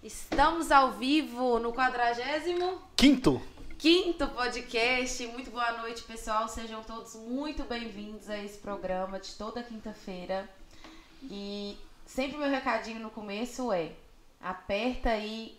Estamos ao vivo no 45º podcast. Muito boa noite, pessoal. Sejam todos muito bem-vindos a esse programa de toda quinta-feira. E sempre meu recadinho no começo é: aperta aí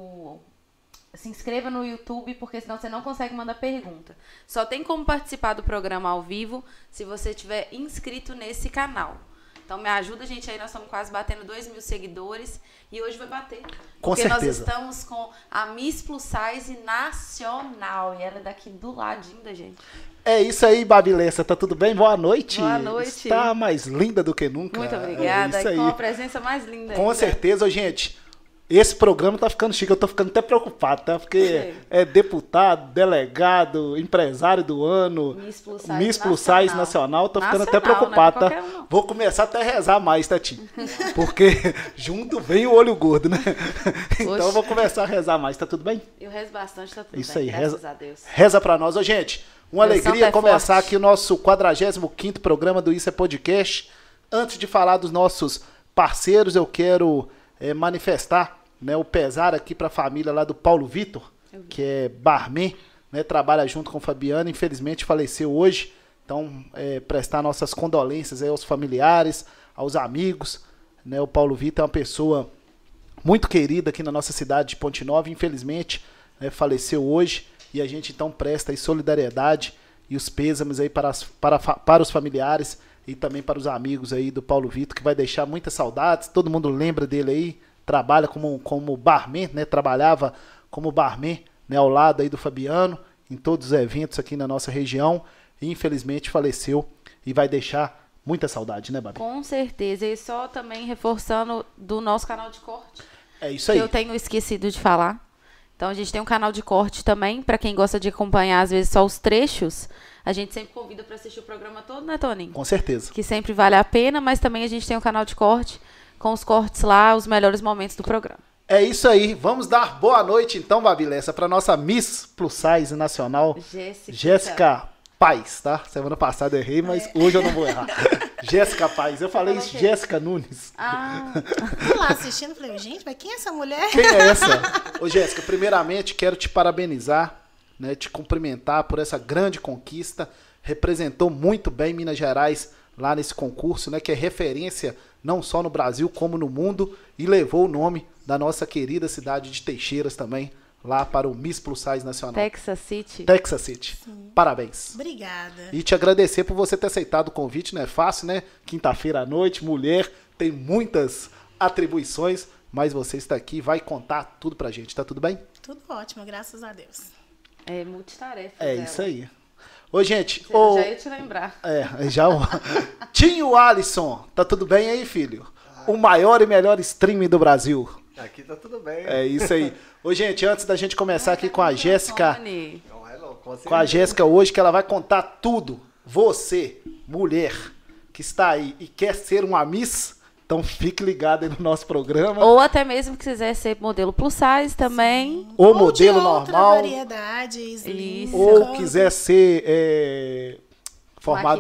se inscreva no YouTube, porque senão você não consegue mandar pergunta. Só tem como participar do programa ao vivo se você estiver inscrito nesse canal. Então me ajuda, gente, aí nós estamos quase batendo 2.000 seguidores e hoje vai bater. Com certeza. Porque nós estamos com a Miss Plus Size Nacional e ela é daqui do ladinho da gente. É isso aí, Babilessa, tá tudo bem? Boa noite. Boa noite. Está mais linda do que nunca. Muito obrigada, É isso aí. com a presença mais linda. Com ainda. certeza, gente. Esse programa tá ficando chique, eu tô ficando até preocupado, tá? Porque é deputado, delegado, empresário do ano, Miss Plus Size Nacional, tô ficando até preocupado, tá? Um. Vou começar até a rezar mais, Tatinho. Porque junto vem o olho gordo, né? Então eu vou começar a rezar mais, tá tudo bem? Eu rezo bastante, tá tudo Isso bem, aí, graças a Deus. Reza pra nós. Ô, gente, uma alegria começar aqui o nosso 45º programa do Isso é Podcast. Antes de falar dos nossos parceiros, eu quero manifestar, né, o pesar aqui para a família lá do Paulo Vitor, que é barman, né, trabalha junto com o Fabiano, infelizmente faleceu hoje. Então, prestar nossas condolências aí aos familiares, aos amigos, né? O Paulo Vitor é uma pessoa muito querida aqui na nossa cidade de Ponte Nova, infelizmente, né, faleceu hoje, e a gente então presta aí solidariedade e os pêsames aí para os familiares e também para os amigos aí do Paulo Vitor, que vai deixar muitas saudades. Todo mundo lembra dele aí, trabalha como barman, né? Trabalhava como barman, né? Ao lado aí do Fabiano, em todos os eventos aqui na nossa região, e infelizmente faleceu e vai deixar muita saudade, né, Babi? Com certeza, e só também reforçando do nosso canal de corte. É isso aí. Que eu tenho esquecido de falar. Então a gente tem um canal de corte também, para quem gosta de acompanhar às vezes só os trechos. A gente sempre convida para assistir o programa todo, né, Toninho? Com certeza. Que sempre vale a pena, mas também a gente tem um canal de corte com os cortes lá, os melhores momentos do programa. É isso aí. Vamos dar boa noite, então, Babilessa, para nossa Miss Plus Size Nacional, Jéssica Paz, tá? Semana passada eu errei, mas hoje eu não vou errar. Jéssica Paz. Eu falei isso, Jéssica Nunes. Fui lá assistindo, falei, gente, mas quem é essa mulher? Quem é essa? Ô, Jéssica, primeiramente quero te parabenizar, né, te cumprimentar por essa grande conquista. Representou muito bem Minas Gerais lá nesse concurso, né, que é referência não só no Brasil como no mundo, e levou o nome da nossa querida cidade de Teixeiras também, lá para o Miss Plus Size Nacional. Texas City. Texas City. Sim. Parabéns. Obrigada. E te agradecer por você ter aceitado o convite, não é fácil, né? Quinta-feira à noite, mulher, tem muitas atribuições, mas você está aqui e vai contar tudo pra gente, tá tudo bem? Tudo ótimo, graças a Deus. É multitarefa. É dela. isso aí. Ô, gente... Já ia te lembrar. Já... Tinho Alisson, tá tudo bem aí, filho? O maior e melhor streaming do Brasil. Aqui tá tudo bem. É isso aí. Ô, gente, antes da gente começar aqui com a Jéssica... Não é não, com a Jéssica hoje, que ela vai contar tudo. Você, mulher, que está aí e quer ser uma Miss, então fique ligado aí no nosso programa. Ou até mesmo que quiser ser modelo plus size também. Ou Ou modelo de outra normal. variedade, slim, Ou canto. quiser ser formado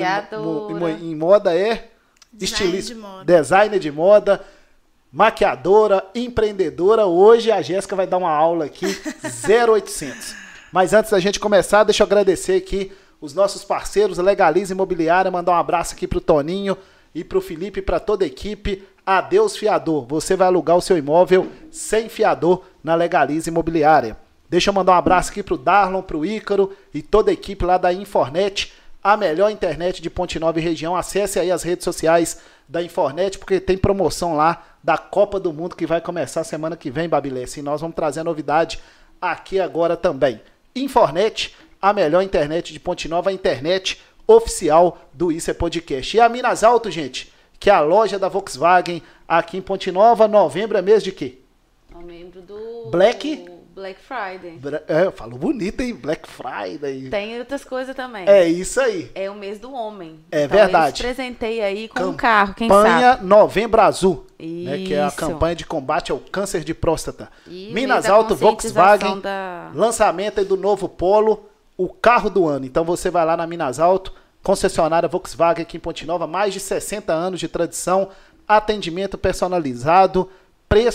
em moda, estilista, designer de moda, maquiadora, empreendedora. Hoje a Jéssica vai dar uma aula aqui, 0800. Mas antes da gente começar, deixa eu agradecer aqui os nossos parceiros, Legalize Imobiliária, mandar um abraço aqui pro Toninho e pro Felipe e pra toda a equipe. Adeus Fiador, você vai alugar o seu imóvel sem fiador na Legalize Imobiliária. Deixa eu mandar um abraço aqui pro Darlon, pro Ícaro e toda a equipe lá da Infornet, a melhor internet de Ponte Nova e região. Acesse aí as redes sociais da Infornet, porque tem promoção lá da Copa do Mundo que vai começar semana que vem, Babilessa. E nós vamos trazer a novidade aqui agora também. Infornet, a melhor internet de Ponte Nova, a internet oficial do Isso é Podcast. E a Minas Alto, gente, que é a loja da Volkswagen aqui em Ponte Nova. Novembro é mês de quê? Novembro do... Black Friday. Falou bonito, hein? Black Friday. Tem outras coisas também. É isso aí. É o mês do homem. É então, verdade. Eu presentei aí com um carro, quem sabe. Campanha Novembro Azul, isso. Né, que é a campanha de combate ao câncer de próstata. E Minas Alto, Volkswagen, da... lançamento aí do novo Polo, o carro do ano. Então você vai lá na Minas Alto, concessionária Volkswagen aqui em Ponte Nova, mais de 60 anos de tradição, atendimento personalizado, preço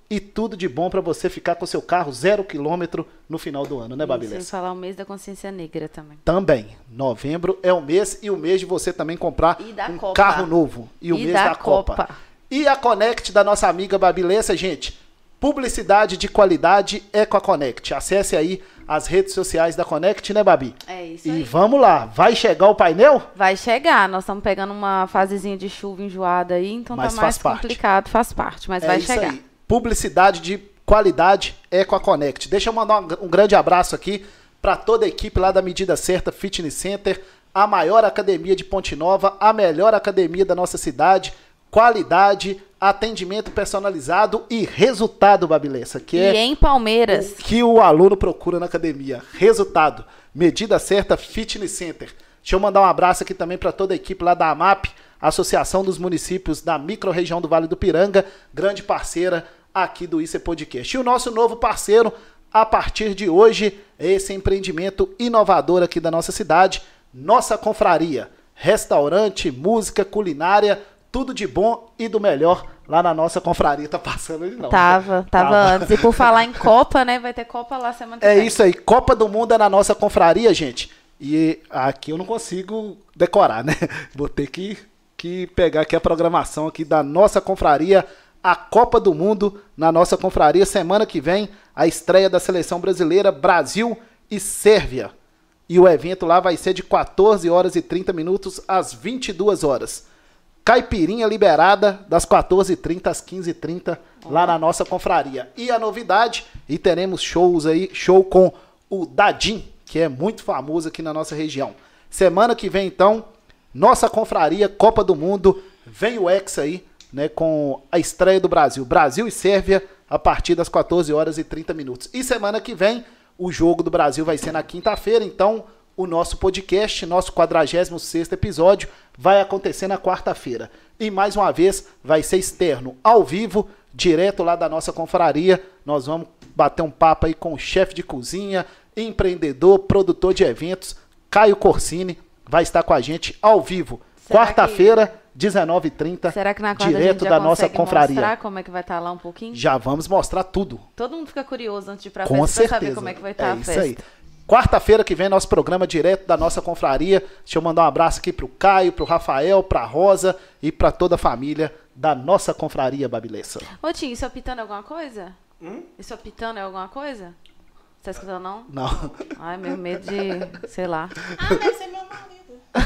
e tudo de bom para você ficar com seu carro 0 km no final do ano, né, Babilessa? Sem falar o mês da consciência negra também. Também. Novembro é o mês e o mês de você também comprar um carro novo. E o mês da Copa. E a Connect da nossa amiga Babilessa, gente. Publicidade de qualidade é com a Connect. Acesse aí as redes sociais da Connect, né, Babi? É isso aí. E vamos lá. Vai chegar o painel? Vai chegar. Nós estamos pegando uma fasezinha de chuva enjoada aí, então mas tá mais complicado, faz parte, mas vai chegar. Aí. Publicidade de qualidade é com a Connect. Deixa eu mandar um grande abraço aqui para toda a equipe lá da Medida Certa Fitness Center, a maior academia de Ponte Nova, a melhor academia da nossa cidade, qualidade, atendimento personalizado e resultado, Babilessa, que é em Palmeiras. O que o aluno procura na academia. Resultado. Medida Certa Fitness Center. Deixa eu mandar um abraço aqui também para toda a equipe lá da AMAP, Associação dos Municípios da Microrregião do Vale do Piranga, grande parceira aqui do IC Podcast. E o nosso novo parceiro, a partir de hoje, é esse empreendimento inovador aqui da nossa cidade, Nossa Confraria. Restaurante, música, culinária, tudo de bom e do melhor lá na Nossa Confraria. Tá passando ali não. Tava antes. E por falar em Copa, né, vai ter Copa lá semana que vem. É isso aí, Copa do Mundo é na Nossa Confraria, gente. E aqui eu não consigo decorar, né? Vou ter que pegar aqui a programação aqui da Nossa Confraria, a Copa do Mundo na Nossa Confraria. Semana que vem, a estreia da Seleção Brasileira, Brasil e Sérvia. E o evento lá vai ser de 14 horas e 30 minutos às 22 horas. Caipirinha liberada das 14h30 às 15h30 lá na Nossa Confraria. E a novidade, e teremos shows aí, show com o Dadim, que é muito famoso aqui na nossa região. Semana que vem, então, Nossa Confraria, Copa do Mundo, vem o Hexa aí, né, com a estreia do Brasil. Brasil e Sérvia, a partir das 14 horas e 30 minutos. E semana que vem, o jogo do Brasil vai ser na quinta-feira, então o nosso podcast, nosso 46º episódio, vai acontecer na quarta-feira. E mais uma vez, vai ser externo, ao vivo, direto lá da Nossa Confraria. Nós vamos bater um papo aí com o chefe de cozinha, empreendedor, produtor de eventos, Caio Corsini, vai estar com a gente ao vivo. Quarta-feira, 19h30, será que na quarta direto da Nossa Confraria. Mostrar como é que vai estar lá um pouquinho? Já vamos mostrar tudo. Todo mundo fica curioso antes de ir pra com festa pra saber como é que vai estar a festa. Isso aí. Quarta-feira que vem, nosso programa direto da Nossa Confraria. Deixa eu mandar um abraço aqui pro Caio, pro Rafael, pra Rosa e pra toda a família da Nossa Confraria, Babilessa. Ô, Tim, isso apitando é alguma coisa? Isso apitando é alguma coisa? Você tá escutando, não? Não. Ai, meu medo de, sei lá. Deve ser meu marido.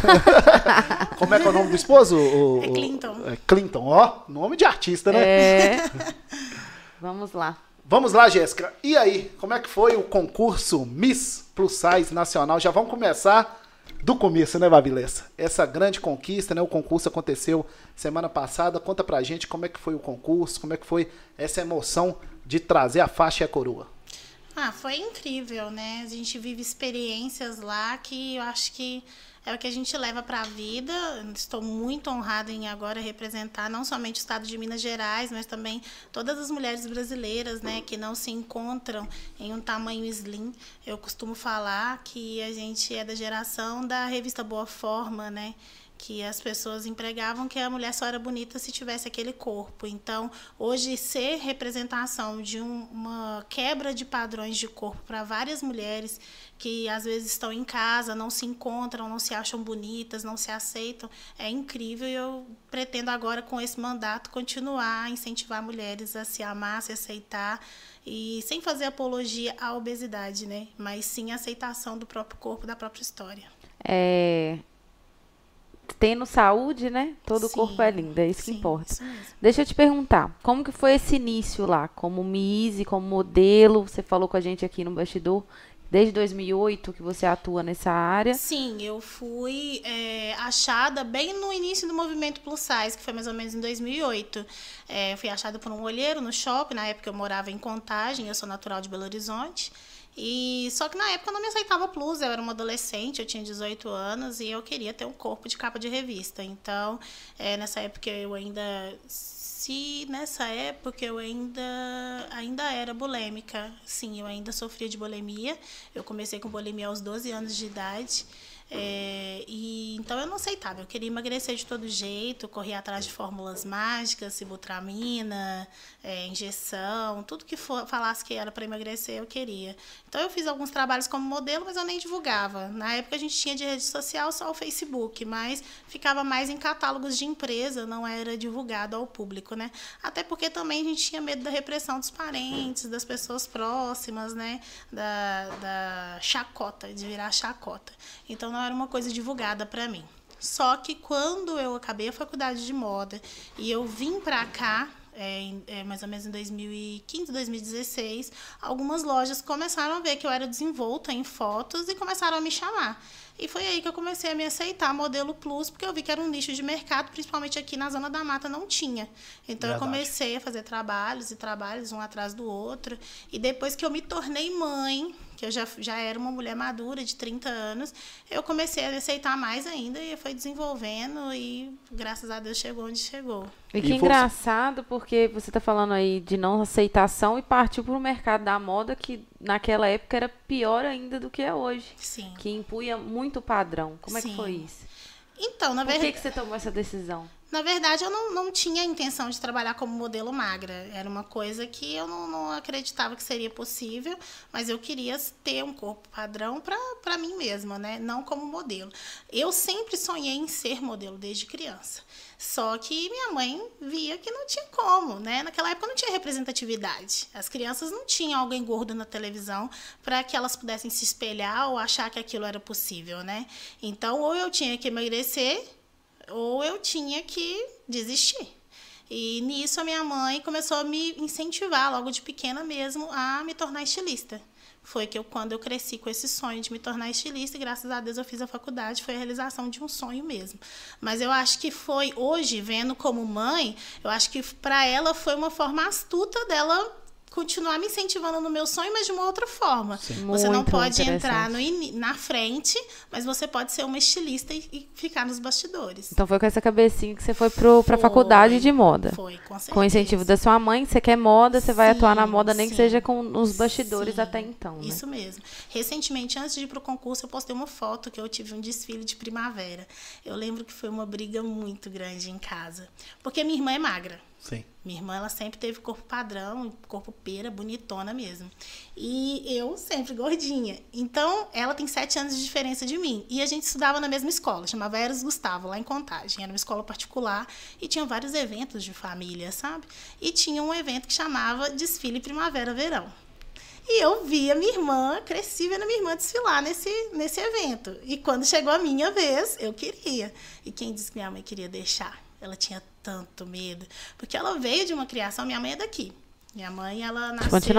Como é que é o nome do esposo? É Clinton. É Clinton, ó, nome de artista, né? É. Vamos lá. Vamos lá, Jéssica. E aí, como é que foi o concurso Miss Plus Size Nacional? Já vamos começar do começo, né, Babilessa? Essa grande conquista, né? O concurso aconteceu semana passada. Conta pra gente como é que foi o concurso, como é que foi essa emoção de trazer a faixa e a coroa. Foi incrível, né? A gente vive experiências lá que eu acho que é o que a gente leva para a vida. Estou muito honrada em agora representar não somente o estado de Minas Gerais, mas também todas as mulheres brasileiras, né, que não se encontram em um tamanho slim. Eu costumo falar que a gente é da geração da revista Boa Forma, né? Que as pessoas empregavam que a mulher só era bonita se tivesse aquele corpo. Então, hoje, ser representação de uma quebra de padrões de corpo para várias mulheres que, às vezes, estão em casa, não se encontram, não se acham bonitas, não se aceitam, é incrível. E eu pretendo agora, com esse mandato, continuar a incentivar mulheres a se amar, se aceitar, e sem fazer apologia à obesidade, né? Mas sim a aceitação do próprio corpo, da própria história. Tendo saúde, né? Todo o corpo é lindo, é isso que importa. Isso mesmo. Deixa eu te perguntar, como que foi esse início lá? Como Miss, como modelo, você falou com a gente aqui no bastidor, desde 2008 que você atua nessa área. Sim, eu fui achada bem no início do movimento Plus Size, que foi mais ou menos em 2008. Eu fui achada por um olheiro no shopping, na época eu morava em Contagem, eu sou natural de Belo Horizonte. Só que na época eu não me aceitava plus, eu era uma adolescente, eu tinha 18 anos e eu queria ter um corpo de capa de revista. Então, nessa época eu ainda era bulêmica. Sim, eu ainda sofria de bulimia. Eu comecei com bulimia aos 12 anos de idade. Então eu não aceitava, eu queria emagrecer de todo jeito, corria atrás de fórmulas mágicas, sibutramina, injeção, tudo que falasse que era para emagrecer eu queria. Então eu fiz alguns trabalhos como modelo, mas eu nem divulgava. Na época a gente tinha de rede social só o Facebook, mas ficava mais em catálogos de empresa, não era divulgado ao público, né? Até porque também a gente tinha medo da repressão dos parentes, das pessoas próximas, né? Da chacota, de virar chacota. Então não era uma coisa divulgada para mim. Só que quando eu acabei a faculdade de moda e eu vim para cá, mais ou menos em 2015, 2016, algumas lojas começaram a ver que eu era desenvolta em fotos e começaram a me chamar. E foi aí que eu comecei a me aceitar modelo plus, porque eu vi que era um nicho de mercado, principalmente aqui na Zona da Mata não tinha. Então, eu comecei a fazer trabalhos, um atrás do outro. E depois que eu me tornei mãe, que eu já era uma mulher madura de 30 anos, eu comecei a me aceitar mais ainda e foi desenvolvendo e, graças a Deus, chegou onde chegou. E que engraçado, porque você está falando aí de não aceitação e partiu para o mercado da moda, que naquela época era pior ainda do que é hoje. Sim. Que impunha muito padrão. Como é que foi isso? Então, Por que você tomou essa decisão? Na verdade, eu não tinha a intenção de trabalhar como modelo magra. Era uma coisa que eu não acreditava que seria possível, mas eu queria ter um corpo padrão para mim mesma, né? Não como modelo. Eu sempre sonhei em ser modelo desde criança. Só que minha mãe via que não tinha como, né? Naquela época não tinha representatividade. As crianças não tinham alguém gordo na televisão para que elas pudessem se espelhar ou achar que aquilo era possível, né? Então, ou eu tinha que emagrecer, ou eu tinha que desistir. E nisso a minha mãe começou a me incentivar, logo de pequena mesmo, a me tornar estilista. Foi quando eu cresci com esse sonho de me tornar estilista, e graças a Deus eu fiz a faculdade, foi a realização de um sonho mesmo. Mas eu acho que foi, hoje, vendo como mãe, eu acho que para ela foi uma forma astuta dela continuar me incentivando no meu sonho, mas de uma outra forma. Sim, você não pode entrar na frente, mas você pode ser uma estilista e ficar nos bastidores. Então foi com essa cabecinha que você foi para a faculdade de moda. Foi, com certeza. Com o incentivo da sua mãe, você quer moda, você vai atuar na moda, nem que seja com os bastidores até então, né? Isso mesmo. Recentemente, antes de ir para o concurso, eu postei uma foto que eu tive um desfile de primavera. Eu lembro que foi uma briga muito grande em casa. Porque minha irmã é magra. Sim. Minha irmã, ela sempre teve corpo padrão, corpo pera, bonitona mesmo. E eu sempre gordinha. Então, ela tem 7 anos de diferença de mim. E a gente estudava na mesma escola, chamava Eros Gustavo, lá em Contagem. Era uma escola particular e tinha vários eventos de família, sabe? E tinha um evento que chamava Desfile Primavera-Verão. E eu via minha irmã, cresci vendo minha irmã desfilar nesse evento. E quando chegou a minha vez, eu queria. E quem disse que minha mãe queria deixar? Ela tinha tanto medo. Porque ela veio de uma criação, minha mãe é daqui. Minha mãe, ela nasceu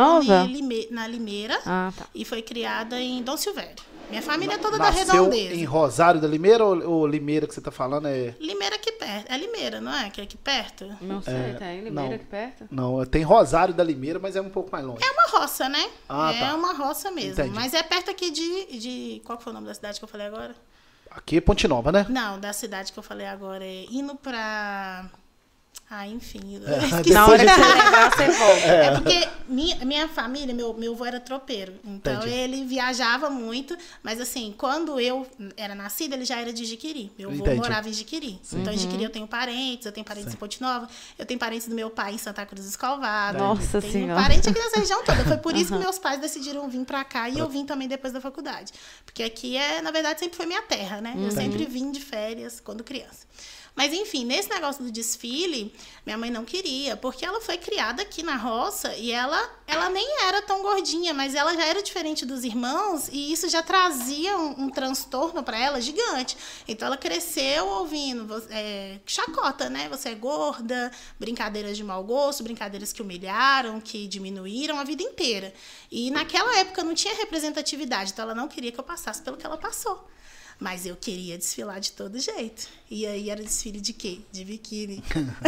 na Limeira e foi criada em Dom Silvério. Minha família é toda da Redondeza. Nasceu em Rosário da Limeira ou Limeira que você está falando é... Limeira aqui perto. É Limeira, não é? Que é aqui perto? Não sei, tem Limeira aqui perto? Não, tem Rosário da Limeira, mas é um pouco mais longe. É uma roça, né? Tá. Uma roça mesmo. Entendi. Mas é perto aqui de... Qual foi o nome da cidade que eu falei agora? Aqui é Ponte Nova, né? Não, da cidade que eu falei agora é indo pra... enfim. Na hora que você lembrar, você volta. É porque minha família, meu avô era tropeiro. Então, ele viajava muito. Mas, assim, quando eu era nascida, ele já era de Jiquiri. Meu avô morava em Jiquiri. Sim. Então, em Jiquiri eu tenho parentes em Ponte Nova. Eu tenho parentes do meu pai em Santa Cruz do Escovado. Nossa Senhora. Tenho parente aqui nessa região toda. Foi por isso que meus pais decidiram vir pra cá. E eu vim também depois da faculdade. Porque aqui, na verdade, sempre foi minha terra, né? Eu sempre vim de férias quando criança. Mas, enfim, nesse negócio do desfile, minha mãe não queria, porque ela foi criada aqui na roça e ela nem era tão gordinha, mas ela já era diferente dos irmãos e isso já trazia um transtorno para ela gigante. Então, ela cresceu ouvindo chacota, né? Você é gorda, brincadeiras de mau gosto, brincadeiras que humilharam, que diminuíram a vida inteira. E naquela época não tinha representatividade, então ela não queria que eu passasse pelo que ela passou. Mas eu queria desfilar de todo jeito. E aí era desfile de quê? De biquíni.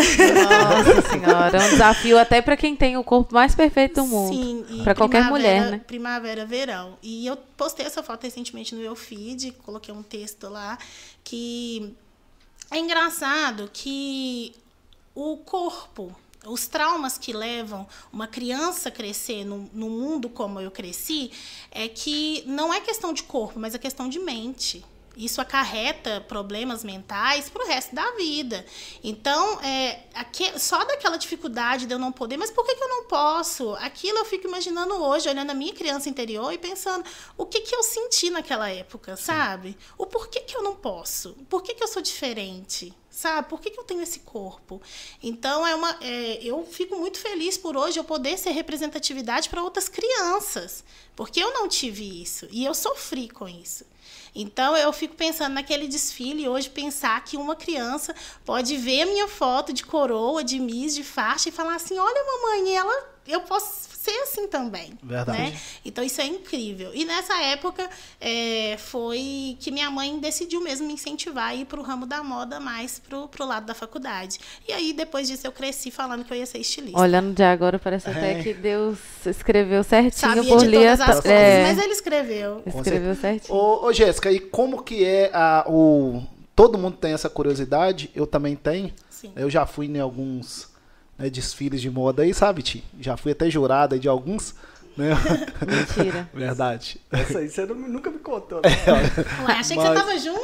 Nossa Senhora, é um desafio até para quem tem o corpo mais perfeito do mundo. Sim, para qualquer mulher, né? Primavera, verão. E eu postei essa foto recentemente no meu feed, coloquei um texto lá, que é engraçado que o corpo... Os traumas que levam uma criança a crescer no mundo como eu cresci, é que não é questão de corpo, mas é questão de mente. isso acarreta problemas mentais para o resto da vida. Então, só daquela dificuldade de eu não poder, mas por que eu não posso? Aquilo eu fico imaginando hoje, olhando a minha criança interior e pensando o que eu senti naquela época, sabe? O porquê que eu não posso? Por que eu sou diferente? Sabe? Por que eu tenho esse corpo? Então, eu fico muito feliz por hoje eu poder ser representatividade para outras crianças, porque eu não tive isso e eu sofri com isso. Então, eu fico pensando naquele desfile hoje, pensar que uma criança pode ver a minha foto de coroa, de miss, de faixa e falar assim, olha, mamãe, eu posso ser assim também. Verdade. Né? Então, isso é incrível. E nessa época, foi que minha mãe decidiu mesmo me incentivar a ir para o ramo da moda mais pro lado da faculdade. E aí, depois disso, eu cresci falando que eu ia ser estilista. Olhando de agora, parece até que Deus escreveu certinho. Sabia por de todas as coisas, mas ele escreveu. Escreveu certinho. Ô Jéssica, e como que é todo mundo tem essa curiosidade, eu também tenho. Sim. Eu já fui em alguns desfiles de moda aí, sabe, Ti? Já fui até jurada de alguns. Né? Mentira. Verdade. Essa aí você nunca me contou. Né? Ué, achei que você tava junto.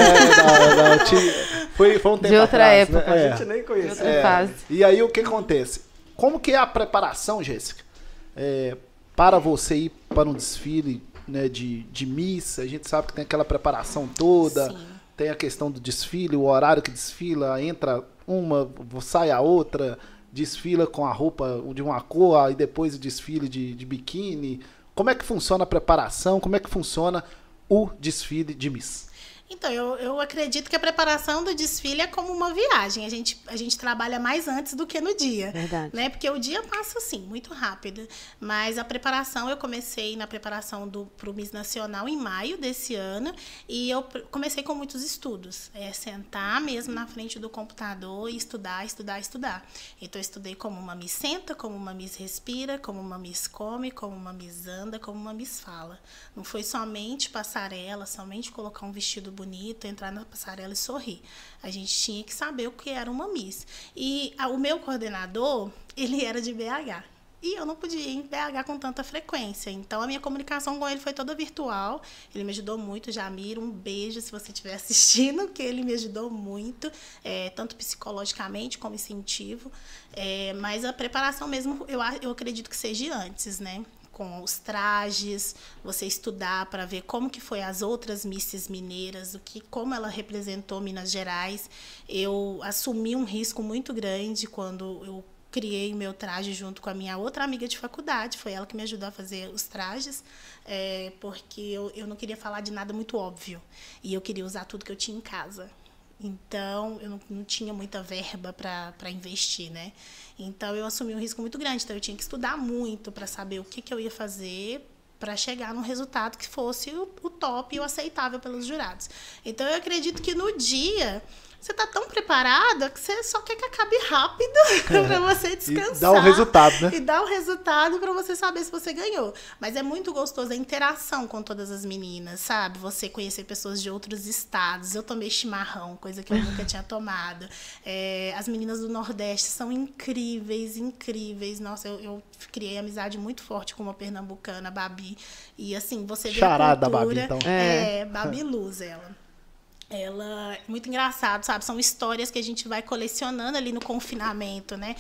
Não, foi um tempo de outra atrás, época. Né? A gente nem conhecia. Outra fase. E aí o que acontece? Como que é a preparação, Jéssica? Para você ir para um desfile, né, de Miss, a gente sabe que tem aquela preparação toda. Sim. Tem a questão do desfile, o horário que desfila, entra uma, sai a outra, desfila com a roupa de uma cor, aí depois o desfile de biquíni. Como é que funciona a preparação? Como é que funciona o desfile de Miss? Então, eu acredito que a preparação do desfile é como uma viagem. A gente trabalha mais antes do que no dia. Verdade. Né? Porque o dia passa, assim, muito rápido. Mas a preparação, eu comecei na preparação pro Miss Nacional em maio desse ano. E eu comecei com muitos estudos. Sentar mesmo na frente do computador e estudar. Então, eu estudei como uma Miss senta, como uma Miss respira, como uma Miss come, como uma Miss anda, como uma Miss fala. Não foi somente passarela, somente colocar um vestido bonito, entrar na passarela e sorrir. A gente tinha que saber o que era uma Miss. E o meu coordenador, ele era de BH. E eu não podia ir em BH com tanta frequência. Então, a minha comunicação com ele foi toda virtual. Ele me ajudou muito. Jamir, um beijo se você estiver assistindo, que ele me ajudou muito, tanto psicologicamente como incentivo. Mas a preparação mesmo, eu acredito que seja antes, né? Com os trajes, você estudar para ver como que foi as outras Misses mineiras, como ela representou Minas Gerais. Eu assumi um risco muito grande quando eu criei meu traje junto com a minha outra amiga de faculdade. Foi ela que me ajudou a fazer os trajes, porque eu não queria falar de nada muito óbvio. E eu queria usar tudo que eu tinha em casa. Então, eu não tinha muita verba para investir, né? Então, eu assumi um risco muito grande. Então, eu tinha que estudar muito para saber o que eu ia fazer para chegar num resultado que fosse o top e o aceitável pelos jurados. Então, eu acredito que no dia você está tão preparada que você só quer que acabe rápido para você descansar. E dá o resultado, né? E dá o resultado para você saber se você ganhou. Mas é muito gostoso a interação com todas as meninas, sabe? Você conhecer pessoas de outros estados. Eu tomei chimarrão, coisa que eu nunca tinha tomado. As meninas do Nordeste são incríveis, incríveis. Nossa, eu criei amizade muito forte com uma pernambucana, a Babi. E assim, você vê a cultura... da Babi, então. Babi Luz, ela é muito engraçado, sabe? São histórias que a gente vai colecionando ali no confinamento, né?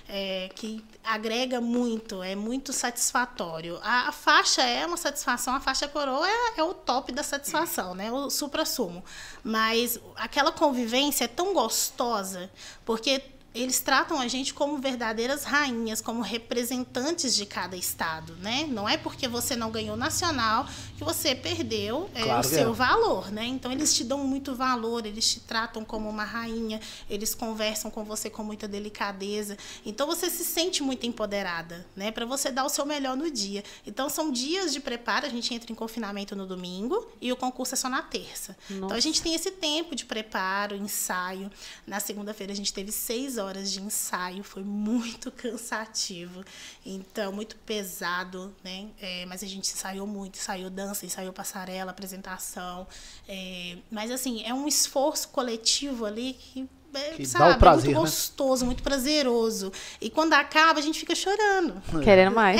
Que agrega muito, é muito satisfatório. A faixa é uma satisfação, a faixa coroa é o top da satisfação, né? O supra-sumo. Mas aquela convivência é tão gostosa, porque eles tratam a gente como verdadeiras rainhas, como representantes de cada estado, né? Não é porque você não ganhou nacional que você perdeu o seu valor, né? Então, eles te dão muito valor, eles te tratam como uma rainha, eles conversam com você com muita delicadeza. Então, você se sente muito empoderada, né? Para você dar o seu melhor no dia. Então, são dias de preparo, a gente entra em confinamento no domingo e o concurso é só na terça. Nossa. Então, a gente tem esse tempo de preparo, ensaio. Na segunda-feira, a gente teve 6 horas de ensaio, foi muito cansativo, então muito pesado, né? Mas a gente ensaiou muito, ensaiou dança, ensaiou passarela, apresentação, mas assim, é um esforço coletivo ali que sabe, dá o prazer, muito gostoso, né? Muito prazeroso. E quando acaba, a gente fica chorando. Querendo mais.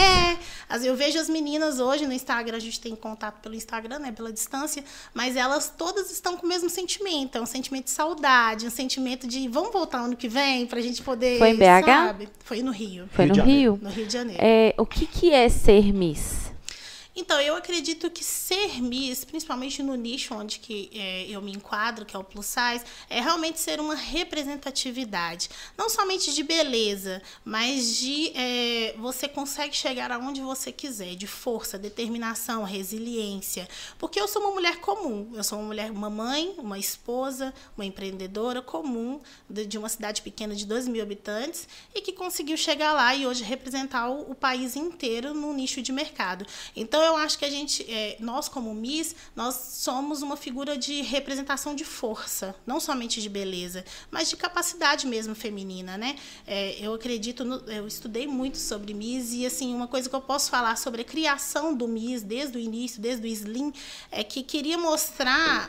Eu vejo as meninas hoje no Instagram, a gente tem contato pelo Instagram, né, pela distância, mas elas todas estão com o mesmo sentimento. É um sentimento de saudade, um sentimento de vamos voltar ano que vem pra gente poder... Foi em BH? Sabe? Foi no Rio. Foi no Rio? No Rio de Janeiro. O que é ser Miss? Então, eu acredito que ser Miss, principalmente no nicho onde eu me enquadro, que é o plus size, é realmente ser uma representatividade. Não somente de beleza, mas de você consegue chegar aonde você quiser, de força, determinação, resiliência. Porque eu sou uma mulher comum. Eu sou uma mulher, uma mãe, uma esposa, uma empreendedora comum de uma cidade pequena de 2.000 habitantes e que conseguiu chegar lá e hoje representar o país inteiro no nicho de mercado. Então, eu acho que nós como Miss, nós somos uma figura de representação de força, não somente de beleza, mas de capacidade mesmo feminina, né? Eu estudei muito sobre Miss e, assim, uma coisa que eu posso falar sobre a criação do Miss desde o início, desde o Slim, é que queria mostrar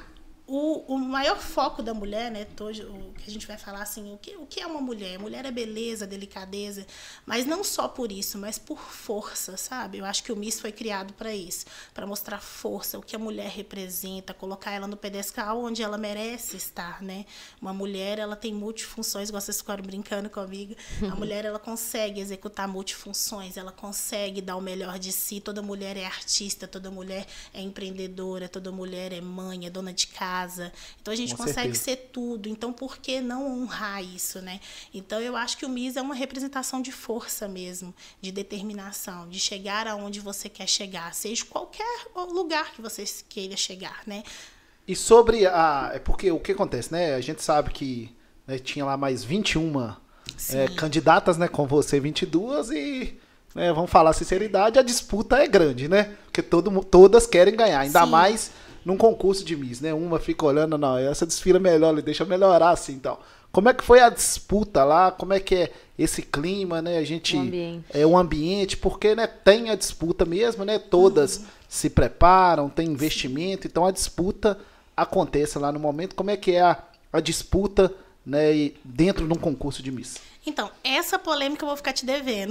o maior foco da mulher, né? O que a gente vai falar assim, o que é uma mulher? Mulher é beleza, delicadeza, mas não só por isso, mas por força, sabe? Eu acho que o Miss foi criado para isso, para mostrar força, o que a mulher representa, colocar ela no pedestal onde ela merece estar, né? Uma mulher, ela tem multifunções, vocês ficaram brincando comigo, a mulher, ela consegue executar multifunções, ela consegue dar o melhor de si, toda mulher é artista, toda mulher é empreendedora, toda mulher é mãe, é dona de casa. Então, a gente consegue ser tudo. Então, por que não honrar isso, né? Então, eu acho que o Miss é uma representação de força mesmo, de determinação, de chegar aonde você quer chegar, seja qualquer lugar que você queira chegar, né? E sobre porque o que acontece, né? A gente sabe que, né, tinha lá mais 21 candidatas, né? Com você 22 e... vamos falar a sinceridade, a disputa é grande, né? Porque todas querem ganhar, ainda Sim. mais... num concurso de Miss, né? Uma fica olhando, não, essa desfila melhor, deixa eu melhorar assim, então. Como é que foi a disputa lá? Como é que é esse clima, né? A gente um ambiente, porque, né, tem a disputa mesmo, né? Todas se preparam, tem investimento, então a disputa acontece lá no momento. Como é que é a disputa, né, dentro de um concurso de Miss? Então, essa polêmica eu vou ficar te devendo.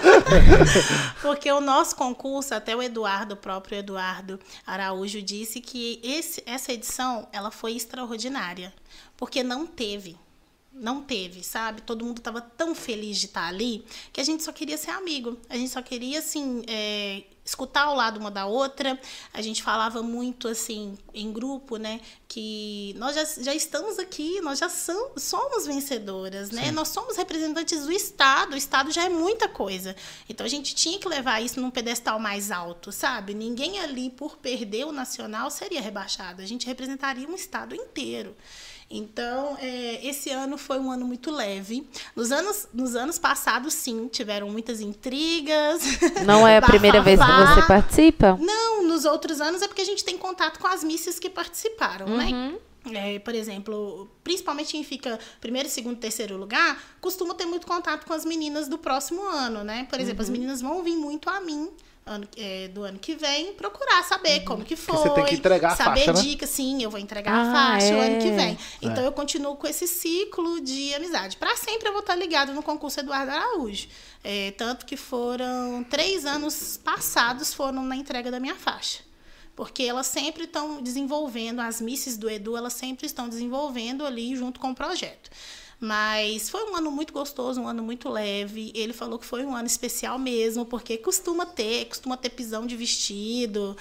Porque o nosso concurso, até o próprio Eduardo Araújo, disse que essa edição ela foi extraordinária. Porque não teve, sabe? Todo mundo estava tão feliz de estar ali que a gente só queria ser amigo. A gente só queria, assim, escutar o lado uma da outra. A gente falava muito, assim, em grupo, né? Que nós já estamos aqui, nós já somos vencedoras, né? Sim. Nós somos representantes do Estado. O Estado já é muita coisa. Então, a gente tinha que levar isso num pedestal mais alto, sabe? Ninguém ali, por perder o nacional, seria rebaixado. A gente representaria um Estado inteiro. Então, esse ano foi um ano muito leve. Nos anos passados, sim, tiveram muitas intrigas. Não é a primeira vez que você participa? Não, nos outros anos é porque a gente tem contato com as misses que participaram, né? Por exemplo, principalmente quem fica primeiro, segundo, terceiro lugar, costuma ter muito contato com as meninas do próximo ano, né? Por exemplo, as meninas vão vir muito a mim do ano que vem, procurar saber como que foi. Você tem que entregar a saber faixa, dicas, né? Sim, eu vou entregar a faixa o ano que vem. Então, eu continuo com esse ciclo de amizade. Para sempre eu vou estar ligado no concurso Eduardo Araújo. Tanto que foram 3 anos passados foram na entrega da minha faixa. Porque elas sempre estão desenvolvendo, as misses do Edu, elas sempre estão desenvolvendo ali junto com o projeto. Mas foi um ano muito gostoso, um ano muito leve. Ele falou que foi um ano especial mesmo, porque costuma ter pisão de vestido.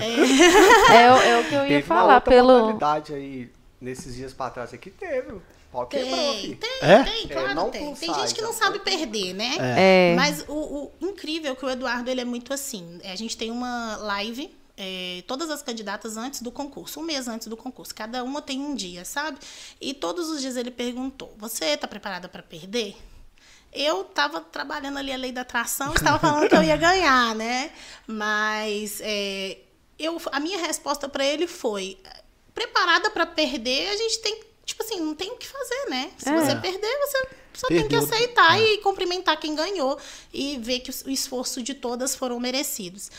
É o que eu ia falar. Pela modalidade aí, nesses dias pra trás aqui teve. Pau quebrou, tem, claro, tem. Tem gente que não sabe perder, né? Mas o incrível é que o Eduardo, ele é muito assim. A gente tem uma live... todas as candidatas antes do concurso, um mês antes do concurso, cada uma tem um dia, sabe? E todos os dias ele perguntou, você está preparada para perder? Eu estava trabalhando ali a lei da atração, estava falando que eu ia ganhar, né? Mas a minha resposta para ele foi, preparada para perder, a gente tem, tipo assim, não tem o que fazer, né? Se você perder, você só tem que aceitar e cumprimentar quem ganhou e ver que o esforço de todas foram merecidos.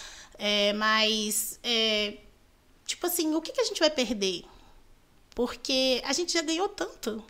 Tipo assim, o que a gente vai perder? Porque a gente já ganhou tanto.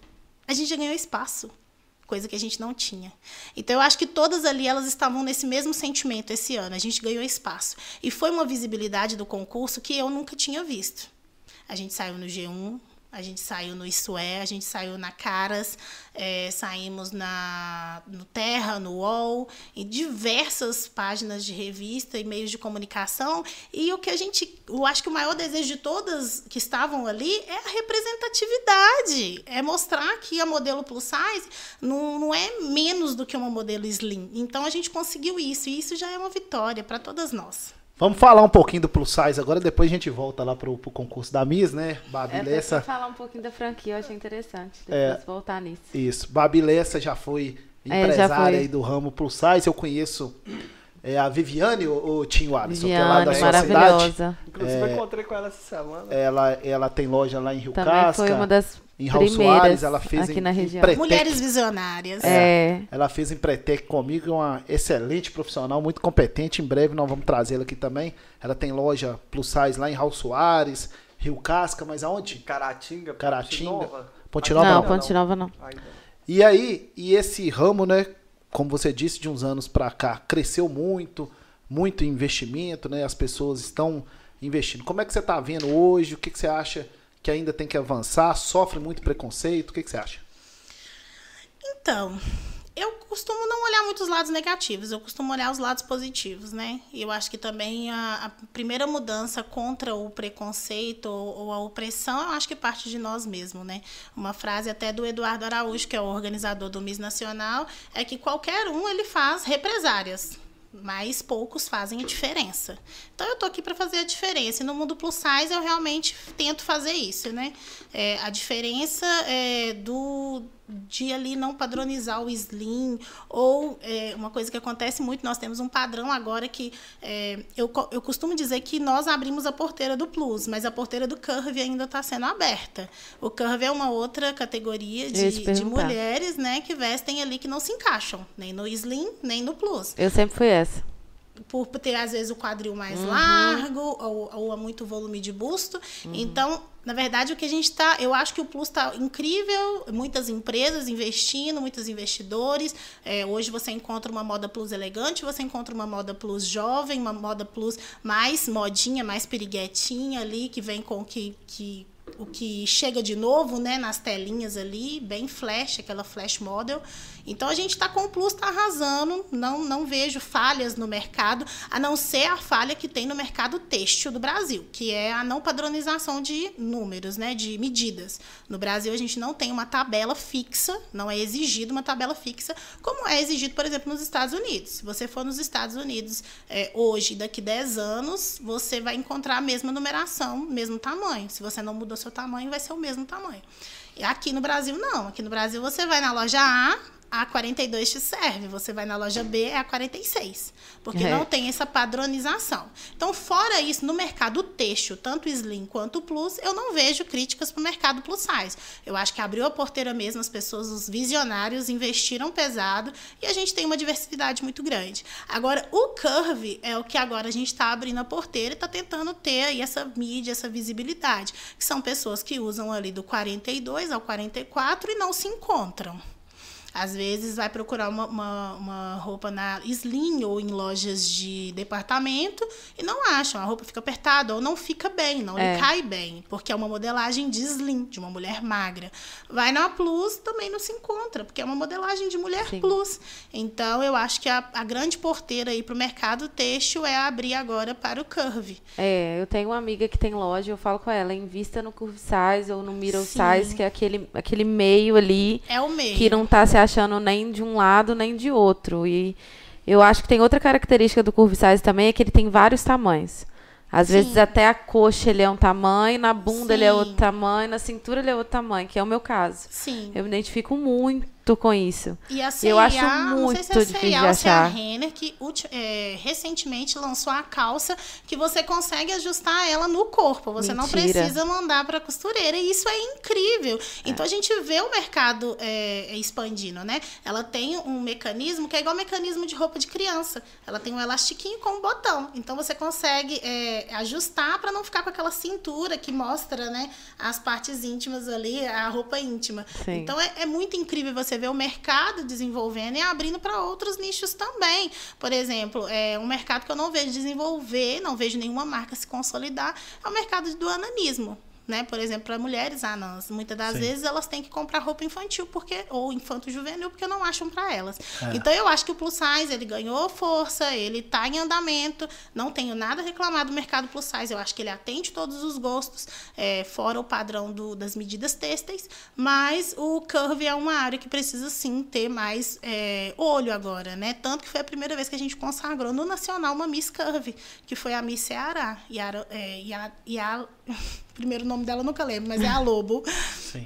a gente já ganhou espaço, coisa que a gente não tinha. Então, eu acho que todas ali, elas estavam nesse mesmo sentimento esse ano. A gente ganhou espaço. E foi uma visibilidade do concurso que eu nunca tinha visto. A gente saiu no G1, a gente saiu no Isso É, a gente saiu na Caras, saímos no Terra, no UOL, em diversas páginas de revista e meios de comunicação. E eu acho que o maior desejo de todas que estavam ali é a representatividade. É mostrar que a modelo plus size não é menos do que uma modelo slim. Então, a gente conseguiu isso, e isso já é uma vitória para todas nós. Vamos falar um pouquinho do plus size agora, depois a gente volta lá pro concurso da Miss, né? Babi Lessa. Falar um pouquinho da franquia, eu achei interessante, depois voltar nisso. Isso, Babi Lessa já foi empresária aí do ramo plus size, eu conheço a Viviane, ou Tinho Alisson, que é lá da sua cidade. Inclusive, eu encontrei com ela essa semana. Ela tem loja lá em Rio Também Casca. Foi uma das em Raul Soares, ela fez aqui na região. Empretec. Mulheres visionárias. Ela fez Empretec comigo, uma excelente profissional, muito competente. Em breve nós vamos trazê-la aqui também. Ela tem loja plus size lá em Raul Soares, Rio Casca, mas aonde? Caratinga. Ponte Nova não. Ponte Nova não. E aí, esse ramo, né, como você disse, de uns anos para cá, cresceu muito investimento, né? As pessoas estão investindo. Como é que você está vendo hoje? O que você acha que ainda tem que avançar? Sofre muito preconceito? O que você acha? Então, eu costumo não olhar muito os lados negativos, eu costumo olhar os lados positivos, né? E eu acho que também a primeira mudança contra o preconceito ou a opressão, eu acho que parte de nós mesmos, né? Uma frase até do Eduardo Araújo, que é o organizador do Miss Nacional, é que qualquer ele faz represárias, mas poucos fazem a diferença. Então, eu tô aqui para fazer a diferença. E no mundo plus size, eu realmente tento fazer isso, né? A diferença de ali não padronizar o slim, ou uma coisa que acontece muito, nós temos um padrão agora que eu costumo dizer que nós abrimos a porteira do plus, mas a porteira do curve ainda está sendo aberta. O curve é uma outra categoria de mulheres, né, que vestem ali que não se encaixam, nem no slim, nem no plus. Eu sempre fui essa. Por ter, às vezes, o quadril mais largo, ou muito volume de busto. Então, na verdade, o que a gente está... Eu acho que o plus está incrível, muitas empresas investindo, muitos investidores. Hoje você encontra uma moda plus elegante, você encontra uma moda plus jovem, uma moda plus mais modinha, mais piriguetinha ali, que vem com o que chega de novo, né, nas telinhas ali, bem flash, aquela flash model. Então, a gente está com o plus, está arrasando, não vejo falhas no mercado, a não ser a falha que tem no mercado têxtil do Brasil, que é a não padronização de números, né, de medidas. No Brasil, a gente não tem uma tabela fixa, não é exigido uma tabela fixa, como é exigido, por exemplo, nos Estados Unidos. Se você for nos Estados Unidos hoje, daqui 10 anos, você vai encontrar a mesma numeração, mesmo tamanho. Se você não mudou seu tamanho, vai ser o mesmo tamanho. E aqui no Brasil, não. Aqui no Brasil, você vai na loja A 42 te serve. Você vai na loja B, é a 46. Porque não tem essa padronização. Então, fora isso, no mercado têxtil, tanto slim quanto plus, eu não vejo críticas para o mercado plus size. Eu acho que abriu a porteira mesmo, as pessoas, os visionários, investiram pesado e a gente tem uma diversidade muito grande. Agora, o curve é o que agora a gente está abrindo a porteira e está tentando ter aí essa mídia, essa visibilidade. Que são pessoas que usam ali do 42 ao 44 e não se encontram. Às vezes vai procurar uma roupa na slim ou em lojas de departamento e não acham. A roupa fica apertada ou não fica bem, não lhe cai bem, porque é uma modelagem de slim, de uma mulher magra. Vai na plus, também não se encontra, porque é uma modelagem de mulher plus. Então, eu acho que a grande porteira aí para o mercado têxtil é abrir agora para o curve. Eu tenho uma amiga que tem loja, eu falo com ela, invista no curve size ou no middle size, que é aquele meio ali. É o meio. Que não está se achando nem de um lado nem de outro. E eu acho que tem outra característica do curve size também, é que ele tem vários tamanhos. Às vezes até a coxa ele é um tamanho, na bunda ele é outro tamanho, na cintura ele é outro tamanho, que é o meu caso. Sim. Eu me identifico muito com isso. E a CIA, eu acho muito difícil de achar. Se a Renner, que recentemente lançou a calça que você consegue ajustar ela no corpo. Você não precisa mandar para costureira. E isso é incrível. Então, a gente vê o mercado expandindo, né? Ela tem um mecanismo que é igual ao mecanismo de roupa de criança. Ela tem um elastiquinho com um botão. Então, você consegue ajustar para não ficar com aquela cintura que mostra, né, as partes íntimas ali, a roupa íntima. Sim. Então, é muito incrível você ver o mercado desenvolvendo e abrindo para outros nichos também. Por exemplo, um mercado que eu não vejo desenvolver, não vejo nenhuma marca se consolidar, é o mercado do ananismo. Né? Por exemplo, para mulheres anãs, muitas das vezes elas têm que comprar roupa infantil ou infanto-juvenil porque não acham para elas. Então, eu acho que o plus size, ele ganhou força, ele está em andamento, não tenho nada a reclamar do mercado plus size, eu acho que ele atende todos os gostos, fora o padrão das medidas têxteis, mas o curvy é uma área que precisa, sim, ter mais olho agora, né? Tanto que foi a primeira vez que a gente consagrou no Nacional uma Miss Curvy, que foi a Miss Ceará, primeiro nome dela eu nunca lembro, mas é a Lobo. Sim.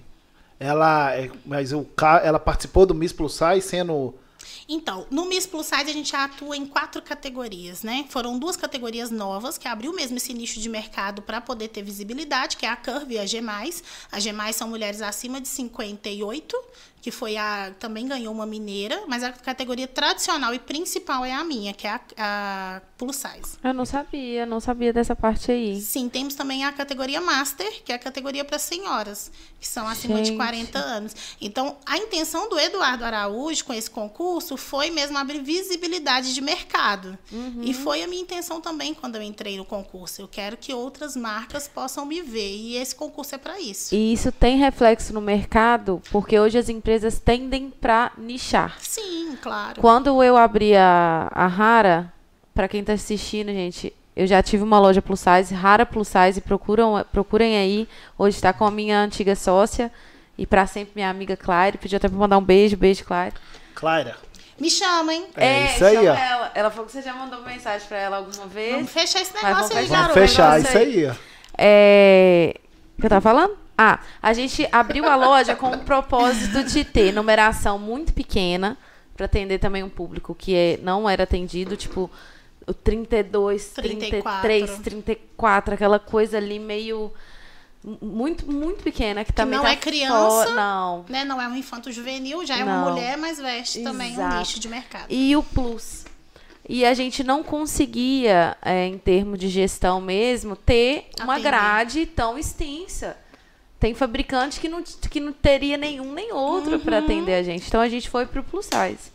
Ela participou do Miss Plus Size sendo... Então, no Miss Plus Size a gente atua em 4 categorias, né? Foram 2 categorias novas, que abriu mesmo esse nicho de mercado para poder ter visibilidade, que é a Curvy e a G+. A G+, são mulheres acima de 58, que também ganhou uma mineira, mas a categoria tradicional e principal é a minha, que é a Plus Size. Eu não sabia dessa parte aí. Sim, temos também a categoria Master, que é a categoria para senhoras, que são acima de 40 anos. Então, a intenção do Eduardo Araújo com esse concurso foi mesmo abrir visibilidade de mercado. E foi a minha intenção também quando eu entrei no concurso. Eu quero que outras marcas possam me ver, e esse concurso é para isso. E isso tem reflexo no mercado, porque hoje as empresas tendem para nichar. Sim, claro. Quando eu abri a Rara, para quem está assistindo, gente, eu já tive uma loja plus size, Rara Plus Size, procurem aí. Hoje está com a minha antiga sócia e para sempre minha amiga Claire. Pediu até para mandar um beijo, Claire. Clara. Me chama, hein? Isso aí, ó. Ela falou que você já mandou mensagem para ela alguma vez. Vamos fechar esse negócio aí, Vamos fechar isso aí, ó. O que eu tava falando? A gente abriu a loja com o propósito de ter numeração muito pequena, para atender também um público que não era atendido, tipo o 32, 33, 34, aquela coisa ali meio muito, muito pequena, que também não é criança, não. Né? Não é um infanto juvenil, já é uma mulher, mas veste também um nicho de mercado. E o plus. E a gente não conseguia, em termos de gestão mesmo, ter uma grade tão extensa. Tem fabricante que não teria nenhum nem outro para atender a gente. Então, a gente foi para o plus size.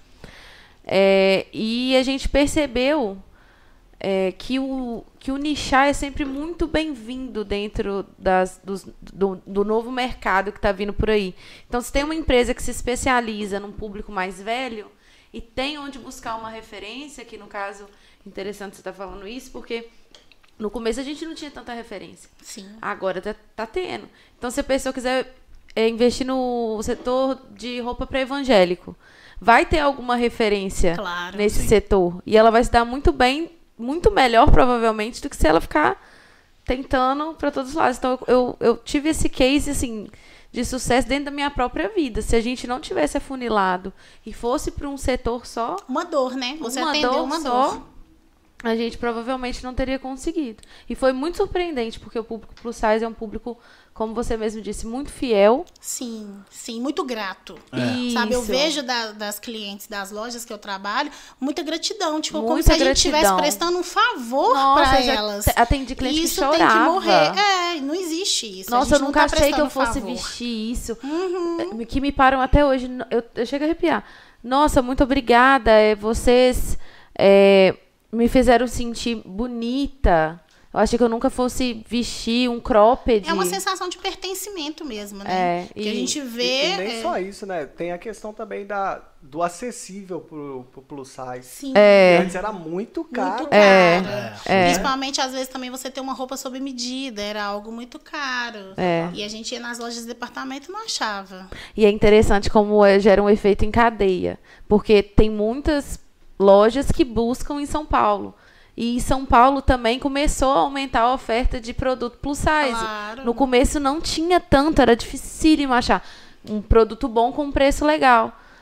E a gente percebeu que o nichar é sempre muito bem-vindo dentro do novo mercado que está vindo por aí. Então, se tem uma empresa que se especializa num público mais velho e tem onde buscar uma referência, que no caso, interessante você estar falando isso, porque no começo a gente não tinha tanta referência. Sim. Agora tá tendo. Então, se a pessoa quiser investir no setor de roupa para evangélico, vai ter alguma referência nesse setor. E ela vai se dar muito bem, muito melhor, provavelmente, do que se ela ficar tentando para todos os lados. Então, eu tive esse case, assim, de sucesso dentro da minha própria vida. Se a gente não tivesse afunilado e fosse para um setor só... Uma dor, né? Você atendeu uma dor. A gente provavelmente não teria conseguido. E foi muito surpreendente, porque o público plus size é um público, como você mesmo disse, muito fiel. Sim, muito grato. Sabe, eu vejo das clientes das lojas que eu trabalho, muita gratidão. Tipo, como se a gente estivesse prestando um favor para elas. Atendi cliente que chorava. Isso tem que morrer. Não existe isso. Nossa, eu nunca achei que eu fosse vestir isso. Que me param até hoje. Eu chego a arrepiar. Nossa, muito obrigada. Vocês... me fizeram sentir bonita. Eu achei que eu nunca fosse vestir um cropped. É uma sensação de pertencimento mesmo, né? Que a gente vê... E nem só isso, né? Tem a questão também do acessível pro plus size. Sim. Antes era muito caro. Muito caro. Principalmente, às vezes, também você ter uma roupa sob medida. Era algo muito caro. E a gente ia nas lojas de departamento e não achava. E é interessante como gera um efeito em cadeia. Porque tem muitas lojas que buscam em São Paulo. E São Paulo também começou a aumentar a oferta de produto plus size. Claro. No começo não tinha tanto, era dificílimo achar um produto bom com um preço legal.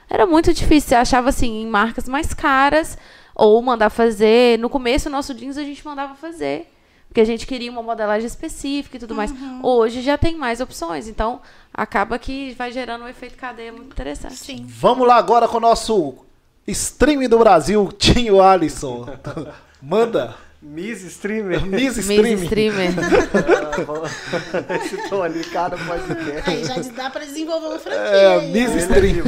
era muito difícil. Você achava, assim, em marcas mais caras, ou mandar fazer. No começo, o nosso jeans a gente mandava fazer, porque a gente queria uma modelagem específica e tudo mais. Hoje já tem mais opções, então acaba que vai gerando um efeito cadeia muito interessante. Sim. Vamos lá agora com o nosso streaming do Brasil, Tinho Alisson. Manda. Miss Streamer. Miss Streamer. Esse Tony, cara, podcast. Aí já dá pra desenvolver uma franquia. Miss Streamer.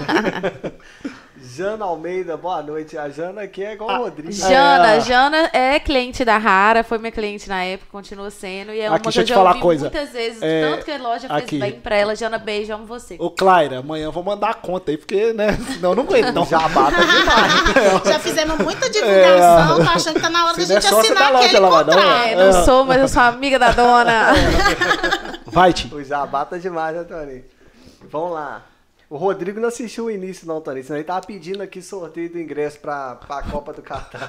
Jana Almeida, boa noite. A Jana aqui é igual o Rodrigo. Jana é cliente da Rara, foi minha cliente na época, continua sendo. E é uma deixa eu que te eu já falar ouvi coisa. muitas vezes, tanto que a loja fez bem pra ela. Jana, beijo, amo você. Ô, Claira, amanhã eu vou mandar a conta aí, porque, né, senão eu não aguento. Não. Já bata demais. Já fizemos muita divulgação, tá achando que tá na hora da gente assinar aquele contrato. Não sou, mas eu sou amiga da dona. Vai, Tim. O Jabata demais, né, Tony? Vamos lá. O Rodrigo não assistiu o início, não, Tony. Senão ele tava pedindo aqui sorteio do ingresso pra Copa do Catar.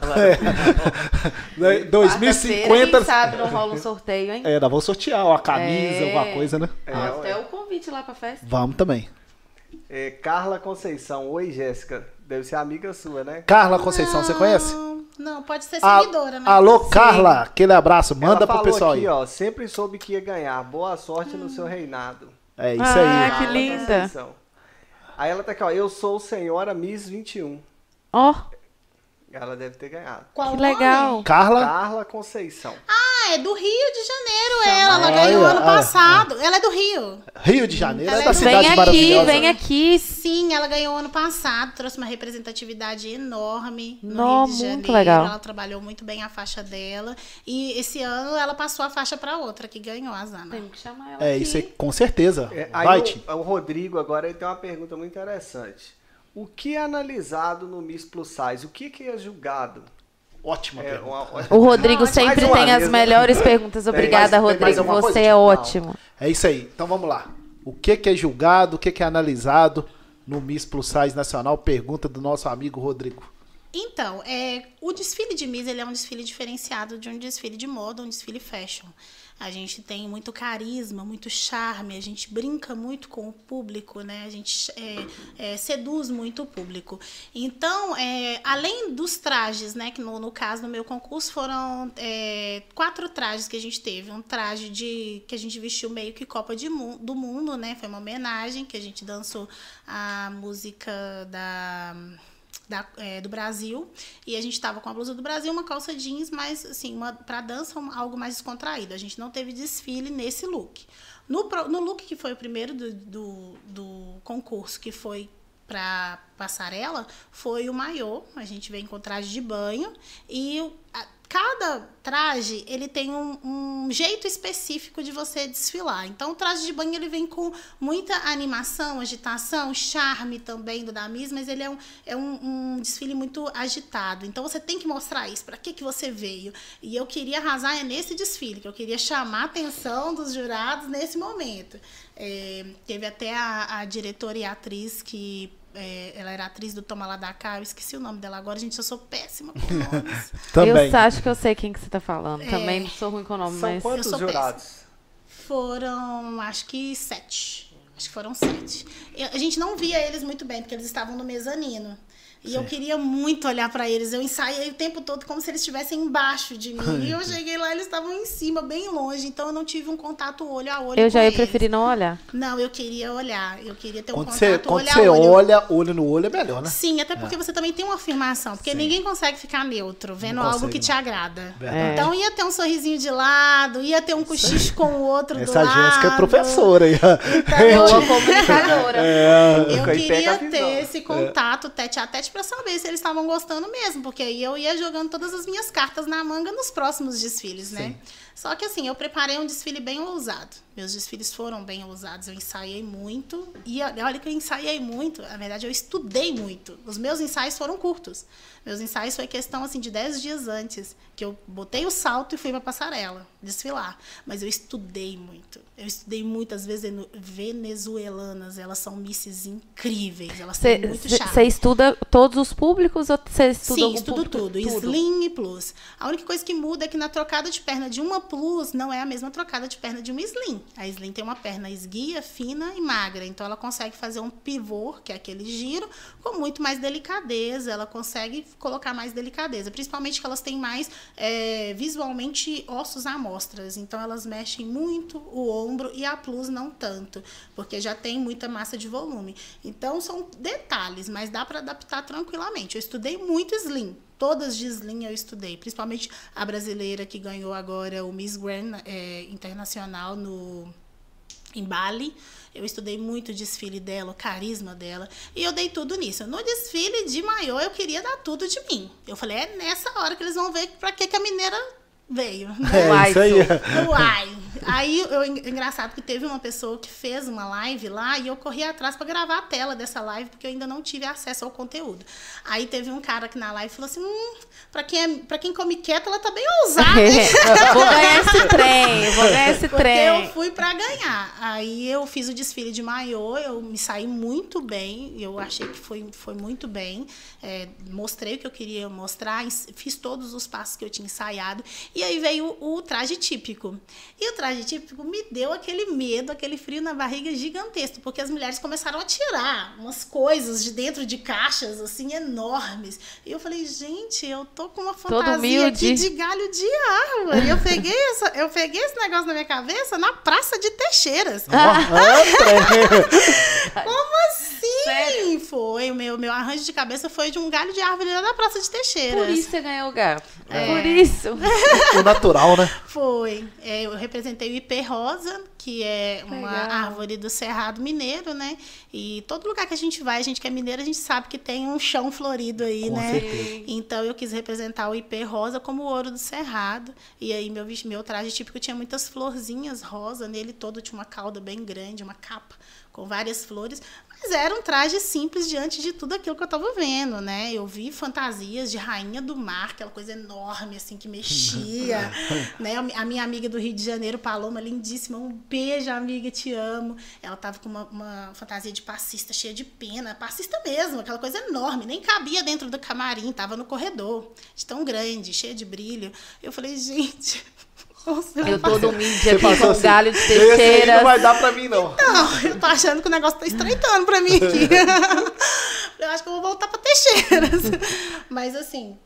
2050. Quem sabe não rola um sorteio, hein? Nós vamos sortear uma camisa, alguma coisa, né? Até o convite lá pra festa. Vamos também. Carla Conceição. Oi, Jéssica. Deve ser amiga sua, né? Carla Conceição, você conhece? Não, pode ser seguidora, né? Alô, Carla, aquele abraço. Manda pro pessoal aqui, aí. Ó, sempre soube que ia ganhar. Boa sorte no seu reinado. É isso aí. Que linda. Conceição. Aí ela tá aqui, ó. Eu sou senhora Miss 21. Ó. Ela deve ter ganhado. Qual Que nome? legal. Carla Conceição. É do Rio de Janeiro ela ganhou ano passado. Ela é do Rio. Rio de Janeiro Ela é da cidade maravilhosa. Vem aqui. Sim, ela ganhou ano passado, trouxe uma representatividade enorme no Rio de Janeiro. Muito legal. Ela trabalhou muito bem a faixa dela. E esse ano ela passou a faixa para outra, que ganhou a Zana. Tem que chamar ela aqui. Isso aí, com certeza. Aí o Rodrigo agora ele tem uma pergunta muito interessante. O que é analisado no Miss Plus Size? O que é julgado? Ótima pergunta. O Rodrigo sempre tem as melhores perguntas. Obrigada, Rodrigo. Você é ótimo. É isso aí. Então vamos lá. O que é julgado, o que é analisado no Miss Plus Size Nacional? Pergunta do nosso amigo Rodrigo. Então, o desfile de Miss ele é um desfile diferenciado de um desfile de moda, um desfile fashion. A gente tem muito carisma, muito charme, a gente brinca muito com o público, né? A gente seduz muito o público. Então, além dos trajes, né? Que no caso, no meu concurso, foram 4 trajes que a gente teve. Um traje que a gente vestiu meio que Copa do Mundo, né? Foi uma homenagem que a gente dançou a música do Brasil, e a gente tava com a blusa do Brasil, uma calça jeans, mas assim, pra dança, algo mais descontraído. A gente não teve desfile nesse look. No look que foi o primeiro do concurso, que foi pra passarela, foi o maiô. A gente veio com traje de banho, e cada traje, ele tem um jeito específico de você desfilar. Então, o traje de banho, ele vem com muita animação, agitação, charme também da Miss, mas ele é um desfile muito agitado. Então, você tem que mostrar isso. Para que você veio? E eu queria arrasar nesse desfile, que eu queria chamar a atenção dos jurados nesse momento. Teve até a diretora e a atriz que... ela era atriz do Toma Lá da Cá, eu esqueci o nome dela agora, gente, eu sou péssima com nomes. Também. Eu acho que eu sei quem que você tá falando. Também não sou ruim com o nome, São mas... quantos jurados? Péssima. Foram, acho que 7. Acho que foram 7. A gente não via eles muito bem, porque eles estavam no mezanino. E eu queria muito olhar para eles. Eu ensaiei o tempo todo como se eles estivessem embaixo de mim. E eu cheguei lá, eles estavam em cima, bem longe. Então eu não tive um contato olho a olho. Eu já ia preferir não olhar. Não, eu queria olhar. Eu queria ter quando contato olho a olho. Quando você olha olho no olho é melhor, né? Sim, até porque você também tem uma afirmação. Porque ninguém consegue ficar neutro vendo algo que te agrada. Então ia ter um sorrisinho de lado, ia ter um cochicho com o outro do lado. Essa Jéssica é professora aí. Então, eu comunicadora. Eu queria ter esse contato tete a tete pra saber se eles estavam gostando mesmo, porque aí eu ia jogando todas as minhas cartas na manga nos próximos desfiles, né? Só que assim, eu preparei um desfile bem ousado. Meus desfiles foram bem ousados, eu ensaiei muito. E olha que eu ensaiei muito, na verdade eu estudei muito. Os meus ensaios foram curtos. Meus ensaios foi questão assim de 10 dias antes, que eu botei o salto e fui pra passarela desfilar. Mas eu estudei muito. Eu estudei muitas vezes venezuelanas, elas são misses incríveis, elas têm muito charme. Você estuda todos os públicos ou você estuda algum estudo público? tudo. Slim e plus. A única coisa que muda é que na trocada de perna de uma plus não é a mesma trocada de perna de uma slim. A slim tem uma perna esguia, fina e magra. Então, ela consegue fazer um pivô, que é aquele giro, com muito mais delicadeza. Ela consegue colocar mais delicadeza. Principalmente que elas têm mais, visualmente, ossos à mostras. Então, elas mexem muito o ombro e a plus não tanto, porque já tem muita massa de volume. Então, são detalhes, mas dá para adaptar tranquilamente. Eu estudei muito slim. Todas de slim eu estudei, principalmente a brasileira que ganhou agora o Miss Grand Internacional em Bali. Eu estudei muito o desfile dela, o carisma dela, e eu dei tudo nisso. No desfile de maiô, eu queria dar tudo de mim. Eu falei, é nessa hora que eles vão ver pra que a mineira veio. Né? Isso aí. Uai. Aí, engraçado que teve uma pessoa que fez uma live lá e eu corri atrás para gravar a tela dessa live, porque eu ainda não tive acesso ao conteúdo. Aí teve um cara que na live falou assim, pra quem come quieto, ela tá bem ousada. Vou ganhar esse trem, Porque eu fui para ganhar. Aí eu fiz o desfile de maiô, eu me saí muito bem, eu achei que foi muito bem. Mostrei o que eu queria mostrar, fiz todos os passos que eu tinha ensaiado. E aí veio o traje típico. E o traje típico me deu aquele medo, aquele frio na barriga gigantesco, porque as mulheres começaram a tirar umas coisas de dentro de caixas, assim, enormes. E eu falei, gente, eu tô com uma fantasia aqui de galho de árvore. Eu peguei esse negócio na minha cabeça na Praça de Teixeiras. Como assim? Sério? Foi. O meu arranjo de cabeça foi de um galho de árvore lá na Praça de Teixeiras. Por isso você ganhou o gato. Por isso. O natural, né? Foi. Eu representei o ipê rosa, que é uma árvore do Cerrado Mineiro, né? E todo lugar que a gente vai, a gente que é mineiro, a gente sabe que tem um chão florido aí, com né? certeza. Então eu quis representar o ipê rosa como o ouro do Cerrado. E aí meu traje típico tinha muitas florzinhas rosa nele, todo tinha uma cauda bem grande, uma capa com várias flores. Mas era um traje simples diante de tudo aquilo que eu estava vendo, né? Eu vi fantasias de rainha do mar, aquela coisa enorme, assim, que mexia, né? A minha amiga do Rio de Janeiro, Paloma, lindíssima, um beijo, amiga, te amo. Ela tava com uma fantasia de passista cheia de pena, passista mesmo, aquela coisa enorme, nem cabia dentro do camarim, tava no corredor, de tão grande, cheia de brilho. Eu falei, gente... Nossa, eu tô no mídia aqui com um galho de Teixeiras. Não vai dar pra mim, não. Não, eu tô achando que o negócio tá estreitando pra mim aqui. Eu acho que eu vou voltar pra Teixeiras. Mas, assim,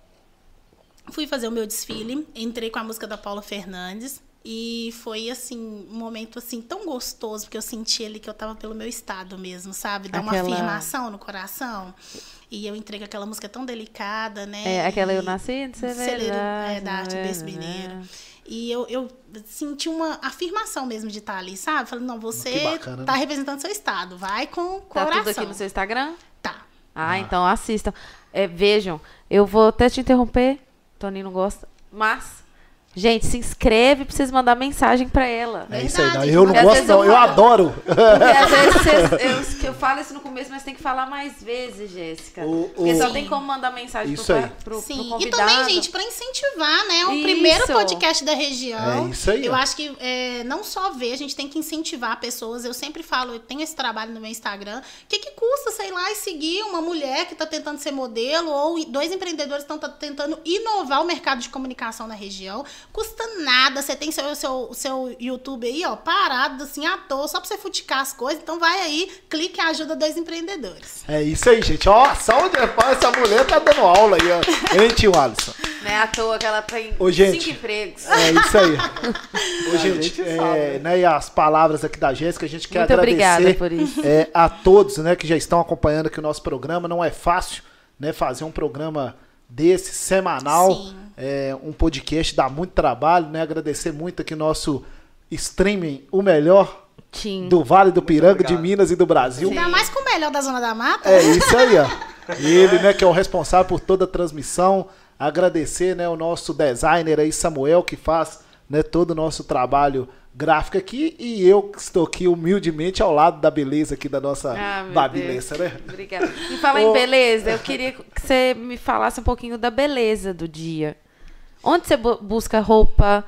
fui fazer o meu desfile, entrei com a música da Paula Fernandes e foi, assim, um momento, assim, tão gostoso, porque eu senti ali que eu tava pelo meu estado mesmo, sabe? Dar uma afirmação no coração. E eu entrei com aquela música tão delicada, né? Aquela Eu Nasci de Ser da Arte Berço Mineiro. E eu senti uma afirmação mesmo de estar ali, sabe? Falei, não, você bacana, tá, né? Representando seu estado, vai com o coração. Tá tudo aqui no seu Instagram? Tá. Então assistam. Vejam, eu vou até te interromper, Toninho não gosta, mas... Gente, se inscreve pra vocês mandar mensagem pra ela. É isso aí, não. Eu não gosto não, eu adoro. Porque às vezes eu falo isso no começo, mas tem que falar mais vezes, Jéssica. Porque só tem como mandar mensagem pro convidado. E também, gente, pra incentivar, né? O primeiro podcast da região. É isso aí. Eu acho que não só ver, a gente tem que incentivar pessoas. Eu sempre falo, eu tenho esse trabalho no meu Instagram. O que custa, sei lá, e seguir uma mulher que tá tentando ser modelo ou 2 empreendedores que estão tentando inovar o mercado de comunicação na região. Custa nada, você tem seu YouTube aí, ó, parado, assim, à toa, só pra você futicar as coisas. Então vai aí, clique e ajuda 2 empreendedores. É isso aí, gente. Ó, saúde, essa mulher tá dando aula aí, ó. Hein, tio Alisson? Não é à toa que ela tem 5 empregos. É isso aí. Ô, gente, né, e as palavras aqui da Jéssica, a gente quer agradecer obrigada por isso. A todos, né, que já estão acompanhando aqui o nosso programa. Não é fácil, né, fazer um programa desse, semanal. Sim. Um podcast dá muito trabalho, né? Agradecer muito aqui o nosso streaming, o melhor do Vale do Piranga, de Minas e do Brasil. Ainda mais com o melhor da Zona da Mata. É isso aí, ó. Ele, né, que é o responsável por toda a transmissão. Agradecer, né, o nosso designer aí, Samuel, que faz, né, todo o nosso trabalho gráfico aqui, e eu que estou aqui humildemente ao lado da beleza aqui da nossa Babilessa, né? Obrigada. E falar em beleza, eu queria que você me falasse um pouquinho da beleza do dia. Onde você busca roupa,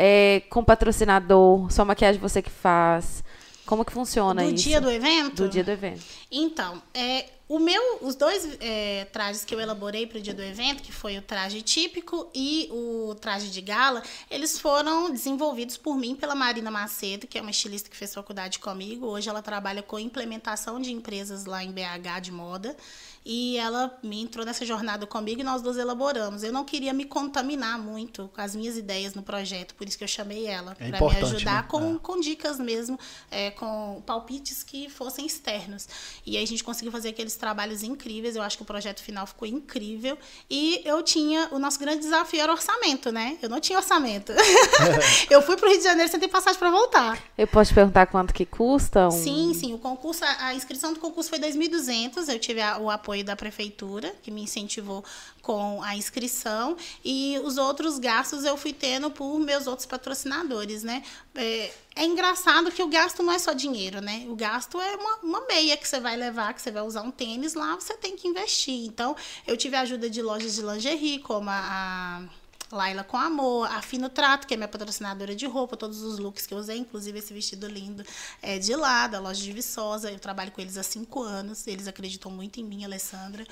com patrocinador, sua maquiagem você que faz? Como que funciona isso? Do dia do evento? Do dia do evento. Então, Os dois trajes que eu elaborei para o dia do evento, que foi o traje típico e o traje de gala, eles foram desenvolvidos por mim, pela Marina Macedo, que é uma estilista que fez faculdade comigo. Hoje ela trabalha com implementação de empresas lá em BH de moda. E ela me entrou nessa jornada comigo e nós duas elaboramos. Eu não queria me contaminar muito com as minhas ideias no projeto, por isso que eu chamei ela, para me ajudar, né? com dicas mesmo, com palpites que fossem externos. E aí a gente conseguiu fazer aqueles trabalhos incríveis. Eu acho que o projeto final ficou incrível. E eu tinha... O nosso grande desafio era orçamento, né? Eu não tinha orçamento. Eu fui para o Rio de Janeiro sem ter passagem para voltar. Eu posso te perguntar quanto que custa? Sim. O concurso, a inscrição do concurso foi 2.200. Eu tive o apoio da prefeitura, que me incentivou com a inscrição, e os outros gastos eu fui tendo por meus outros patrocinadores, né? É engraçado que o gasto não é só dinheiro, né? O gasto é uma meia que você vai levar, que você vai usar um tênis lá, você tem que investir. Então, eu tive a ajuda de lojas de lingerie, como a Laila com Amor, a Fino Trato, que é minha patrocinadora de roupa, todos os looks que eu usei, inclusive esse vestido lindo é de lá, da loja de Viçosa. Eu trabalho com eles há 5 anos, eles acreditam muito em mim, Alessandra.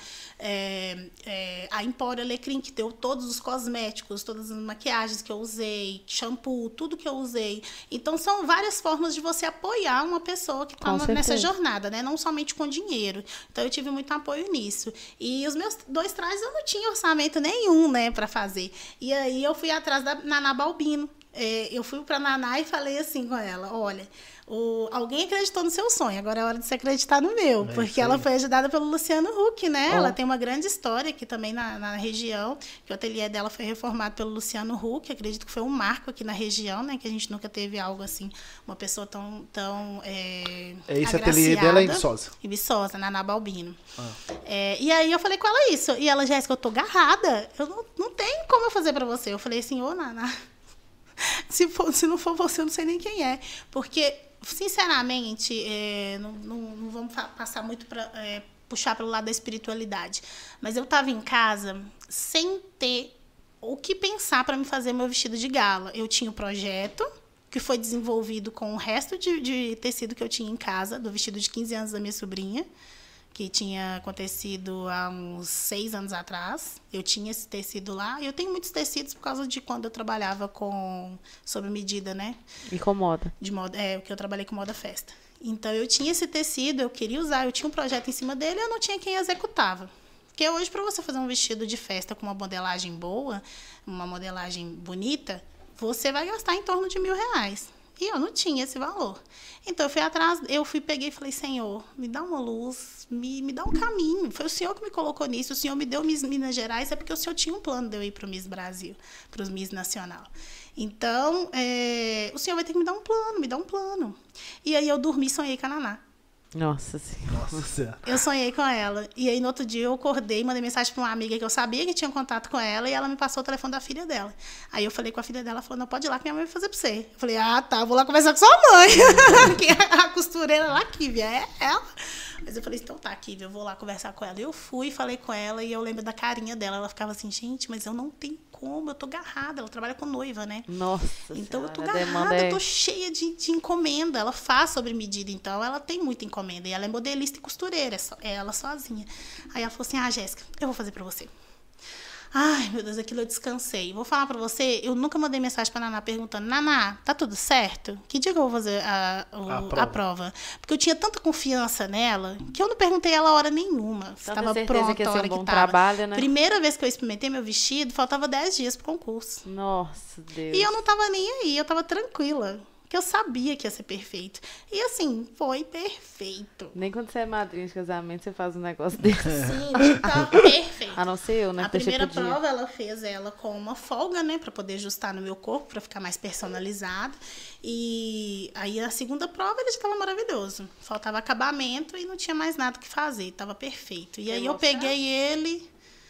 A Empório Alecrim, que deu todos os cosméticos, todas as maquiagens que eu usei, shampoo, tudo que eu usei. Então, são várias formas de você apoiar uma pessoa que está nessa jornada, né? Não somente com dinheiro. Então, eu tive muito apoio nisso. E os meus 2 trajes eu não tinha orçamento nenhum, né, para fazer. E aí eu fui atrás da Naná Balbino. Eu fui para a Naná e falei assim com ela: olha, alguém acreditou no seu sonho, agora é hora de você acreditar no meu. Porque ela foi ajudada pelo Luciano Huck, né? Ela tem uma grande história aqui também na região, que o ateliê dela foi reformado pelo Luciano Huck. Acredito que foi um marco aqui na região, né? Que a gente nunca teve algo assim, uma pessoa tão esse ateliê dela é em Viçosa. Em Viçosa, Naná Balbino. E aí eu falei com ela isso. E ela: Jéssica, eu tô agarrada. Eu não tenho como eu fazer para você. Eu falei assim: ô, Naná, se não for você, eu não sei nem quem é. Porque, sinceramente, não vamos passar muito para puxar pelo lado da espiritualidade. Mas eu estava em casa sem ter o que pensar para me fazer meu vestido de gala. Eu tinha o projeto, que foi desenvolvido com o resto de tecido que eu tinha em casa, do vestido de 15 anos da minha sobrinha, que tinha acontecido há uns 6 anos atrás. Eu tinha esse tecido lá. E eu tenho muitos tecidos por causa de quando eu trabalhava sob medida, né? E com moda. De moda, porque eu trabalhei com moda festa. Então, eu tinha esse tecido, eu queria usar, eu tinha um projeto em cima dele e eu não tinha quem executava. Porque hoje, para você fazer um vestido de festa com uma modelagem boa, uma modelagem bonita, você vai gastar em torno de R$1.000. E eu não tinha esse valor. Então, eu fui atrás, peguei e falei: Senhor, me dá uma luz, me dá um caminho. Foi o Senhor que me colocou nisso. O Senhor me deu Minas Gerais, é porque o Senhor tinha um plano de eu ir para o Miss Brasil, para os Miss Nacional. Então, o Senhor vai ter que me dar um plano. E aí eu dormi e sonhei com a Naná. Nossa Senhora. Eu sonhei com ela. E aí, no outro dia, eu acordei, mandei mensagem para uma amiga que eu sabia que tinha contato com ela, e ela me passou o telefone da filha dela. Aí eu falei com a filha dela, ela falou: não, pode ir lá que minha mãe vai fazer para você. Eu falei: tá, vou lá conversar com sua mãe. Que a costureira lá, Kívia, é ela. Mas eu falei: então tá, Kívia, eu vou lá conversar com ela. Eu fui, falei com ela, e eu lembro da carinha dela. Ela ficava assim: gente, mas eu não tenho como, eu tô agarrada. Ela trabalha com noiva, né? Nossa Então, senhora, eu tô agarrada, eu tô cheia de encomenda. Ela faz sobre medida, então ela tem muita encomenda. E ela é modelista e costureira, é ela sozinha. Aí ela falou assim: Jéssica, eu vou fazer pra você. Ai, meu Deus, aquilo eu descansei. Vou falar pra você, eu nunca mandei mensagem pra Naná perguntando: Naná, tá tudo certo? Que dia que eu vou fazer a prova? Porque eu tinha tanta confiança nela que eu não perguntei ela hora nenhuma. Tava pronta que ia ser um bom trabalho, né? Primeira vez que eu experimentei meu vestido, faltava 10 dias pro concurso. Nossa, Deus. E eu não tava nem aí, eu tava tranquila. Que eu sabia que ia ser perfeito. E assim, foi perfeito. Nem quando você é madrinha de casamento, você faz um negócio desse. Sim, tá perfeito. A não ser eu, né? A primeira prova, ela fez ela com uma folga, né? Pra poder ajustar no meu corpo, pra ficar mais personalizado. E aí, a segunda prova, ele já tava maravilhoso. Faltava acabamento e não tinha mais nada que fazer. Tava perfeito. E aí, eu peguei ele,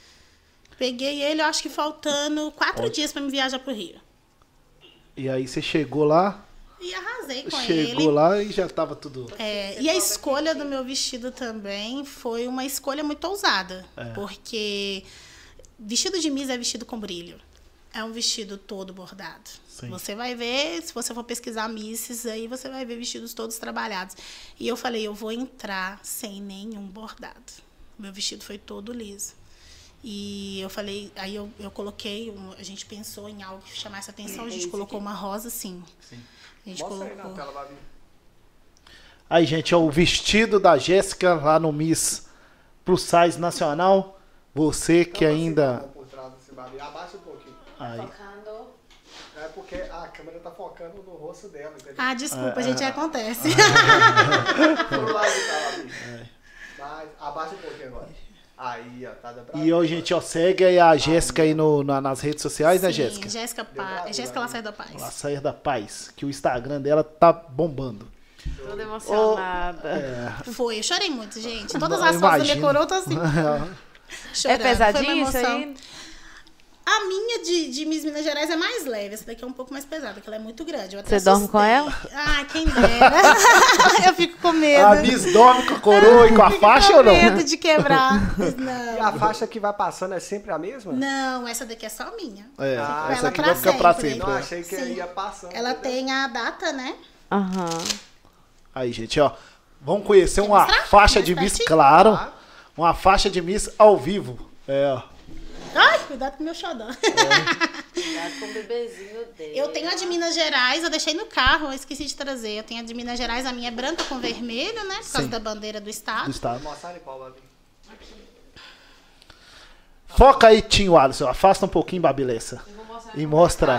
eu acho que faltando 4 dias pra me viajar pro Rio. E aí, você chegou lá... E arrasei com ele. Chegou lá e já estava tudo... E a escolha do meu vestido também foi uma escolha muito ousada. Porque vestido de Miss é vestido com brilho. É um vestido todo bordado. Sim. Você vai ver, se você for pesquisar Misses, aí você vai ver vestidos todos trabalhados. E eu falei: eu vou entrar sem nenhum bordado. Meu vestido foi todo liso. E eu falei, aí eu coloquei, a gente pensou em algo que chamasse atenção, a gente colocou uma rosa, sim. A gente Mostra colocou. aí na tela, Babi. Aí, gente, é o vestido da Jéssica lá no Miss Plus Size Nacional. Você que ainda... Por trás desse Babi. Abaixa um pouquinho. Aí. Focando. É porque a câmera tá focando no rosto dela, entendeu? Ah, desculpa, gente, acontece. Por lá de tá, Babi. Mas abaixa um pouquinho agora. Aí, ó, tá da E hoje, gente, ó, segue aí a Jéssica aí nas redes sociais, né, Jéssica? Jéssica Lacerda Paz. Lacerda Paz, que o Instagram dela tá bombando. Toda emocionada. Foi, eu chorei muito, gente. Todas as fotos do decorou, tô assim. É pesadinho isso aí? A minha de Miss Minas Gerais é mais leve. Essa daqui é um pouco mais pesada, porque ela é muito grande. Você dorme com ela? Ah, quem dera. Eu fico com medo. A Miss dorme com a coroa e com a faixa ou não? Eu fico com medo de quebrar. Não. E a faixa que vai passando é sempre a mesma? Não, essa daqui é só minha. Essa ela aqui vai ficar pra sempre. Não, achei que ia passando. Ela tem a data, né? Aí, gente, ó. Vamos conhecer uma faixa de Miss, claro. Uma faixa de Miss ao vivo. Ó. Ai, cuidado com o meu xodó. Cuidado com o bebezinho dele. Eu tenho a de Minas Gerais, eu deixei no carro, eu esqueci de trazer. Eu tenho a de Minas Gerais, a minha é branca com vermelho, né? Por causa da bandeira do estado. Mostra qual, Babi. Foca aí, Tinho Alisson. Afasta um pouquinho, Babilessa. E mostra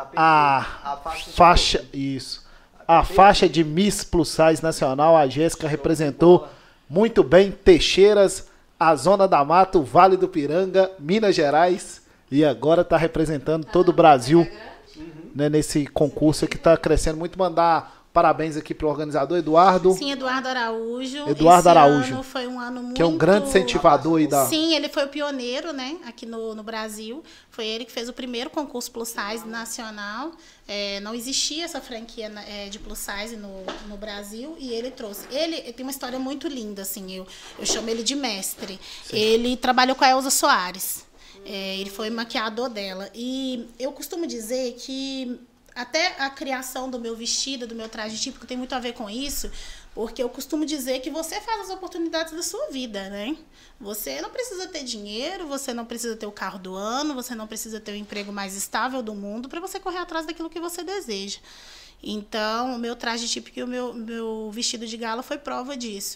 a faixa. Isso. A faixa de Miss Plus Size Nacional. A Jéssica representou muito bem Teixeiras, a Zona da Mata, o Vale do Piranga, Minas Gerais. E agora está representando todo o Brasil, né, nesse concurso que está crescendo muito. Mandar parabéns aqui para o organizador, Eduardo. Sim, Eduardo Araújo. Eduardo Araújo. Ano foi um ano muito... Que é um grande incentivador aí da... Sim, ele foi o pioneiro, né, aqui no Brasil. Foi ele que fez o primeiro concurso Plus Size nacional. Não existia essa franquia de Plus Size no Brasil e ele trouxe. Ele tem uma história muito linda, assim, eu chamo ele de mestre. Sim. Ele trabalhou com a Elza Soares. Ele foi maquiador dela. E eu costumo dizer que até a criação do meu vestido, do meu traje típico, tem muito a ver com isso, porque eu costumo dizer que você faz as oportunidades da sua vida, né? Você não precisa ter dinheiro, você não precisa ter o carro do ano, você não precisa ter o emprego mais estável do mundo para você correr atrás daquilo que você deseja. Então, o meu traje típico e o meu vestido de gala foi prova disso.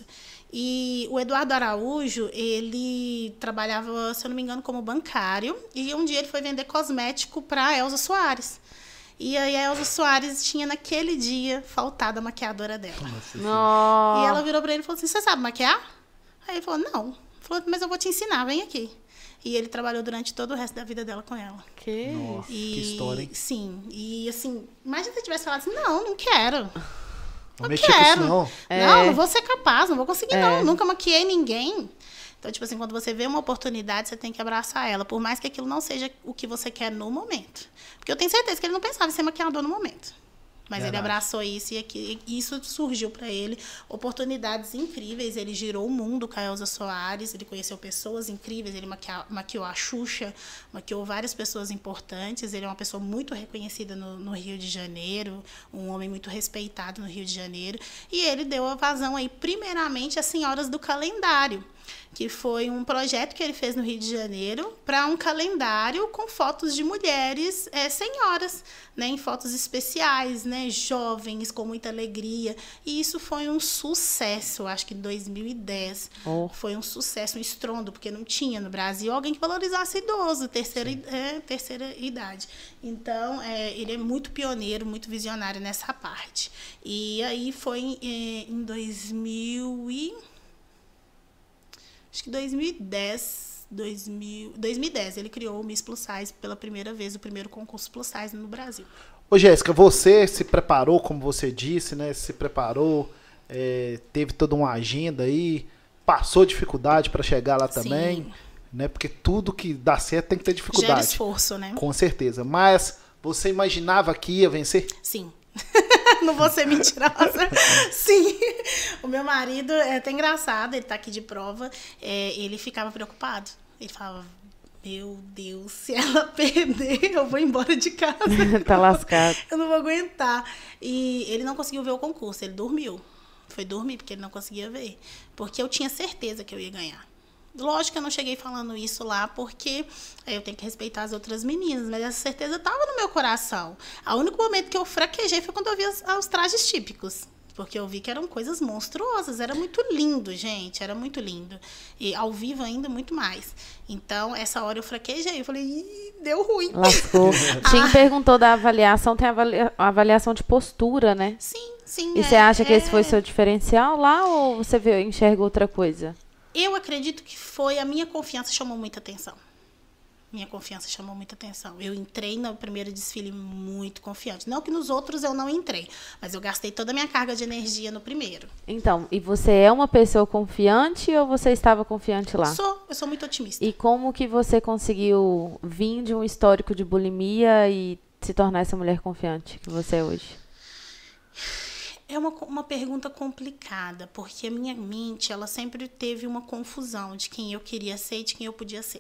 E o Eduardo Araújo, ele trabalhava, se eu não me engano, como bancário, e um dia ele foi vender cosmético para a Elza Soares. E aí a Elza Soares tinha naquele dia faltado a maquiadora dela. Nossa. E ela virou para ele e falou assim, você sabe maquiar? Aí ele falou, não. Ele falou, mas eu vou te ensinar, vem aqui. E ele trabalhou durante todo o resto da vida dela com ela. Nossa, que história, hein? Sim. E assim, imagina se eu tivesse falado assim, não quero. Não quero. Não vou ser capaz, não vou conseguir não. Nunca maquiei ninguém. Então, tipo assim, quando você vê uma oportunidade, você tem que abraçar ela, por mais que aquilo não seja o que você quer no momento. Porque eu tenho certeza que ele não pensava em ser maquiador no momento. Mas ele abraçou isso e isso surgiu para ele. Oportunidades incríveis. Ele girou o mundo com a Elza Soares. Ele conheceu pessoas incríveis. Ele maquiou a Xuxa, maquiou várias pessoas importantes. Ele é uma pessoa muito reconhecida no Rio de Janeiro. Um homem muito respeitado no Rio de Janeiro. E ele deu a vazão aí, primeiramente, às Senhoras do Calendário, que foi um projeto que ele fez no Rio de Janeiro para um calendário com fotos de mulheres senhoras, né, em fotos especiais, né, jovens, com muita alegria. E isso foi um sucesso, acho que em 2010. Foi um sucesso, um estrondo, porque não tinha no Brasil alguém que valorizasse idoso, terceira idade. Então, ele é muito pioneiro, muito visionário nessa parte. E aí foi em 2010, ele criou o Miss Plus Size pela primeira vez, o primeiro concurso Plus Size no Brasil. Ô, Jéssica, você se preparou, como você disse, né? Se preparou, teve toda uma agenda aí, passou dificuldade para chegar lá também, Sim. Né? Porque tudo que dá certo tem que ter dificuldade. Gera esforço, né? Com certeza. Mas você imaginava que ia vencer? Sim. Não vou ser mentirosa. Sim. O meu marido é até engraçado, ele tá aqui de prova, ele ficava preocupado. Ele falava, meu Deus, se ela perder, eu vou embora de casa. Tá lascado. Eu não vou aguentar. E ele não conseguiu ver o concurso, ele dormiu. Foi dormir, porque ele não conseguia ver. Porque eu tinha certeza que eu ia ganhar. Lógico que eu não cheguei falando isso lá, porque eu tenho que respeitar as outras meninas, mas essa certeza estava no meu coração. O único momento que eu fraquejei foi quando eu vi os trajes típicos. Porque eu vi que eram coisas monstruosas. Era muito lindo, gente. Era muito lindo. E ao vivo ainda, muito mais. Então, essa hora eu fraquejei. Eu falei, ih, deu ruim. Lascou. Tim perguntou da avaliação. Tem a avaliação de postura, né? Sim, sim. E você acha que esse foi seu diferencial lá ou você enxerga outra coisa? Eu acredito que foi a minha confiança chamou muita atenção. Minha confiança chamou muita atenção. Eu entrei no primeiro desfile muito confiante. Não que nos outros eu não entrei, mas eu gastei toda a minha carga de energia no primeiro. Então, e você é uma pessoa confiante ou você estava confiante lá? Eu sou muito otimista. E como que você conseguiu vir de um histórico de bulimia e se tornar essa mulher confiante que você é hoje? É uma pergunta complicada, porque a minha mente ela sempre teve uma confusão de quem eu queria ser e de quem eu podia ser.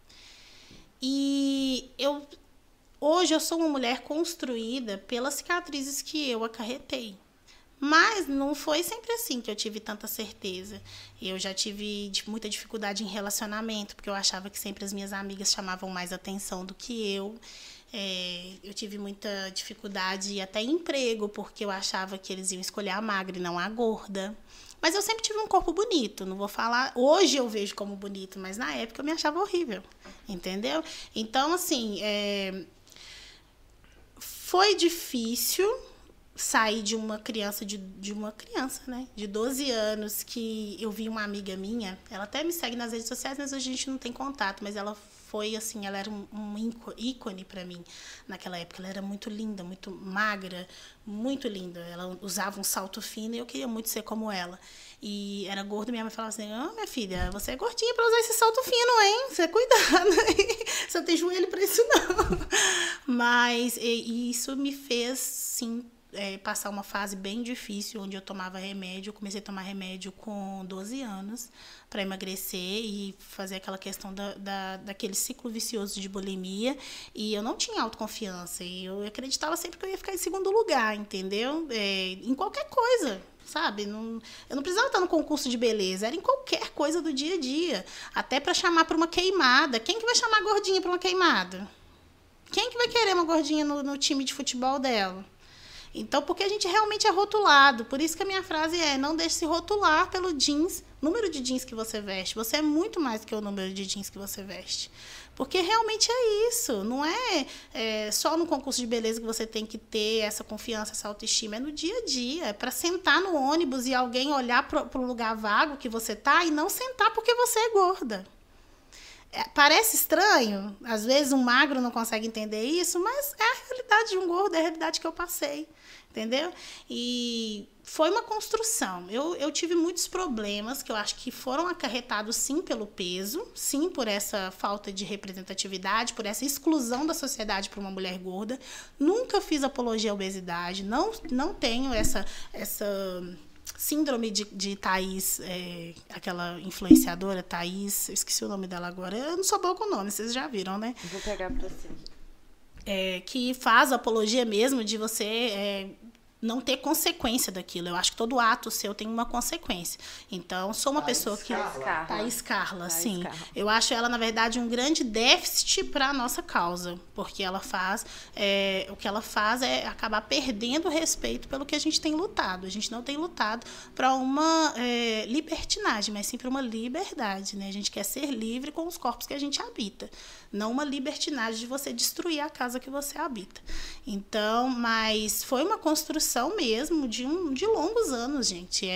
E hoje eu sou uma mulher construída pelas cicatrizes que eu acarretei. Mas não foi sempre assim que eu tive tanta certeza. Eu já tive muita dificuldade em relacionamento, porque eu achava que sempre as minhas amigas chamavam mais atenção do que eu. Eu tive muita dificuldade até em emprego, porque eu achava que eles iam escolher a magra e não a gorda. Mas eu sempre tive um corpo bonito, não vou falar... Hoje eu vejo como bonito, mas na época eu me achava horrível, entendeu? Então, assim, foi difícil sair de uma criança, né? De 12 anos, que eu vi uma amiga minha, ela até me segue nas redes sociais, mas hoje a gente não tem contato, mas ela foi, assim, ela era um ícone para mim naquela época. Ela era muito linda, muito magra, muito linda. Ela usava um salto fino e eu queria muito ser como ela. E era gorda, minha mãe falava assim, minha filha, você é gordinha para usar esse salto fino, hein? Você cuidado, você não tem joelho para isso, não. Mas isso me fez, sim, passar uma fase bem difícil, onde eu tomava remédio. Eu comecei a tomar remédio com 12 anos para emagrecer e fazer aquela questão daquele ciclo vicioso de bulimia. E eu não tinha autoconfiança. E eu acreditava sempre que eu ia ficar em segundo lugar, entendeu? Em qualquer coisa, sabe? Eu não precisava estar no concurso de beleza. Era em qualquer coisa do dia a dia. Até para chamar para uma queimada. Quem que vai chamar a gordinha para uma queimada? Quem que vai querer uma gordinha no time de futebol dela? Então, porque a gente realmente é rotulado. Por isso que a minha frase não deixe se rotular pelo jeans, número de jeans que você veste. Você é muito mais do que o número de jeans que você veste. Porque realmente é isso. Não é só no concurso de beleza que você tem que ter essa confiança, essa autoestima. É no dia a dia. É para sentar no ônibus e alguém olhar para o lugar vago que você está e não sentar porque você é gorda. Parece estranho. Às vezes um magro não consegue entender isso, mas é a realidade de um gordo, é a realidade que eu passei. Entendeu? E foi uma construção. Eu tive muitos problemas que eu acho que foram acarretados, sim, pelo peso, sim, por essa falta de representatividade, por essa exclusão da sociedade para uma mulher gorda. Nunca fiz apologia à obesidade, não tenho essa síndrome de Thaís, aquela influenciadora, Thaís, eu esqueci o nome dela agora. Eu não sou boa com o nome, vocês já viram, né? Vou pegar para você. Que faz apologia mesmo de você não ter consequência daquilo. Eu acho que todo ato seu tem uma consequência. Então, sou uma pessoa que... Thaís Carla, sim. Eu acho ela, na verdade, um grande déficit para a nossa causa, porque ela faz... o que ela faz é acabar perdendo o respeito pelo que a gente tem lutado. A gente não tem lutado para uma libertinagem, mas sim para uma liberdade, né? A gente quer ser livre com os corpos que a gente habita. Não uma libertinagem de você destruir a casa que você habita. Então, mas foi uma construção mesmo de longos anos, gente.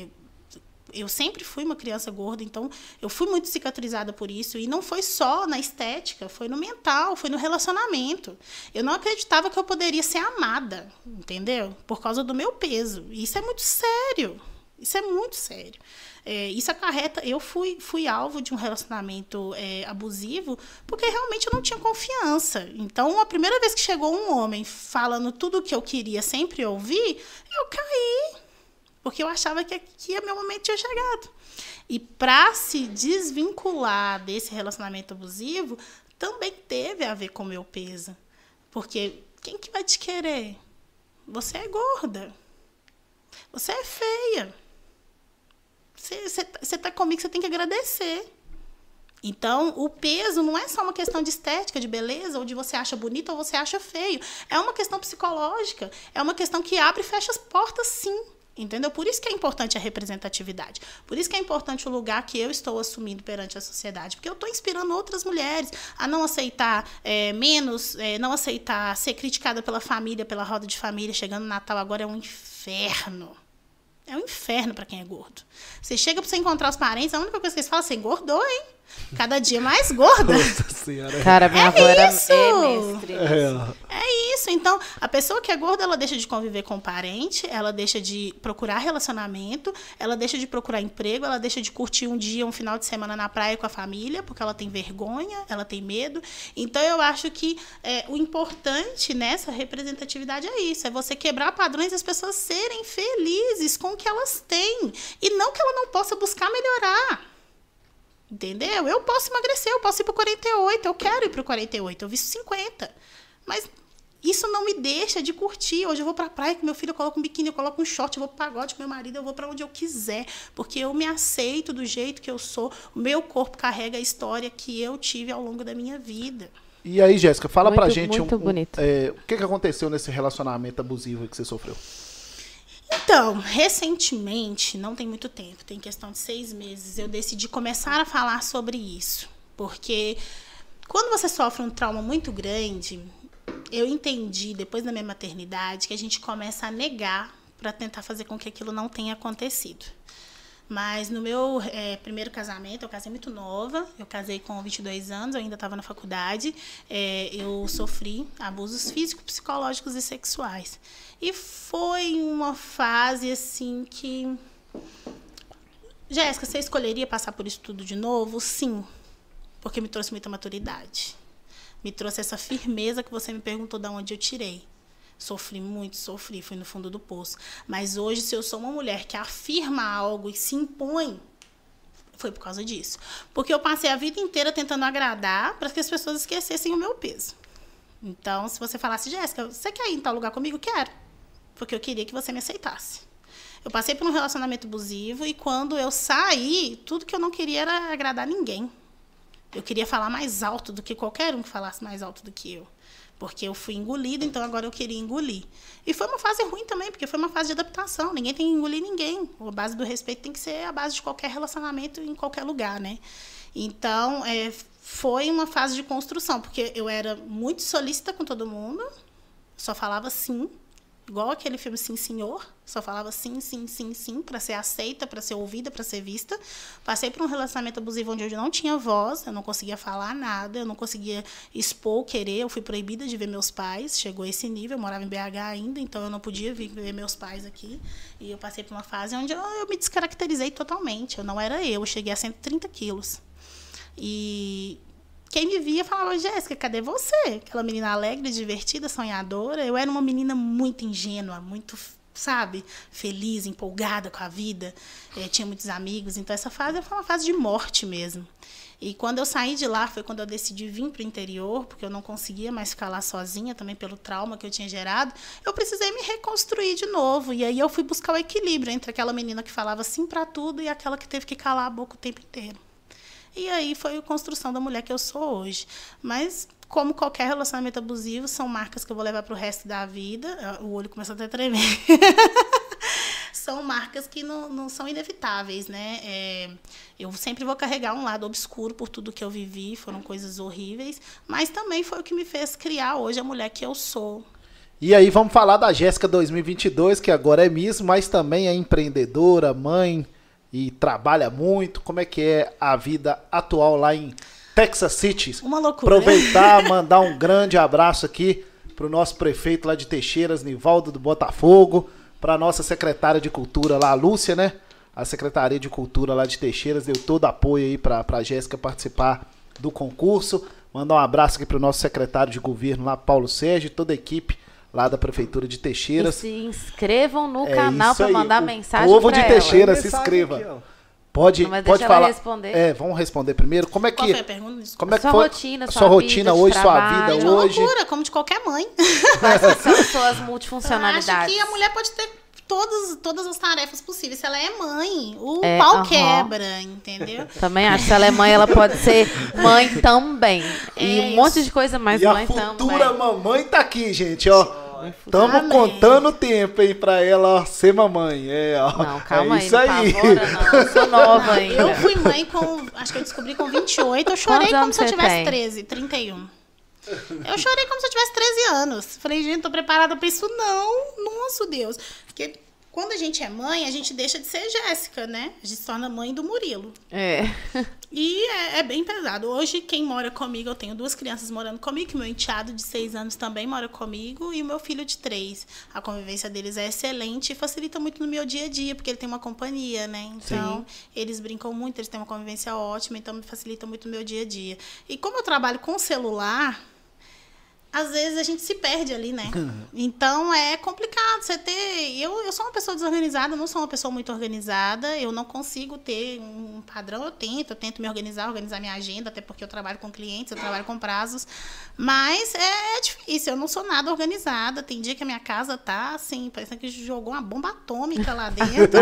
Eu sempre fui uma criança gorda, então eu fui muito cicatrizada por isso. E não foi só na estética, foi no mental, foi no relacionamento. Eu não acreditava que eu poderia ser amada, entendeu? Por causa do meu peso. E isso é muito sério. Isso é muito sério. Isso acarreta... Eu fui alvo de um relacionamento abusivo porque realmente eu não tinha confiança. Então, a primeira vez que chegou um homem falando tudo o que eu queria sempre ouvir, eu caí. Porque eu achava que meu momento tinha chegado. E para se desvincular desse relacionamento abusivo, também teve a ver com o meu peso. Porque quem que vai te querer? Você é gorda. Você é feia. Você está comigo, você tem que agradecer. Então, o peso não é só uma questão de estética, de beleza, ou de você acha bonito ou você acha feio. É uma questão psicológica, é uma questão que abre e fecha as portas, sim. Entendeu? Por isso que é importante a representatividade. Por isso que é importante o lugar que eu estou assumindo perante a sociedade. Porque eu estou inspirando outras mulheres a não aceitar não aceitar ser criticada pela família, pela roda de família. Chegando no Natal agora é um inferno. É um inferno para quem é gordo. Você chega para você encontrar os parentes, a única coisa que eles falam é: você engordou, hein? Cada dia mais gorda. Nossa Senhora. Cara, minha avó era mestre. É isso. Então, a pessoa que é gorda, ela deixa de conviver com o parente, ela deixa de procurar relacionamento, ela deixa de procurar emprego, ela deixa de curtir um dia, um final de semana na praia com a família, porque ela tem vergonha, ela tem medo. Então, eu acho que o importante nessa representatividade é isso, é você quebrar padrões e as pessoas serem felizes com o que elas têm. E não que ela não possa buscar melhorar. Entendeu? Eu posso emagrecer, eu posso ir para 48, eu quero ir para 48, eu visto 50. Mas isso não me deixa de curtir. Hoje eu vou para a praia com meu filho, eu coloco um biquíni, eu coloco um short, eu vou para o pagode com meu marido, eu vou para onde eu quiser, porque eu me aceito do jeito que eu sou. O meu corpo carrega a história que eu tive ao longo da minha vida. E aí, Jéssica, fala pra gente muito bonito. O que aconteceu nesse relacionamento abusivo que você sofreu? Então, recentemente, não tem muito tempo, tem questão de 6 meses, eu decidi começar a falar sobre isso. Porque quando você sofre um trauma muito grande, eu entendi, depois da minha maternidade, que a gente começa a negar para tentar fazer com que aquilo não tenha acontecido. Mas no meu primeiro casamento, eu casei muito nova, eu casei com 22 anos, eu ainda estava na faculdade, eu sofri abusos físicos, psicológicos e sexuais. E foi uma fase assim que... Jéssica, você escolheria passar por isso tudo de novo? Sim, porque me trouxe muita maturidade. Me trouxe essa firmeza que você me perguntou de onde eu tirei. Sofri muito, fui no fundo do poço. Mas hoje, se eu sou uma mulher que afirma algo e se impõe, foi por causa disso. Porque eu passei a vida inteira tentando agradar para que as pessoas esquecessem o meu peso. Então, se você falasse: Jéssica, você quer ir em tal lugar comigo? Quero. Porque eu queria que você me aceitasse. Eu passei por um relacionamento abusivo e quando eu saí, tudo que eu não queria era agradar ninguém. Eu queria falar mais alto do que qualquer um que falasse mais alto do que eu. Porque eu fui engolida, então agora eu queria engolir. E foi uma fase ruim também, porque foi uma fase de adaptação. Ninguém tem que engolir ninguém. A base do respeito tem que ser a base de qualquer relacionamento em qualquer lugar, né? Então, foi uma fase de construção, porque eu era muito solícita com todo mundo, só falava sim. Igual aquele filme Sim, Senhor. Só falava sim, sim, sim, sim, para ser aceita, para ser ouvida, para ser vista. Passei por um relacionamento abusivo onde eu não tinha voz, eu não conseguia falar nada, eu não conseguia expor, querer. Eu fui proibida de ver meus pais, chegou a esse nível. Eu morava em BH ainda, então eu não podia vir ver meus pais aqui. E eu passei por uma fase onde eu me descaracterizei totalmente. Eu não era eu cheguei a 130 quilos. E... quem me via falava: Jéssica, cadê você? Aquela menina alegre, divertida, sonhadora. Eu era uma menina muito ingênua, muito, sabe, feliz, empolgada com a vida. Tinha muitos amigos. Então, essa fase foi uma fase de morte mesmo. E quando eu saí de lá, foi quando eu decidi vir para o interior, porque eu não conseguia mais ficar lá sozinha, também pelo trauma que eu tinha gerado. Eu precisei me reconstruir de novo. E aí eu fui buscar o equilíbrio entre aquela menina que falava sim para tudo e aquela que teve que calar a boca o tempo inteiro. E aí foi a construção da mulher que eu sou hoje. Mas, como qualquer relacionamento abusivo, são marcas que eu vou levar para o resto da vida. O olho começou até a tremer. São marcas que não são inevitáveis, né? Eu sempre vou carregar um lado obscuro por tudo que eu vivi. Foram coisas horríveis. Mas também foi o que me fez criar hoje a mulher que eu sou. E aí vamos falar da Jéssica 2022, que agora é Miss, mas também é empreendedora, mãe... e trabalha muito. Como é que é a vida atual lá em Texas City? Uma loucura. Aproveitar, mandar um grande abraço aqui para o nosso prefeito lá de Teixeiras, Nivaldo do Botafogo, para a nossa secretária de Cultura lá, a Lúcia, né? A Secretaria de Cultura lá de Teixeiras deu todo apoio aí para a Jéssica participar do concurso. Mandar um abraço aqui para o nosso secretário de governo lá, Paulo Sérgio, e toda a equipe lá da Prefeitura de Teixeiras. E se inscrevam no canal para mandar mensagem. O povo de Teixeiras, se inscreva. Aqui, pode falar. Responder. Vamos responder primeiro. Como é que, qual foi a pergunta? Como é que foi sua rotina hoje, sua vida hoje? Loucura, como de qualquer mãe. Quais são suas multifuncionalidades? Eu acho que a mulher pode ter todas as tarefas possíveis. Se ela é mãe, o pau quebra, entendeu? Também acho. Se ela é mãe, ela pode ser mãe também. E um monte de coisa mais mãe também. A futura mamãe tá aqui, gente, ó. Estamos contando o tempo, hein, pra ela ser mamãe. Não, calma aí, isso aí. Não, eu sou nova ainda. Eu fui mãe acho que eu descobri com 28, eu chorei como se eu tivesse 31. Eu chorei como se eu tivesse 13 anos. Falei, gente, tô preparada pra isso não. Nossa, Deus. Porque quando a gente é mãe, a gente deixa de ser Jéssica, né? A gente se torna mãe do Murilo. E é bem pesado. Hoje, quem mora comigo, eu tenho 2 crianças morando comigo, que meu enteado de 6 anos também mora comigo, e o meu filho de 3. A convivência deles é excelente e facilita muito no meu dia a dia, porque ele tem uma companhia, né? Então, eles brincam muito, eles têm uma convivência ótima, então me facilita muito o meu dia a dia. E como eu trabalho com celular, às vezes a gente se perde ali, né? Então é complicado você ter... Eu sou uma pessoa desorganizada, não sou uma pessoa muito organizada, eu não consigo ter um padrão, eu tento me organizar minha agenda, até porque eu trabalho com clientes, eu trabalho com prazos, mas é difícil, eu não sou nada organizada, tem dia que a minha casa tá assim, parece que jogou uma bomba atômica lá dentro,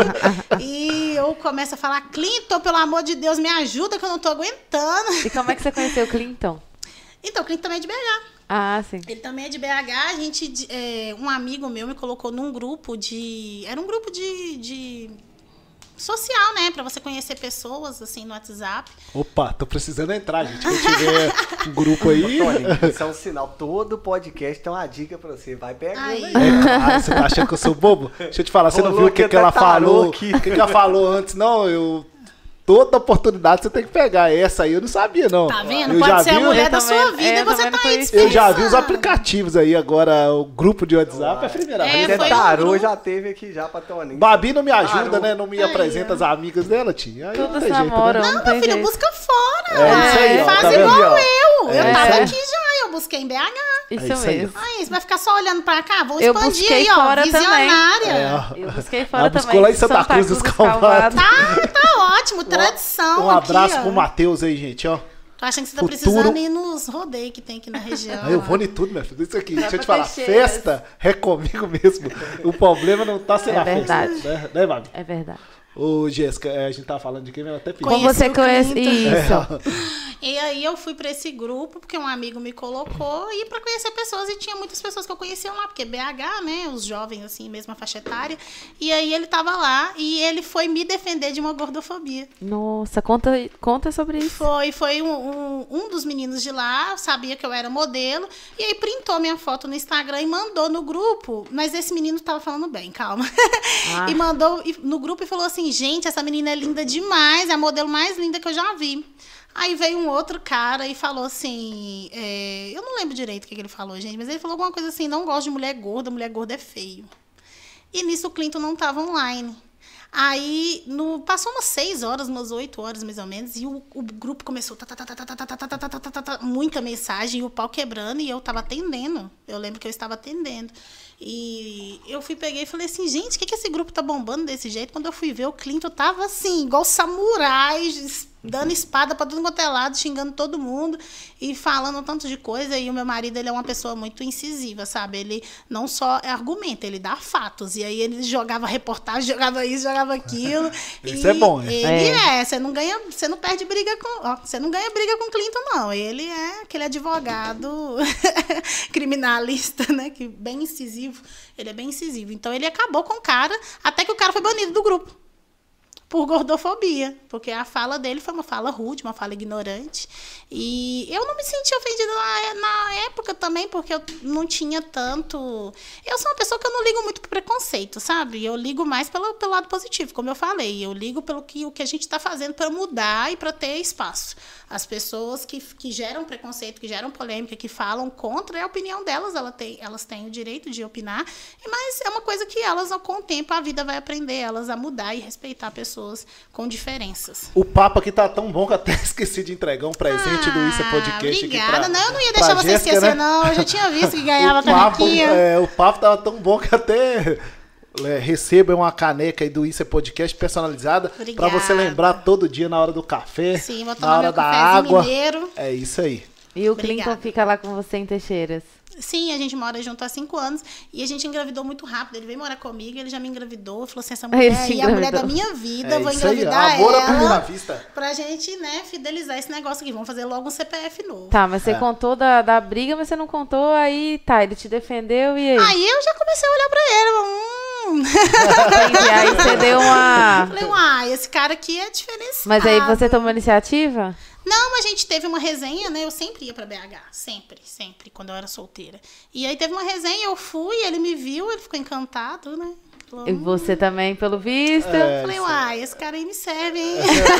e eu começo a falar, Clinton, pelo amor de Deus, me ajuda que eu não tô aguentando. E como é que você conheceu o Clinton? Então, o Clinton também é de BH. Sim. Ele também é de BH. Um amigo meu me colocou num grupo era um grupo de social, né? Pra você conhecer pessoas, assim, no WhatsApp. Opa, tô precisando entrar, gente. Quem tiver um grupo aí... Tony, isso é um sinal. Todo podcast tem uma dica pra você. Vai pegando aí. Você tá achando que eu sou bobo? Deixa eu te falar, você não viu o que ela falou? O que ela falou antes? Não, toda oportunidade você tem que pegar. Essa aí eu não sabia, não. Tá vendo? Pode ser a mulher da sua vida e você tá aí dispensando. Eu já vi os aplicativos aí, agora o grupo de WhatsApp é a primeira vez. Você tarô, já teve aqui já pra Toninho. Babi não me ajuda, né? Não me apresenta as amigas dela, tia. Aí todas namoram. Não, meu filho, busca fora. Isso aí, faz tá igual eu. Eu tava aqui já, eu busquei em BH. Isso mesmo. Você vai ficar só olhando pra cá? Vou expandir aí, ó. Visionária. Eu busquei fora também. Buscou lá em Santa Cruz dos Calvados. Tá ótimo, tradição. Um abraço pro Matheus aí, gente, ó. Tô achando que você tá precisando ir nos rodeios que tem aqui na região. Eu vou em tudo, minha filha. Isso aqui, deixa eu te falar. Festa é comigo mesmo. O problema não tá sendo a festa. Né, Babi? É verdade. Ô, Jéssica, a gente tava falando de quem? Eu até pedi. Como você conhece isso? E aí eu fui pra esse grupo, porque um amigo me colocou, e pra conhecer pessoas, e tinha muitas pessoas que eu conhecia lá, porque BH, né, os jovens, assim, mesma faixa etária, e aí ele tava lá, e ele foi me defender de uma gordofobia. Nossa, conta sobre isso. Foi um dos meninos de lá, sabia que eu era modelo, e aí printou minha foto no Instagram e mandou no grupo, mas esse menino tava falando bem, calma, e mandou no grupo e falou assim, gente, essa menina é linda demais, é a modelo mais linda que eu já vi. Aí veio um outro cara e falou assim, eu não lembro direito o que ele falou, gente, mas ele falou alguma coisa assim, não gosto de mulher gorda é feio. E nisso o Clinton não estava online. Aí, passou umas 6 horas, umas 8 horas mais ou menos, e o grupo começou, muita mensagem, e o pau quebrando, e eu estava atendendo. Eu lembro que eu estava atendendo. E eu peguei e falei assim, gente, o que esse grupo tá bombando desse jeito? Quando eu fui ver, o Clinton tava assim, igual samurai, dando espada para tudo quanto é lado, xingando todo mundo e falando um tanto de coisa. E o meu marido, ele é uma pessoa muito incisiva, sabe? Ele não só argumenta, ele dá fatos. E aí ele jogava reportagem, jogava isso, jogava aquilo. Isso é bom, né? Você não perde briga com... você não ganha briga com o Clinton, não. Ele é aquele advogado criminalista, né? Que bem incisivo. Ele é bem incisivo. Então ele acabou com o cara, até que o cara foi banido do grupo. Por gordofobia, porque a fala dele foi uma fala rude, uma fala ignorante, e eu não me senti ofendida na época também, porque eu não tinha tanto... Eu sou uma pessoa que eu não ligo muito pro preconceito, sabe? Eu ligo mais pelo lado positivo, como eu falei, eu ligo pelo que a gente está fazendo para mudar e para ter espaço. As pessoas que geram preconceito, que geram polêmica, que falam contra, é a opinião delas, elas têm o direito de opinar, mas é uma coisa que elas, com o tempo, a vida vai aprender elas a mudar e respeitar pessoas com diferenças. O papo aqui tá tão bom que até esqueci de entregar um presente do Isso é Podcast. Obrigada. Não, eu não ia deixar você esquecer, né? Não. Eu já tinha visto que ganhava canequinha. O papo tava tão bom que até receba uma caneca aí do Isso é Podcast personalizada para você lembrar todo dia na hora do café, sim, vou tomar na hora meu da água. Mineiro. É isso aí. E o Clinton fica lá com você em Teixeiras? Sim, a gente mora junto há 5 anos e a gente engravidou muito rápido. Ele veio morar comigo, ele já me engravidou, falou assim, essa mulher é a mulher da minha vida, vou engravidar ela pra gente, né, fidelizar esse negócio aqui. Vamos fazer logo um CPF novo. Tá, mas você contou da briga, mas você não contou, aí tá, ele te defendeu e aí? Aí eu já comecei a olhar pra ele, Entendi, aí você deu uma... Falei, esse cara aqui é diferenciado. Mas aí você tomou iniciativa? Não, a gente teve uma resenha, né? Eu sempre ia pra BH, sempre, quando eu era solteira. E aí teve uma resenha, eu fui, ele me viu, ele ficou encantado, né? Falou, e você também, pelo visto? Falei, esse cara aí me serve, hein?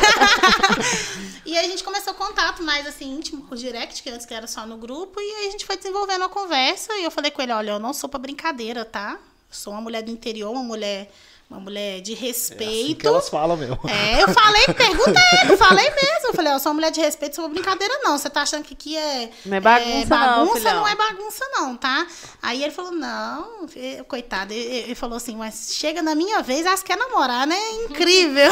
E aí a gente começou o contato mais, assim, íntimo, por direct, que antes que era só no grupo. E aí a gente foi desenvolvendo uma conversa e eu falei com ele, olha, eu não sou pra brincadeira, tá? Sou uma mulher do interior, uma mulher de respeito. É assim que elas falam mesmo. Eu falei, pergunta ele, eu falei mesmo. Eu falei, eu sou uma mulher de respeito, sou uma brincadeira não. Você tá achando que aqui não é bagunça, não é bagunça não, tá? Aí ele falou, não, coitado. Ele falou assim, mas chega na minha vez, acho que quer namorar, né? Incrível.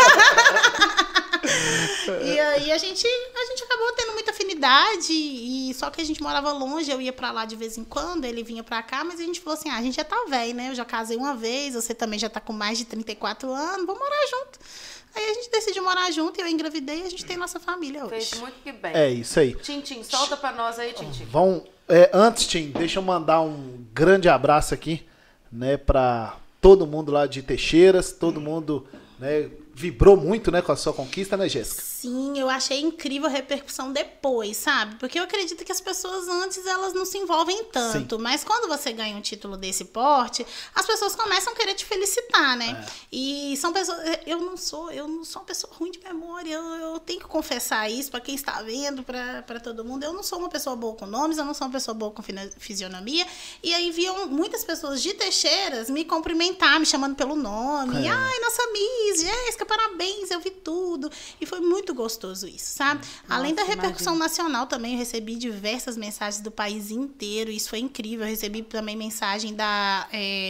E aí a gente acabou tendo muita afinidade, e só que a gente morava longe, eu ia pra lá de vez em quando, ele vinha pra cá, mas a gente falou assim, a gente já tá velho, né? Eu já casei uma vez, você também já tá com mais de 34 anos, vamos morar junto. Aí a gente decidiu morar junto, eu engravidei e a gente tem nossa família hoje. Fez muito que bem. É isso aí. Tintim, solta pra nós aí, Tintim. Antes, Tim, deixa eu mandar um grande abraço aqui, né, pra todo mundo lá de Teixeiras, todo mundo, né, vibrou muito, né, com a sua conquista, né, Jéssica? Sim, eu achei incrível a repercussão depois, sabe? Porque eu acredito que as pessoas antes, elas não se envolvem tanto. Sim. Mas quando você ganha um título desse porte, as pessoas começam a querer te felicitar, né? E são pessoas... Eu não sou uma pessoa ruim de memória. Eu tenho que confessar isso para quem está vendo, para todo mundo. Eu não sou uma pessoa boa com nomes, eu não sou uma pessoa boa com fisionomia. E aí viam muitas pessoas de Teixeiras me cumprimentar, me chamando pelo nome. Ai, nossa Miss, Jéssica, parabéns, eu vi tudo. E foi muito gostoso isso, sabe? Nossa, além da repercussão nacional também, eu recebi diversas mensagens do país inteiro, isso foi incrível. Eu recebi também mensagem da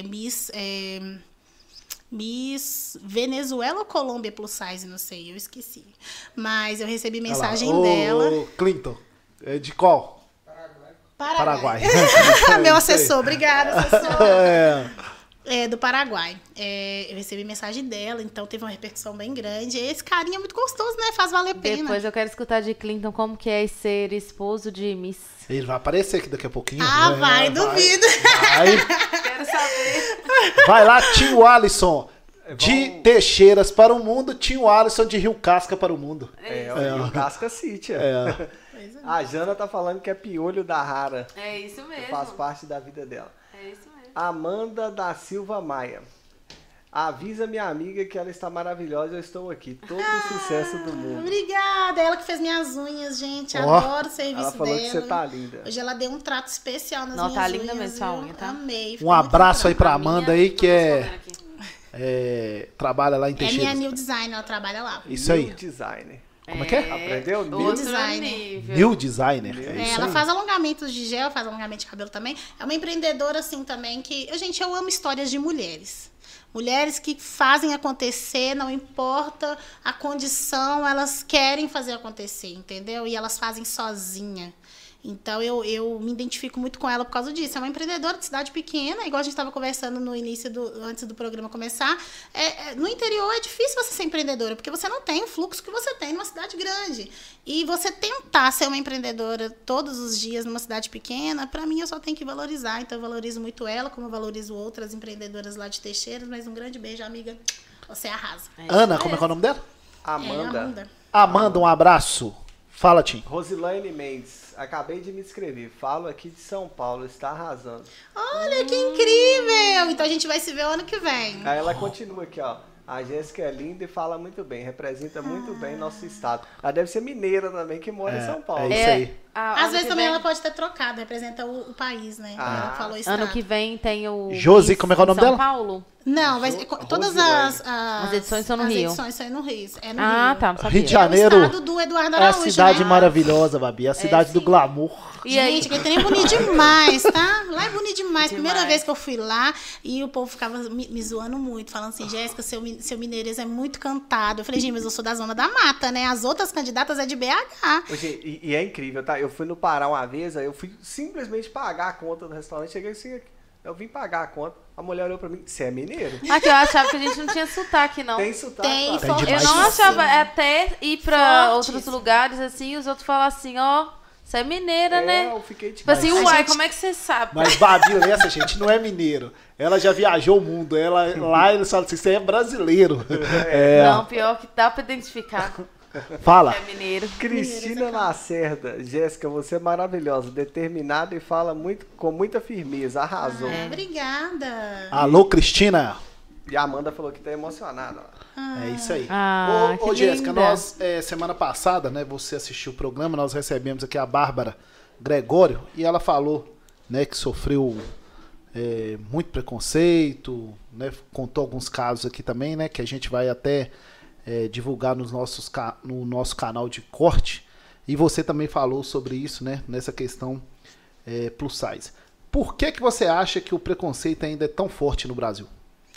Miss Venezuela ou Colômbia plus size, não sei, eu esqueci. Mas eu recebi mensagem dela. Clinton, de qual? Paraguai. Meu assessor, obrigada, assessor. Do Paraguai. Eu recebi mensagem dela, então teve uma repercussão bem grande. Esse carinha é muito gostoso, né? Faz valer a pena. Depois eu quero escutar de Clinton como que é ser esposo de Miss. Ele vai aparecer aqui daqui a pouquinho. Duvido. Quero saber. Vai lá, Tio Alisson. De Teixeiras para o mundo, Tio Alisson de Rio Casca para o mundo. O Rio Casca City. A Jana tá falando que é piolho da Rara. É isso mesmo. Faz parte da vida dela. É isso mesmo. Amanda da Silva Maia. Avisa minha amiga que ela está maravilhosa, eu estou aqui. Todo o sucesso do mundo. Obrigada. Ela que fez minhas unhas, gente. Adoro o serviço dela. Ela falou que você tá linda. Hoje ela deu um trato especial nas minhas unhas. Não, tá linda mesmo sua unha, tá? Amei. Um abraço aí pra Amanda aí, que trabalha lá em Teixeiras. É minha new design, ela trabalha lá. Isso aí. New design. Como é que é? Aprendeu? New designer. New designer. Ela faz alongamentos de gel, faz alongamento de cabelo também. É uma empreendedora, assim, também, que... Gente, eu amo histórias de mulheres. Mulheres que fazem acontecer, não importa a condição, elas querem fazer acontecer, entendeu? E elas fazem sozinha. Então, eu me identifico muito com ela por causa disso. É uma empreendedora de cidade pequena, igual a gente estava conversando no início, antes do programa começar. No interior é difícil você ser empreendedora, porque você não tem o fluxo que você tem numa cidade grande. E você tentar ser uma empreendedora todos os dias numa cidade pequena, para mim, eu só tenho que valorizar. Então, eu valorizo muito ela, como eu valorizo outras empreendedoras lá de Teixeiras. Mas um grande beijo, amiga. Você arrasa. Ana, como é que é o nome dela? Amanda. Amanda, um abraço. Fala, Tim. Rosilaine Mendes. Acabei de me inscrever. Falo aqui de São Paulo. Está arrasando. Olha, que incrível! Então a gente vai se ver o ano que vem. Aí ela continua aqui, ó. A Jéssica é linda e fala muito bem. Representa muito bem nosso estado. Ela deve ser mineira também, que mora em São Paulo. É isso aí. Às vezes também ela pode ter trocado. Representa o país, né? Ela falou estado. Ano que vem tem o... Josi, como é que é o nome dela? São Paulo? Não, todas as edições são no Rio. As edições são no Rio. É no Rio. Tá, não sabia. Rio de Janeiro. É o estado do Eduardo Araújo, é a cidade maravilhosa, maravilhosa, Babi. É a cidade do glamour. Gente, aquele trem é bonito demais, tá? Lá é bonito demais. Primeira vez que eu fui lá e o povo ficava me zoando muito, falando assim, Jéssica, seu mineirês é muito cantado. Eu falei, gente, mas eu sou da Zona da Mata, né? As outras candidatas é de BH. E é incrível, tá? eu fui no Pará uma vez, aí eu fui simplesmente pagar a conta do restaurante. Cheguei assim, eu vim pagar a conta. A mulher olhou pra mim, você é mineiro? Aqui, eu achava que a gente não tinha sotaque, não. Tem sotaque. Eu não achava, até ir pra outros lugares, assim, os outros falam assim, ó, você é mineira, né? Eu fiquei tipo assim, uai, como é que você sabe? Mas Babil, essa gente não é mineiro. Ela já viajou o mundo. Lá eles falam assim, você é brasileiro. Não, pior que dá pra identificar. Fala. É mineiro. Cristina Lacerda. Jéssica, você é maravilhosa, determinada e fala com muita firmeza. Arrasou. Obrigada. Alô, Cristina. E a Amanda falou que tá emocionada. É isso aí. Ô, Jéssica, nós, semana passada, né, você assistiu o programa, nós recebemos aqui a Bárbara Gregório e ela falou, né, que sofreu muito preconceito, né, contou alguns casos aqui também, né, que a gente vai até divulgar no nosso canal de corte. E você também falou sobre isso, né, nessa questão plus size. Por que você acha que o preconceito ainda é tão forte no Brasil?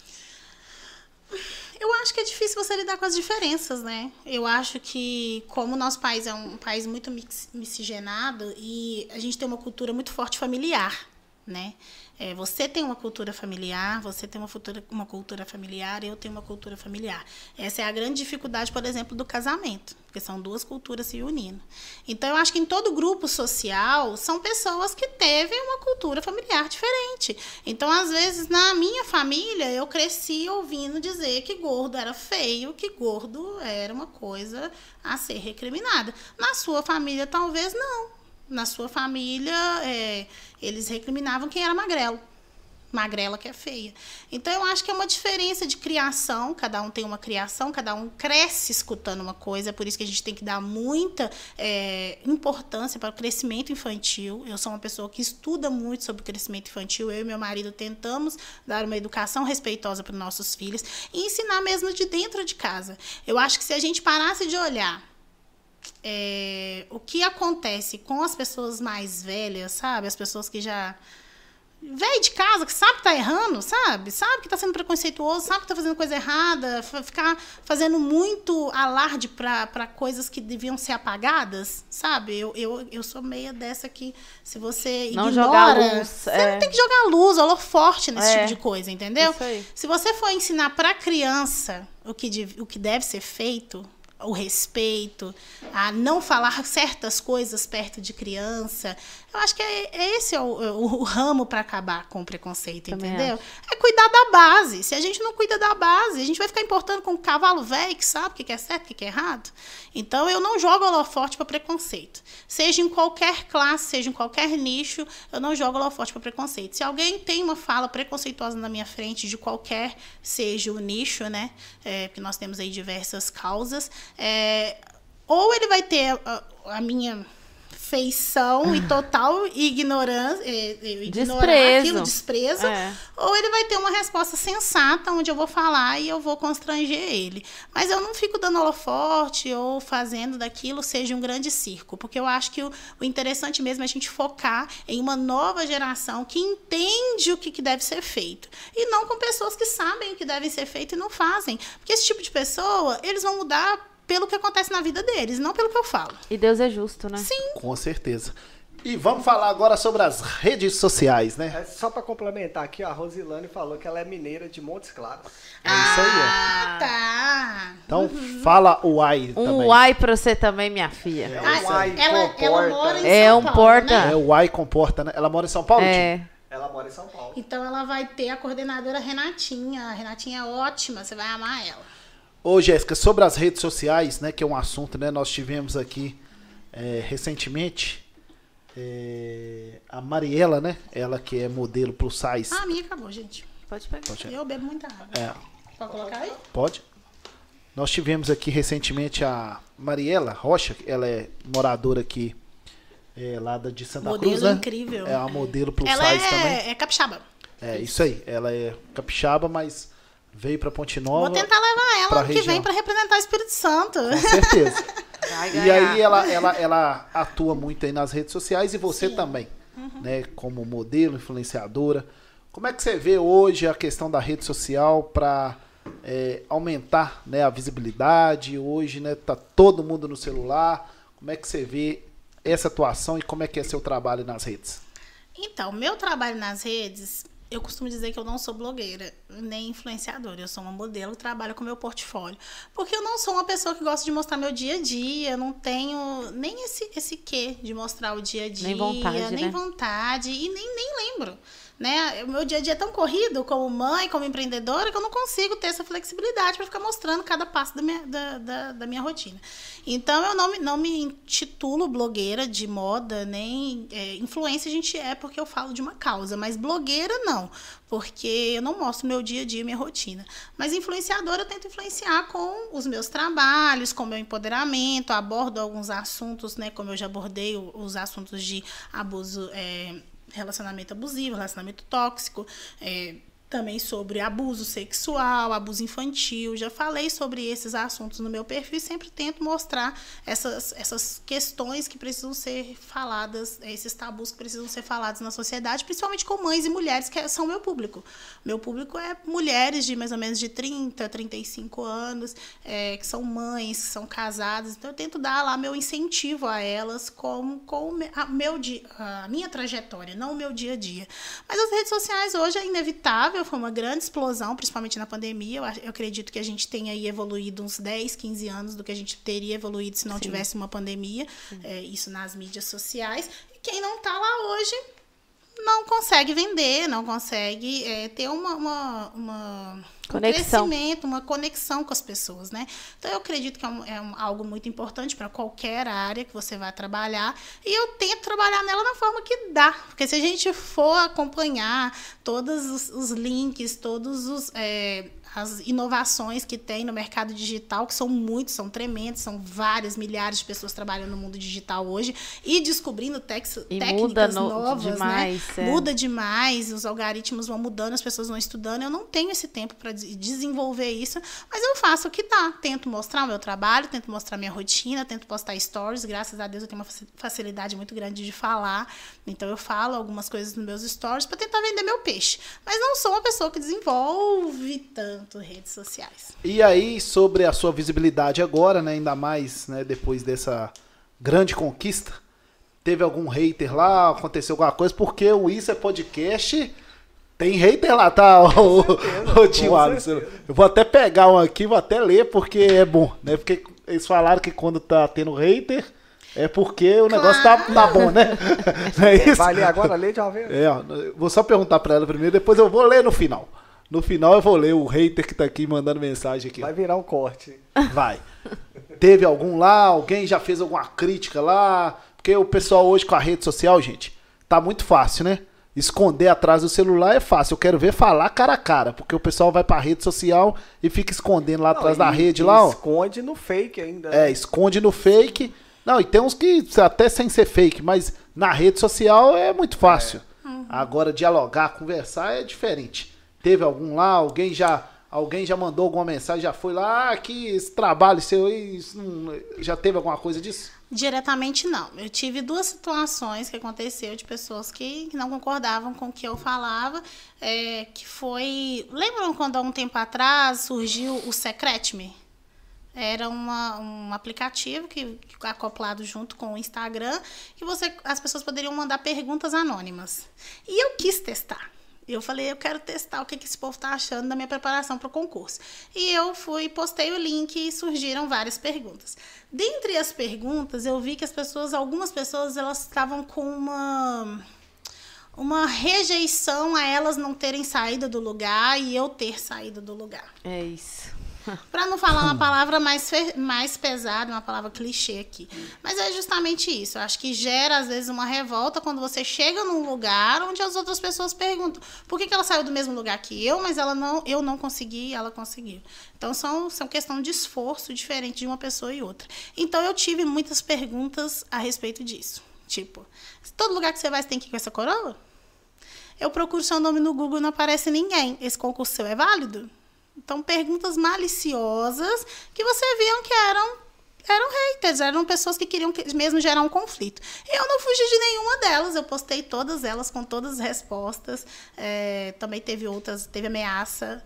Eu acho que é difícil você lidar com as diferenças, né? Eu acho que, como o nosso país é um país muito miscigenado e a gente tem uma cultura muito forte familiar, né? Você tem uma cultura familiar, você tem uma cultura familiar, eu tenho uma cultura familiar. Essa é a grande dificuldade, por exemplo, do casamento, porque são duas culturas se unindo. Então, eu acho que em todo grupo social, são pessoas que teve uma cultura familiar diferente. Então, às vezes, na minha família, eu cresci ouvindo dizer que gordo era feio, que gordo era uma coisa a ser recriminada. Na sua família, talvez não. Na sua família, eles recriminavam quem era magrelo. Magrela que é feia. Então, eu acho que é uma diferença de criação. Cada um tem uma criação, cada um cresce escutando uma coisa. É por isso que a gente tem que dar muita importância para o crescimento infantil. Eu sou uma pessoa que estuda muito sobre o crescimento infantil. Eu e meu marido tentamos dar uma educação respeitosa para os nossos filhos e ensinar mesmo de dentro de casa. Eu acho que se a gente parasse de olhar o que acontece com as pessoas mais velhas, sabe? As pessoas que já... Velho de casa, que sabe que tá errando, sabe? Sabe que tá sendo preconceituoso, sabe que tá fazendo coisa errada, ficar fazendo muito alarde para coisas que deviam ser apagadas, sabe? Eu sou meia dessa que, se você não ignora... Jogar luz, você não tem que jogar luz, olor forte nesse tipo de coisa, entendeu? Isso aí. Se você for ensinar pra criança o que deve ser feito... o respeito, a não falar certas coisas perto de criança. Eu acho que esse é o ramo para acabar com o preconceito, também entendeu? Acho. É cuidar da base. Se a gente não cuida da base, a gente vai ficar importando com um cavalo velho que sabe o que é certo, o que é errado. Então, eu não jogo holofote para preconceito. Seja em qualquer classe, seja em qualquer nicho, eu não jogo holofote para preconceito. Se alguém tem uma fala preconceituosa na minha frente, de qualquer seja o nicho, né? Porque nós temos aí diversas causas, ou ele vai ter a minha feição e total ignorância, desprezo, ou ele vai ter uma resposta sensata, onde eu vou falar e eu vou constranger ele. Mas eu não fico dando holofote ou fazendo daquilo seja um grande circo, porque eu acho que o interessante mesmo é a gente focar em uma nova geração que entende o que deve ser feito, e não com pessoas que sabem o que deve ser feito e não fazem, porque esse tipo de pessoa, eles vão mudar pelo que acontece na vida deles, não pelo que eu falo. E Deus é justo, né? Sim. Com certeza. E vamos falar agora sobre as redes sociais, né? Só para complementar aqui, a Rosilane falou que ela é mineira de Montes Claros. É isso aí, ó. Tá. Então fala o uai também. Um uai pra você também, minha filha. Ela mora em São Paulo, né? O uai comporta, né? Ela mora em São Paulo? Ela mora em São Paulo. Então ela vai ter a coordenadora Renatinha. A Renatinha é ótima, você vai amar ela. Ô, Jéssica, sobre as redes sociais, né, que é um assunto, né, nós tivemos aqui recentemente a Mariela, né, ela que é modelo plus size. A minha acabou, gente. Pode pegar. Eu bebo muita água. Pode colocar aí? Pode. Nós tivemos aqui recentemente a Mariela Rocha, ela é moradora aqui lá de Santa Cruz, né? Modelo incrível. É uma modelo plus size também. Ela é capixaba. É, isso aí. Ela é capixaba, mas... veio para Ponte Nova. Vou tentar levar ela ano que vem para representar o Espírito Santo. Com certeza. E aí ela atua muito aí nas redes sociais e você também, né, como modelo, influenciadora. Como é que você vê hoje a questão da rede social para aumentar, né, a visibilidade? Hoje, né, tá todo mundo no celular. Como é que você vê essa atuação e como é que é seu trabalho nas redes? Então, meu trabalho nas redes, eu costumo dizer que eu não sou blogueira, nem influenciadora. Eu sou uma modelo que trabalha com meu portfólio. Porque eu não sou uma pessoa que gosta de mostrar meu dia a dia. Eu não tenho nem esse quê de mostrar o dia a dia. Nem vontade. E nem lembro. Né? O meu dia a dia é tão corrido como mãe, como empreendedora, que eu não consigo ter essa flexibilidade para ficar mostrando cada passo da minha rotina. Então, eu não me intitulo blogueira de moda, nem influência a gente porque eu falo de uma causa, mas blogueira não, porque eu não mostro meu dia a dia, minha rotina. Mas influenciadora eu tento influenciar com os meus trabalhos, com o meu empoderamento, abordo alguns assuntos, né, como eu já abordei os assuntos de abuso, relacionamento abusivo, relacionamento tóxico, também sobre abuso sexual, abuso infantil. Já falei sobre esses assuntos no meu perfil e sempre tento mostrar essas questões que precisam ser faladas, esses tabus que precisam ser falados na sociedade, principalmente com mães e mulheres, que são meu público. Meu público é mulheres de mais ou menos de 30, 35 anos, que são mães, que são casadas. Então, eu tento dar lá meu incentivo a elas com a minha trajetória, não o meu dia a dia. Mas as redes sociais hoje é inevitável. Foi uma grande explosão, principalmente na pandemia. Eu acredito que a gente tenha aí evoluído uns 10, 15 anos do que a gente teria evoluído se não tivesse uma pandemia. Isso nas mídias sociais. E quem não está lá hoje não consegue vender, não consegue ter um crescimento, uma conexão com as pessoas, né? Então, eu acredito que é algo muito importante para qualquer área que você vai trabalhar. E eu tento trabalhar nela na forma que dá. Porque se a gente for acompanhar todos os links, todos as inovações que tem no mercado digital, que são muitos, são tremendos, são várias, milhares de pessoas trabalhando no mundo digital hoje e descobrindo técnicas novas, demais, né? Muda demais, os algoritmos vão mudando, as pessoas vão estudando. Eu não tenho esse tempo para desenvolver isso, mas eu faço o que dá. Tento mostrar o meu trabalho, tento mostrar minha rotina, tento postar stories. Graças a Deus eu tenho uma facilidade muito grande de falar, então eu falo algumas coisas nos meus stories para tentar vender meu peixe. Mas não sou uma pessoa que desenvolve tanto redes sociais. E aí, sobre a sua visibilidade agora, né, ainda mais, né, depois dessa grande conquista, teve algum hater lá, aconteceu alguma coisa, porque o Isso é Podcast tem hater lá, tá? O tio Alisson. Eu vou até pegar um aqui, vou até ler, porque é bom, né? Porque eles falaram que quando tá tendo hater, é porque o negócio tá bom, né? Não é isso? Vai ler agora, lê de uma vez. Vou só perguntar pra ela primeiro, depois eu vou ler no final. No final eu vou ler o hater que tá aqui mandando mensagem aqui. Vai virar um corte. Vai. Teve algum lá? Alguém já fez alguma crítica lá? Porque o pessoal hoje com a rede social, gente, tá muito fácil, né? Esconder atrás do celular é fácil. Eu quero ver falar cara a cara, porque o pessoal vai pra rede social e fica escondendo lá atrás da rede lá, ó. Esconde no fake ainda. Né? Esconde no fake. Não, e tem uns que até sem ser fake, mas na rede social é muito fácil. Agora dialogar, conversar é diferente. Teve algum lá? Alguém já mandou alguma mensagem? Já foi lá? Que esse trabalho seu aí, já teve alguma coisa disso? Diretamente não. Eu tive 2 situações que aconteceu de pessoas que não concordavam com o que eu falava, que foi... Lembram quando há um tempo atrás surgiu o Secret-me? Era um aplicativo que acoplado junto com o Instagram, que as pessoas poderiam mandar perguntas anônimas. E eu quis testar. Eu falei, eu quero testar o que esse povo está achando da minha preparação para o concurso. E eu postei o link e surgiram várias perguntas. Dentre as perguntas, eu vi que algumas pessoas, elas estavam com uma rejeição a elas não terem saído do lugar e eu ter saído do lugar. É isso. Para não falar uma palavra mais pesada, uma palavra clichê aqui. Mas é justamente isso. Eu acho que gera, às vezes, uma revolta quando você chega num lugar onde as outras pessoas perguntam por que ela saiu do mesmo lugar que eu, mas eu não consegui e ela conseguiu. Então, são questão de esforço diferente de uma pessoa e outra. Então, eu tive muitas perguntas a respeito disso. Tipo, todo lugar que você vai, você tem que ir com essa coroa? Eu procuro seu nome no Google e não aparece ninguém. Esse concurso seu é válido? Então, perguntas maliciosas que você viam que eram haters, eram pessoas que queriam mesmo gerar um conflito. Eu não fugi de nenhuma delas, eu postei todas elas com todas as respostas. Também teve outras, teve ameaça.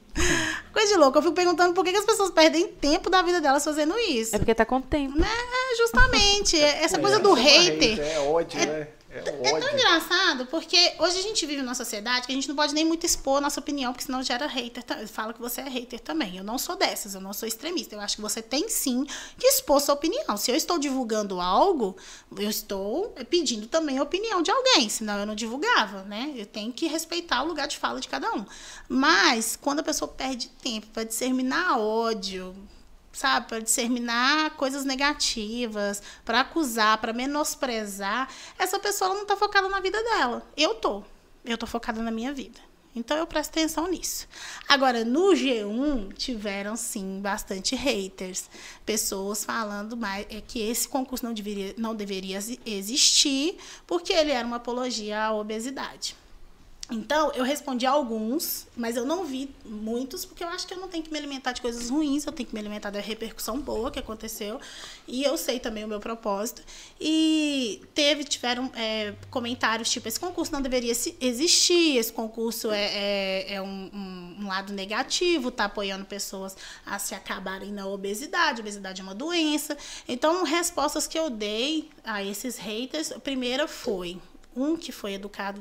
Coisa de louco. Eu fico perguntando por que as pessoas perdem tempo da vida delas fazendo isso. É porque tá com tempo. justamente. Essa coisa do hater. É ódio, né? É tão engraçado, porque hoje a gente vive numa sociedade que a gente não pode nem muito expor a nossa opinião, porque senão gera hater. Fala que você é hater também. Eu não sou dessas, eu não sou extremista. Eu acho que você tem sim que expor sua opinião. Se eu estou divulgando algo, eu estou pedindo também a opinião de alguém, senão eu não divulgava, né? Eu tenho que respeitar o lugar de fala de cada um. Mas, quando a pessoa perde tempo para disseminar ódio, sabe, para disseminar coisas negativas, para acusar, para menosprezar, essa pessoa não está focada na vida dela. Eu tô focada na minha vida. Então, eu presto atenção nisso. Agora, no G1, tiveram, sim, bastante haters. Pessoas falando que esse concurso não deveria existir, porque ele era uma apologia à obesidade. Então, eu respondi a alguns, mas eu não vi muitos, porque eu acho que eu não tenho que me alimentar de coisas ruins, eu tenho que me alimentar da repercussão boa que aconteceu, e eu sei também o meu propósito. E tiveram comentários tipo, esse concurso não deveria existir, esse concurso é um lado negativo, está apoiando pessoas a se acabarem na obesidade. A obesidade é uma doença. Então, respostas que eu dei a esses haters, a primeira foi... Um que foi educado,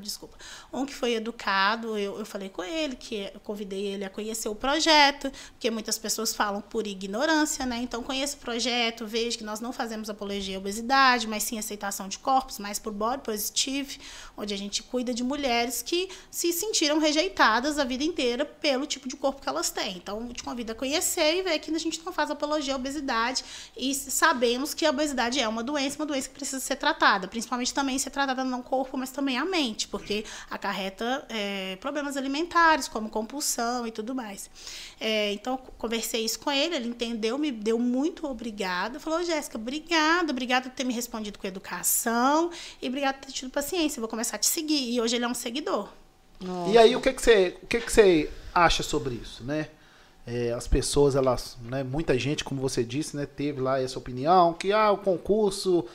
eu falei com ele, eu convidei ele a conhecer o projeto, porque muitas pessoas falam por ignorância, né? Então, conheça o projeto, veja que nós não fazemos apologia à obesidade, mas sim aceitação de corpos, mais por body positive, onde a gente cuida de mulheres que se sentiram rejeitadas a vida inteira pelo tipo de corpo que elas têm. Então, eu te convido a conhecer e ver que a gente não faz apologia à obesidade e sabemos que a obesidade é uma doença que precisa ser tratada, principalmente também ser tratada não corpo, mas também a mente, porque acarreta problemas alimentares, como compulsão e tudo mais. Então, conversei isso com ele, ele entendeu, me deu muito obrigado. Falou, Jéssica, obrigada por ter me respondido com educação e obrigada por ter tido paciência, eu vou começar a te seguir. E hoje ele é um seguidor. Nossa. E aí, o que você acha sobre isso, né? As pessoas, elas, né, muita gente, como você disse, né, teve lá essa opinião, que o concurso...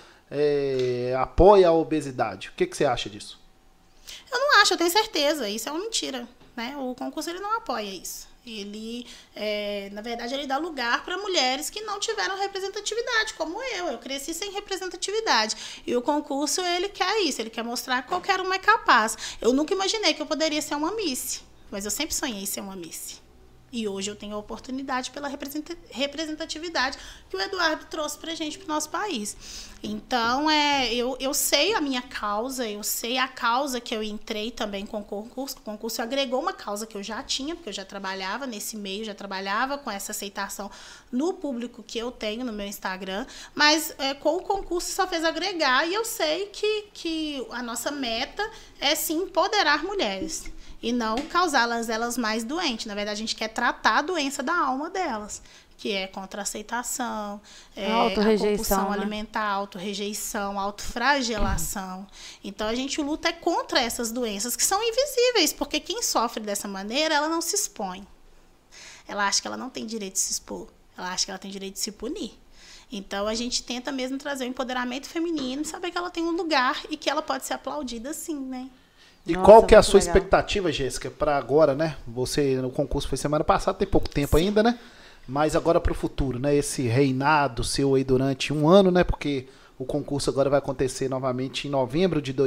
apoia a obesidade. O que você acha disso? Eu não acho, eu tenho certeza. Isso é uma mentira, né? O concurso ele não apoia isso. Ele, na verdade, ele dá lugar para mulheres que não tiveram representatividade, como eu. Eu cresci sem representatividade. E o concurso, ele quer isso. Ele quer mostrar que qualquer uma é capaz. Eu nunca imaginei que eu poderia ser uma Miss. Mas eu sempre sonhei ser uma Miss. E hoje eu tenho a oportunidade pela representatividade que o Eduardo trouxe pra gente, pro nosso país. Então, eu sei a minha causa, eu sei a causa que eu entrei também com o concurso. O concurso agregou uma causa que eu já tinha, porque eu já trabalhava nesse meio, já trabalhava com essa aceitação no público que eu tenho no meu Instagram. Mas com o concurso só fez agregar, e eu sei que a nossa meta é sim empoderar mulheres. E não causá-las elas mais doentes. Na verdade, a gente quer tratar a doença da alma delas, que é contra-aceitação, a compulsão alimentar, autorrejeição, autoflagelação. Então, a gente luta contra essas doenças que são invisíveis, porque quem sofre dessa maneira, ela não se expõe. Ela acha que ela não tem direito de se expor. Ela acha que ela tem direito de se punir. Então, a gente tenta mesmo trazer o empoderamento feminino, saber que ela tem um lugar e que ela pode ser aplaudida sim, né? E nossa, qual que é a sua expectativa, Jéssica, para agora, né? O concurso foi semana passada, tem pouco tempo ainda, né? Mas agora para o futuro, né? Esse reinado seu aí durante um ano, né? Porque o concurso agora vai acontecer novamente em novembro de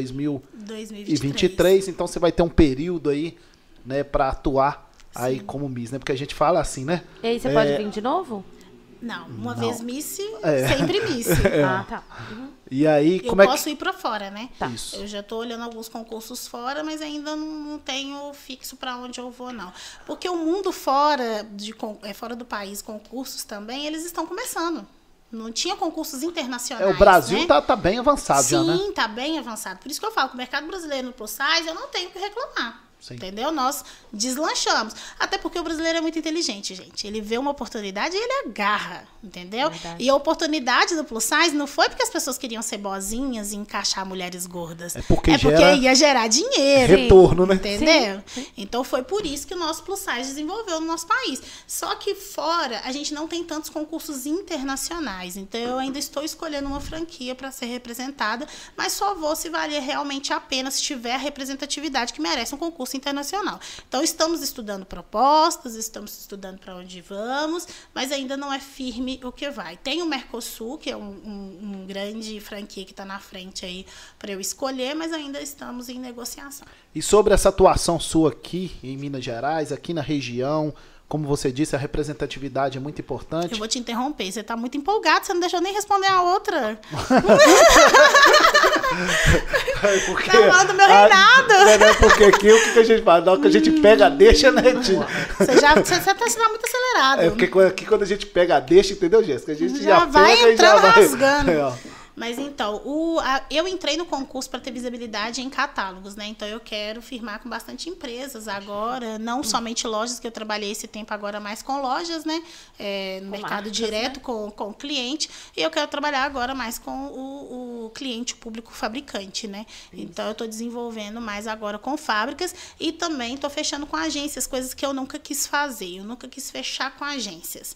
2023. Então você vai ter um período aí, né? Para atuar aí como Miss, né? Porque a gente fala assim, né? E aí você pode vir de novo? Não, uma vez Miss, sempre Miss. Ah, tá. Uhum. E aí, como eu posso ir para fora, né? Tá. Isso. Eu já estou olhando alguns concursos fora, mas ainda não tenho fixo para onde eu vou, não. Porque o mundo fora do país, concursos também, eles estão começando. Não tinha concursos internacionais. O Brasil, né? tá bem avançado. Sim, já, né? Sim, tá bem avançado. Por isso que eu falo que o mercado brasileiro no plus size, eu não tenho o que reclamar. Sim. Entendeu? Nós deslanchamos. Até porque o brasileiro é muito inteligente, gente. Ele vê uma oportunidade e ele agarra, entendeu? Verdade. E a oportunidade do plus size não foi porque as pessoas queriam ser boazinhas e encaixar mulheres gordas. É porque ia gerar dinheiro. Retorno, né? Entendeu? Sim. Então foi por isso que o nosso plus size desenvolveu no nosso país. Só que fora, a gente não tem tantos concursos internacionais. Então eu ainda estou escolhendo uma franquia para ser representada, mas só vou se valer realmente a pena se tiver a representatividade que merece um concurso força internacional. Então, estamos estudando propostas, estamos estudando para onde vamos, mas ainda não é firme o que vai. Tem o Mercosul, que é um grande franquia que está na frente aí para eu escolher, mas ainda estamos em negociação. E sobre essa atuação sua aqui em Minas Gerais, aqui na região, como você disse, a representatividade é muito importante. Eu vou te interromper, você está muito empolgado, você não deixou nem responder a outra. Porque, tá falando do meu reinado. Porque aqui o que a gente faz? Na hora que a gente pega, deixa, né? Você está muito acelerado. É porque aqui quando a gente pega, deixa, entendeu, Jéssica? A gente já vai pega entrando e já rasgando. Vai... Mas então, eu entrei no concurso para ter visibilidade em catálogos, né? Então eu quero firmar com bastante empresas agora, não somente lojas, que eu trabalhei esse tempo agora mais com lojas, né? No mercado marcas, direto, né? com o cliente. E eu quero trabalhar agora mais com o cliente, o público fabricante, né? Isso. Então eu estou desenvolvendo mais agora com fábricas e também estou fechando com agências, coisas que eu nunca quis fazer. Eu nunca quis fechar com agências.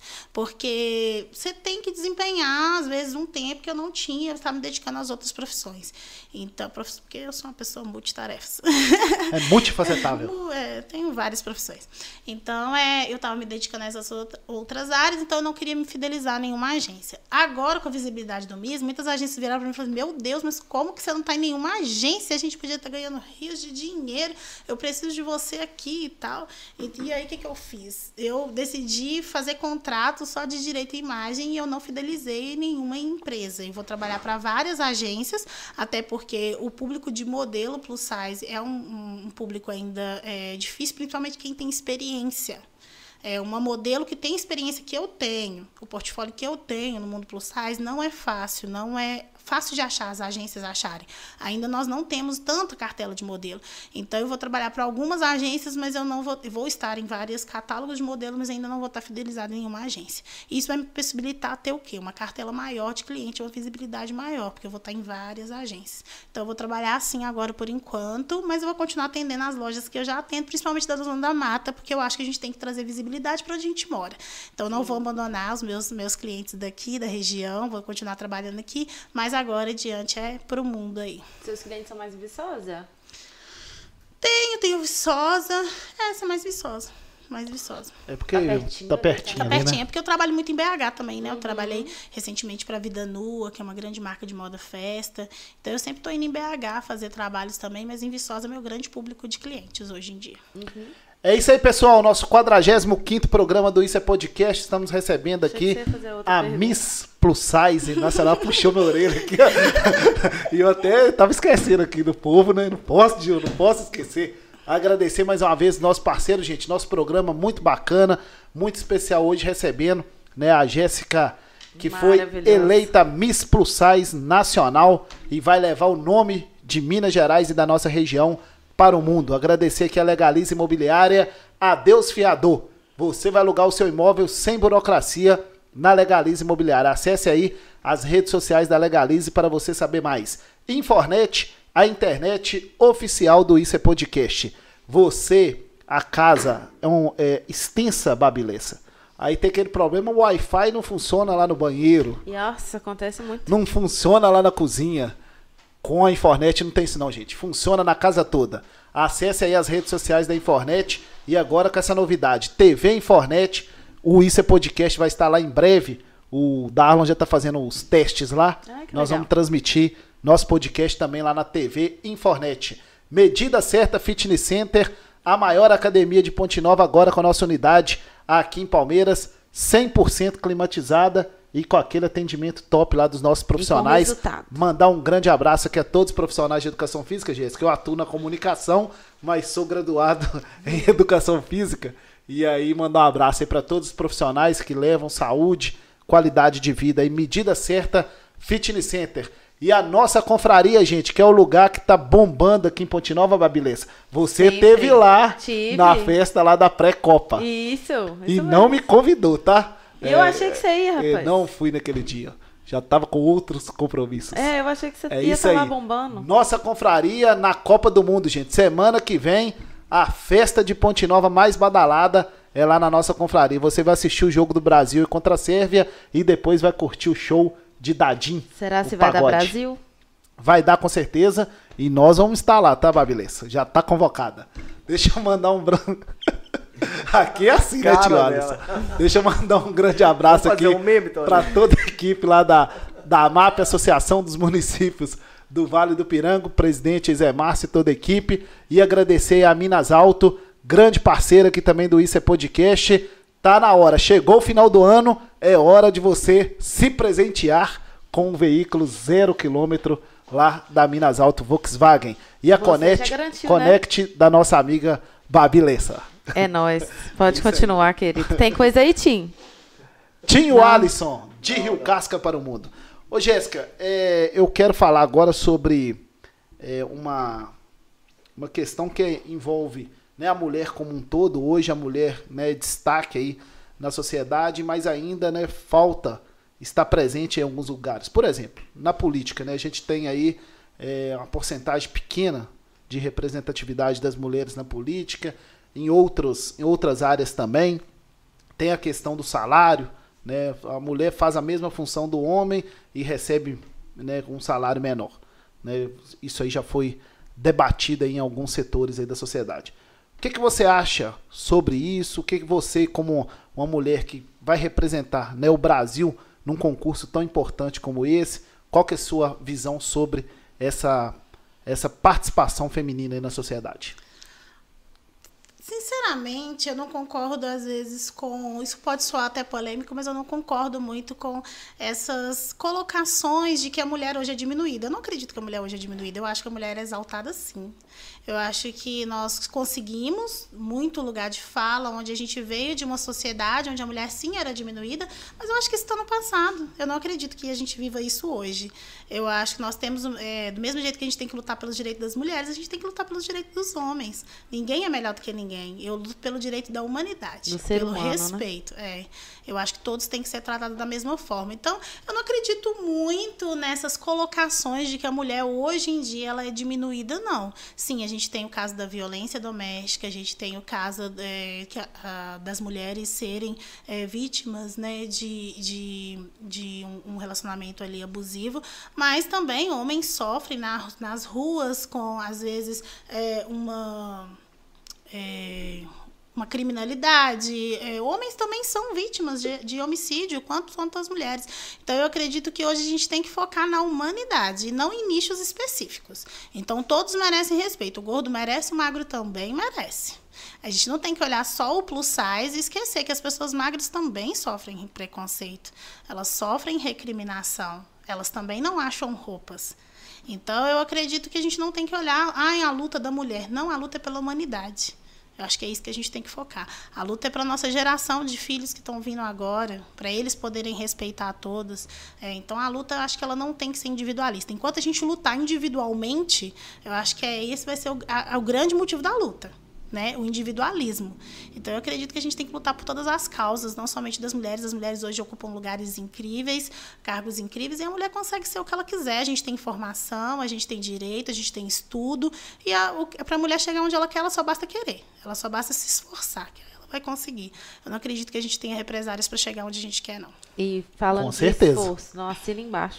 Porque você tem que desempenhar, às vezes, um tempo que eu não tinha. Eu estava me dedicando às outras profissões. Então, porque eu sou uma pessoa multitarefas. É multifacetável. Tenho várias profissões. Então, eu estava me dedicando a essas outras áreas, então eu não queria me fidelizar a nenhuma agência. Agora, com a visibilidade do MIS, muitas agências viraram para mim e falaram, meu Deus, mas como que você não está em nenhuma agência? A gente podia estar ganhando rios de dinheiro, eu preciso de você aqui e tal. E aí, o que eu fiz? Eu decidi fazer contrato só de direito e imagem e eu não fidelizei nenhuma empresa. Eu vou trabalhar para várias agências, até porque o público de modelo plus size é um público ainda difícil, principalmente quem tem experiência. Uma modelo que tem experiência que eu tenho, o portfólio que eu tenho no mundo plus size não é fácil, não é fácil de achar, as agências acharem. Ainda nós não temos tanta cartela de modelo. Então, eu vou trabalhar para algumas agências, mas eu não vou estar em vários catálogos de modelo, mas ainda não vou estar fidelizada em nenhuma agência. Isso vai me possibilitar ter o quê? Uma cartela maior de cliente, uma visibilidade maior, porque eu vou estar em várias agências. Então, eu vou trabalhar assim agora por enquanto, mas eu vou continuar atendendo as lojas que eu já atendo, principalmente da Zona da Mata, porque eu acho que a gente tem que trazer visibilidade para onde a gente mora. Então, não vou abandonar os meus clientes daqui, da região, vou continuar trabalhando aqui, mas agora adiante é pro mundo aí. Seus clientes são mais Viçosa? Tenho Viçosa. Essa é mais Viçosa. É porque tá pertinho. Tá ali, pertinho, né? É porque eu trabalho muito em BH também, né? Eu trabalhei recentemente para Vida Nua, que é uma grande marca de moda festa. Então eu sempre tô indo em BH fazer trabalhos também, mas em Viçosa é meu grande público de clientes hoje em dia. É isso aí, pessoal. Nosso 45º programa do Isso é Podcast. Estamos recebendo aqui a Miss Plus Size Nacional. Puxou minha orelha aqui. E eu até tava esquecendo aqui do povo, né? Não posso esquecer. Agradecer mais uma vez nosso parceiro, gente. Nosso programa muito bacana, muito especial hoje, recebendo, né, a Jéssica, que foi eleita Miss Plus Size Nacional e vai levar o nome de Minas Gerais e da nossa região para o mundo. Agradecer aqui a Legalize Imobiliária. Adeus, fiador. Você vai alugar o seu imóvel sem burocracia na Legalize Imobiliária. Acesse aí as redes sociais da Legalize para você saber mais. Infornet, a internet oficial do Isso é Podcast. Você, a casa é extensa, Babilessa. Aí tem aquele problema, o Wi-Fi não funciona lá no banheiro. Nossa, acontece muito. Não funciona lá na cozinha. Com a Infornet não tem isso não, gente. Funciona na casa toda. Acesse aí as redes sociais da Infornet. E agora com essa novidade, TV Infornet, o Isso é Podcast vai estar lá em breve. O Darlon já está fazendo os testes lá. Nós vamos transmitir nosso podcast também lá na TV Infornet. Medida Certa Fitness Center, a maior academia de Ponte Nova agora com a nossa unidade aqui em Palmeiras, 100% climatizada. E com aquele atendimento top lá dos nossos profissionais. Mandar um grande abraço aqui a todos os profissionais de Educação Física, Jéssica. Eu atuo na comunicação, mas sou graduado em Educação Física. E aí mandar um abraço aí para todos os profissionais que levam saúde, qualidade de vida e Medida Certa Fitness Center. E a nossa confraria, gente, que é o lugar que tá bombando aqui em Ponte Nova, Babilessa. Você teve lá na festa lá da pré-copa. Isso e não me convidou, tá? Eu achei que você ia, rapaz. Não fui naquele dia. Já tava com outros compromissos. Eu achei que você ia estar lá bombando. Nossa confraria na Copa do Mundo, gente. Semana que vem, a festa de Ponte Nova mais badalada é lá na nossa confraria. Você vai assistir o jogo do Brasil contra a Sérvia e depois vai curtir o show de Dadim. Será se vai dar Brasil? Vai dar com certeza. E nós vamos estar lá, tá, Babilessa? Já tá convocada. Deixa eu mandar um aqui é assim, né, tio Alisson? Deixa eu mandar um grande abraço aqui para toda a equipe lá da AMAP, Associação dos Municípios do Vale do Pirango, presidente Zé Márcio e toda a equipe. E agradecer a Minas Alto, grande parceira aqui também do Isso é Podcast. Tá na hora, chegou o final do ano, é hora de você se presentear com um veículo 0 km lá da Minas Alto Volkswagen. E a Connect, né? Da nossa amiga Babilessa. É nóis. Pode continuar, querido. Tem coisa aí, Tim? Tinho Alisson, de Rio Casca para o Mundo. Ô, Jéssica, eu quero falar agora sobre uma questão que envolve, né, a mulher como um todo. Hoje a mulher, né, destaque aí na sociedade, mas ainda, né, falta estar presente em alguns lugares. Por exemplo, na política, né, a gente tem aí uma porcentagem pequena de representatividade das mulheres na política. Em outras áreas também. Tem a questão do salário, né? A mulher faz a mesma função do homem e recebe, né, um salário menor, né? Isso aí já foi debatido em alguns setores aí da sociedade. O que você acha sobre isso? O que você, como uma mulher que vai representar, né, o Brasil num concurso tão importante como esse, qual que é a sua visão sobre essa participação feminina aí na sociedade? Sinceramente, eu não concordo às vezes com... Isso pode soar até polêmico, mas eu não concordo muito com essas colocações de que a mulher hoje é diminuída. Eu não acredito que a mulher hoje é diminuída. Eu acho que a mulher é exaltada, sim. Eu acho que nós conseguimos muito lugar de fala, onde a gente veio de uma sociedade onde a mulher, sim, era diminuída, mas eu acho que isso está no passado. Eu não acredito que a gente viva isso hoje. Eu acho que nós temos... do mesmo jeito que a gente tem que lutar pelos direitos das mulheres, a gente tem que lutar pelos direitos dos homens. Ninguém é melhor do que ninguém. Eu luto pelo direito da humanidade, do ser humano, pelo respeito. Né? Eu acho que todos têm que ser tratados da mesma forma. Então, eu não acredito muito nessas colocações de que a mulher hoje em dia ela é diminuída, não. Sim, a gente tem o caso da violência doméstica, a gente tem o caso das mulheres serem vítimas, né, de um relacionamento ali abusivo, mas também homens sofrem nas ruas com, às vezes, uma criminalidade. Homens também são vítimas de homicídio, quanto as mulheres. Então, eu acredito que hoje a gente tem que focar na humanidade e não em nichos específicos. Então, todos merecem respeito. O gordo merece, o magro também merece. A gente não tem que olhar só o plus size e esquecer que as pessoas magras também sofrem preconceito. Elas sofrem recriminação. Elas também não acham roupas. Então, eu acredito que a gente não tem que olhar a luta da mulher. Não, a luta é pela humanidade. Eu acho que é isso que a gente tem que focar. A luta é para a nossa geração de filhos que estão vindo agora, para eles poderem respeitar todos. Então, a luta, eu acho que ela não tem que ser individualista. Enquanto a gente lutar individualmente, eu acho que esse vai ser o grande motivo da luta, né? O individualismo. Então, eu acredito que a gente tem que lutar por todas as causas, não somente das mulheres. As mulheres hoje ocupam lugares incríveis, cargos incríveis, e a mulher consegue ser o que ela quiser. A gente tem informação, a gente tem direito, a gente tem estudo, e para a mulher chegar onde ela quer, ela só basta querer. Ela só basta se esforçar, que ela vai conseguir. Eu não acredito que a gente tenha represárias para chegar onde a gente quer, não. E falando de esforço, não assina embaixo.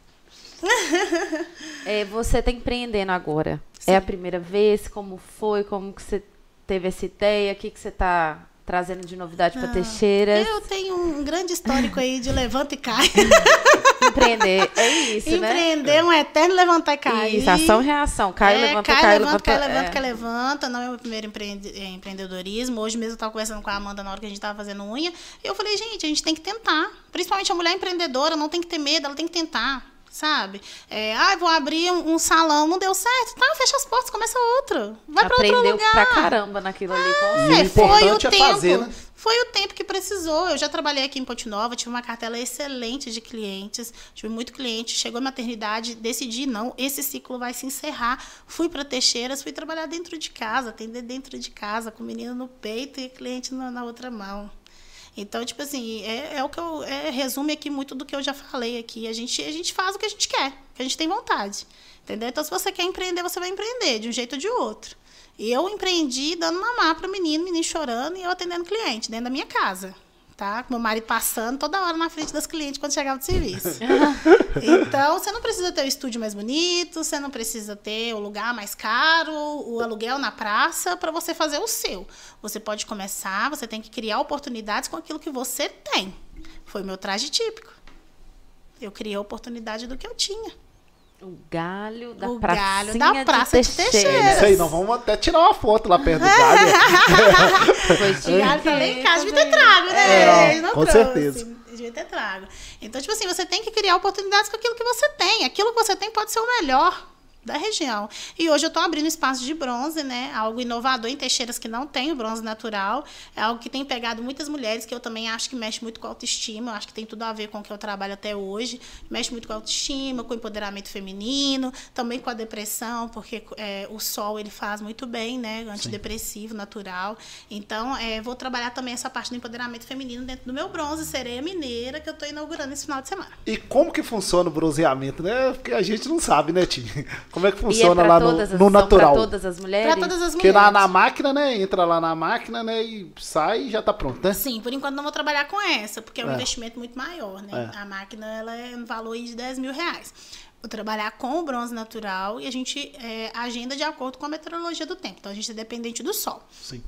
Você está empreendendo agora. Sim. É a primeira vez? Como foi? Como que você teve essa ideia? O que você está trazendo de novidade para Teixeiras? Eu tenho um grande histórico aí de levanta e cai. Empreender, é isso, né? Empreender um eterno levantar e cair. Isso, ação e reação. Cai, levanta, cai, levanta. Não é o meu primeiro empreendedorismo. Hoje mesmo eu estava conversando com a Amanda na hora que a gente estava fazendo unha. E eu falei, gente, a gente tem que tentar. Principalmente a mulher empreendedora, não tem que ter medo, ela tem que tentar. Sabe? Vou abrir um salão, não deu certo. Tá, fecha as portas, começa outro. Vai para outro lugar. Aprendeu pra caramba naquilo ali. Foi o tempo que precisou. Eu já trabalhei aqui em Ponte Nova, tive uma cartela excelente de clientes, tive muito cliente. Chegou a maternidade, decidi, não, esse ciclo vai se encerrar. Fui para Teixeiras, fui trabalhar dentro de casa, atender dentro de casa, com o menino no peito e cliente na outra mão. Então, tipo assim, o que eu resume aqui muito do que eu já falei aqui. A gente faz o que a gente quer, que a gente tem vontade. Entendeu? Então, se você quer empreender, você vai empreender, de um jeito ou de outro. E eu empreendi dando mamar para o menino chorando e eu atendendo cliente dentro da minha casa. tá? Meu marido passando toda hora na frente das clientes quando chegava do serviço. Então, você não precisa ter o estúdio mais bonito, você não precisa ter o lugar mais caro, o aluguel na praça para você fazer o seu. Você pode começar, você tem que criar oportunidades com aquilo que você tem. Foi o meu traje típico. Eu criei a oportunidade do que eu tinha. O galho da praça de Teixeira. Isso aí, nós vamos até tirar uma foto lá perto do galho. O galho tá lá em casa, devia ter trago, né? Com certeza. Devia ter trago. Então, tipo assim, você tem que criar oportunidades com aquilo que você tem. Aquilo que você tem pode ser o melhor da região. E hoje eu estou abrindo espaço de bronze, né? Algo inovador em Teixeiras que não tem o bronze natural. É algo que tem pegado muitas mulheres, que eu também acho que mexe muito com a autoestima. Eu acho que tem tudo a ver com o que eu trabalho até hoje. Mexe muito com a autoestima, com o empoderamento feminino, também com a depressão, porque o sol ele faz muito bem, né? Antidepressivo, natural. Então, vou trabalhar também essa parte do empoderamento feminino dentro do meu bronze Sereia Mineira, que eu estou inaugurando esse final de semana. E como que funciona o bronzeamento, né? Porque a gente não sabe, né, Tim? Como é que funciona lá no natural? Para todas as mulheres? Para todas as mulheres. Porque na máquina, né? Entra lá na máquina, né? E sai e já tá pronto, né? Sim, por enquanto não vou trabalhar com essa, porque é um investimento muito maior, né? A máquina, ela é um valor de R$10 mil. Vou trabalhar com o bronze natural e a gente agenda de acordo com a meteorologia do tempo. Então, a gente é dependente do sol. Sim.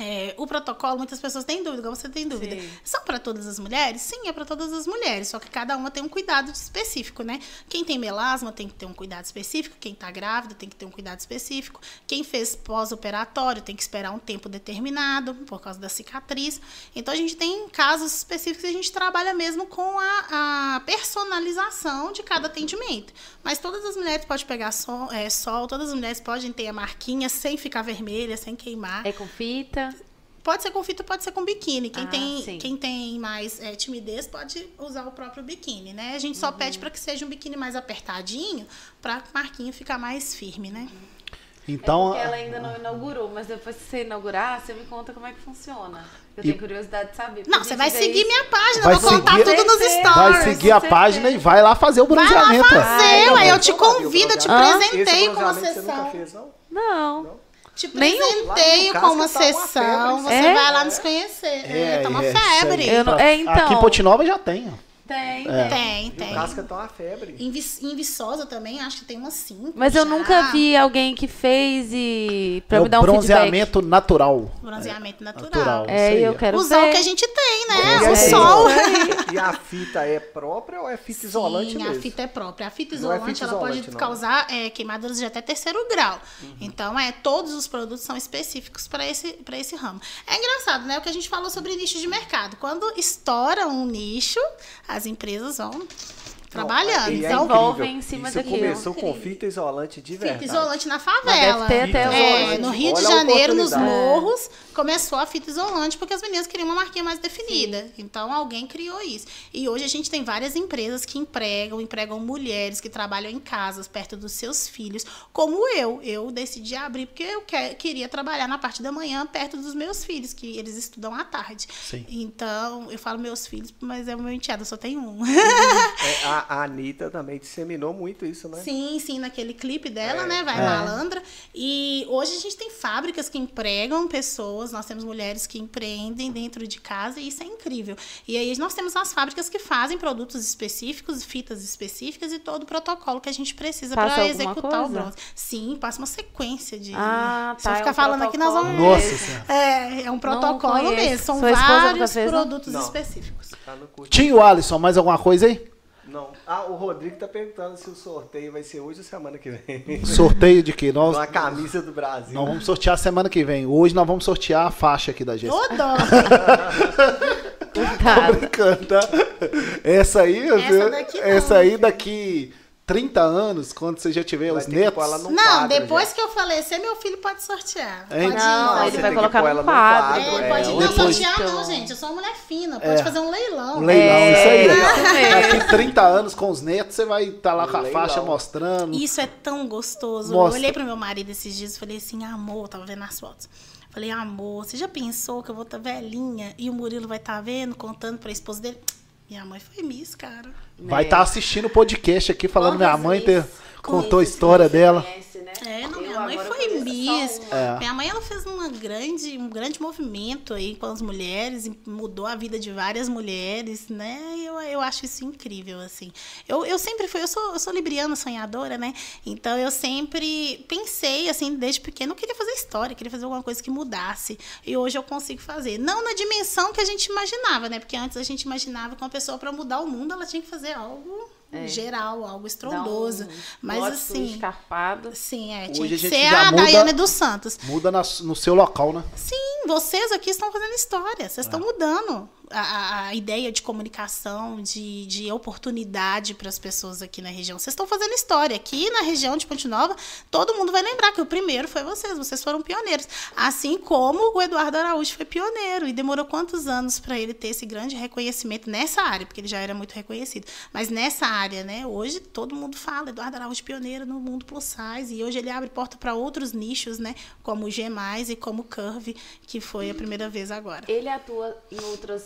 O protocolo, muitas pessoas têm dúvida, igual você tem dúvida. Sim. São para todas as mulheres? Sim, é para todas as mulheres, só que cada uma tem um cuidado específico, né? Quem tem melasma tem que ter um cuidado específico, quem está grávida tem que ter um cuidado específico, quem fez pós-operatório tem que esperar um tempo determinado por causa da cicatriz. Então, a gente tem casos específicos e a gente trabalha mesmo com a personalização de cada atendimento. Mas todas as mulheres podem pegar sol, todas as mulheres podem ter a marquinha sem ficar vermelha, sem queimar. É com fita? Pode ser com fita, pode ser com biquíni. Quem tem mais timidez pode usar o próprio biquíni, né? A gente só pede para que seja um biquíni mais apertadinho, para a marquinha ficar mais firme, né? Então, porque ela ainda não inaugurou, mas depois que você inaugurar, você me conta como é que funciona. Eu tenho curiosidade de saber. Não, você vai seguir minha página, eu vou contar tudo nos stories. Vai seguir a página e vai lá fazer o bronzeamento. Vai lá fazer, eu te convido, eu te presenteio com uma sessão. Você nunca fez, não? Não. Te presenteio com uma sessão, você vai lá nos conhecer. Tá uma febre. Então. Aqui em Ponte Nova já tem. Tem. O casca tá uma febre. Em Viçosa também, acho que tem umas 5. Mas eu nunca vi alguém que fez pra me dar um bronzeamento feedback. natural. Bronzeamento natural. Eu quero usar ver. o que a gente tem, né? O sol. E a fita é própria ou é fita isolante mesmo? A fita é própria. A fita isolante, ela pode causar queimaduras de até 3º grau. Então, todos os produtos são específicos para esse ramo. É engraçado, né? O que a gente falou sobre nicho de mercado. Quando estoura um nicho, as empresas vão trabalhando. E envolvem em cima daquilo. Começou com fita isolante de verdade. Fita isolante na favela. Deve ter até hoje. No Rio de Janeiro, nos morros, começou a fita isolante porque as meninas queriam uma marquinha mais definida. Sim. Então, alguém criou isso. E hoje a gente tem várias empresas que empregam mulheres que trabalham em casas, perto dos seus filhos, como eu. Eu decidi abrir porque eu queria trabalhar na parte da manhã, perto dos meus filhos, que eles estudam à tarde. Sim. Então, eu falo meus filhos, mas é o meu enteado, eu só tenho um. A Anitta também disseminou muito isso, né? Sim, naquele clipe dela, né? Vai Malandra. E hoje a gente tem fábricas que empregam pessoas, nós temos mulheres que empreendem dentro de casa e isso é incrível. E aí nós temos as fábricas que fazem produtos específicos, fitas específicas e todo o protocolo que a gente precisa para executar o bronze. Sim, passa uma sequência de... Se eu ficar falando aqui, nós vamos... Nossa, é um protocolo mesmo. São vários produtos específicos. Tá no curso. Tinha o Alisson, mais alguma coisa aí? Não. O Rodrigo tá perguntando se o sorteio vai ser hoje ou semana que vem. Sorteio de quê? Uma camisa do Brasil. Nós vamos sortear semana que vem. Hoje nós vamos sortear a faixa aqui da Jéssica. Ô, dó! Tô brincando, tá? Essa aí daqui 30 anos, quando você já tiver os netos... Não, depois que eu falecer, meu filho pode sortear. Não, ele vai colocar no quadro. Pode não sortear não, gente. Eu sou uma mulher fina. Pode fazer um leilão. Um leilão, isso aí. Daqui 30 anos, com os netos, você vai estar lá com a faixa mostrando. Isso é tão gostoso. Eu olhei pro meu marido esses dias e falei assim, amor, tava vendo as fotos. Falei, amor, você já pensou que eu vou estar velhinha e o Murilo vai estar vendo, contando pra esposa dele? Minha mãe foi Miss, cara. Vai estar assistindo o podcast aqui, falando minha mãe contou a história dela. Minha mãe foi Miss. Miss. Minha mãe, ela fez um grande movimento aí com as mulheres, e mudou a vida de várias mulheres, né? Eu acho isso incrível, assim. Eu sempre fui, eu sou libriana, sonhadora, né? Então, eu sempre pensei, assim, desde pequena, eu queria fazer história, queria fazer alguma coisa que mudasse. E hoje eu consigo fazer. Não na dimensão que a gente imaginava, né? Porque antes a gente imaginava que uma pessoa, para mudar o mundo, ela tinha que fazer algo geral, algo estrondoso. Mas assim, escarpado. Sim, tinha que ser a Daiane dos Santos. Muda no seu local, né? Sim, vocês aqui estão fazendo história, vocês estão mudando a ideia de comunicação, de oportunidade para as pessoas aqui na região. Vocês estão fazendo história. Aqui na região de Ponte Nova, todo mundo vai lembrar que o primeiro foi vocês foram pioneiros. Assim como o Eduardo Araújo foi pioneiro. E demorou quantos anos para ele ter esse grande reconhecimento nessa área, porque ele já era muito reconhecido. Mas nessa área, né? Hoje todo mundo fala, Eduardo Araújo pioneiro no mundo plus size. E hoje ele abre porta para outros nichos, né? Como o G+, e como o Curve, que foi a primeira vez agora. Ele atua em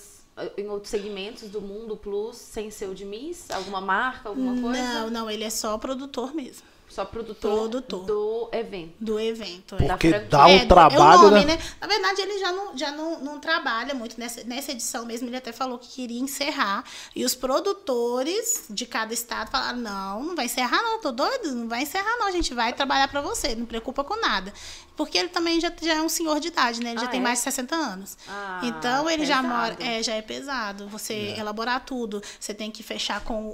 outros segmentos do mundo plus, sem ser o de Miss? Alguma marca, alguma coisa? Não, ele é só produtor mesmo. Só produtor do evento. Do evento. Porque dá um trabalho, nome, né? Na verdade, ele já não trabalha muito. Nessa edição mesmo, ele até falou que queria encerrar. E os produtores de cada estado falaram, não vai encerrar não, tô doido? Não vai encerrar não, a gente vai trabalhar para você, não preocupa com nada. Porque ele também já é um senhor de idade, né? Ele já tem mais de 60 anos. Então, ele já mora... já é pesado. Você elaborar tudo. Você tem que fechar com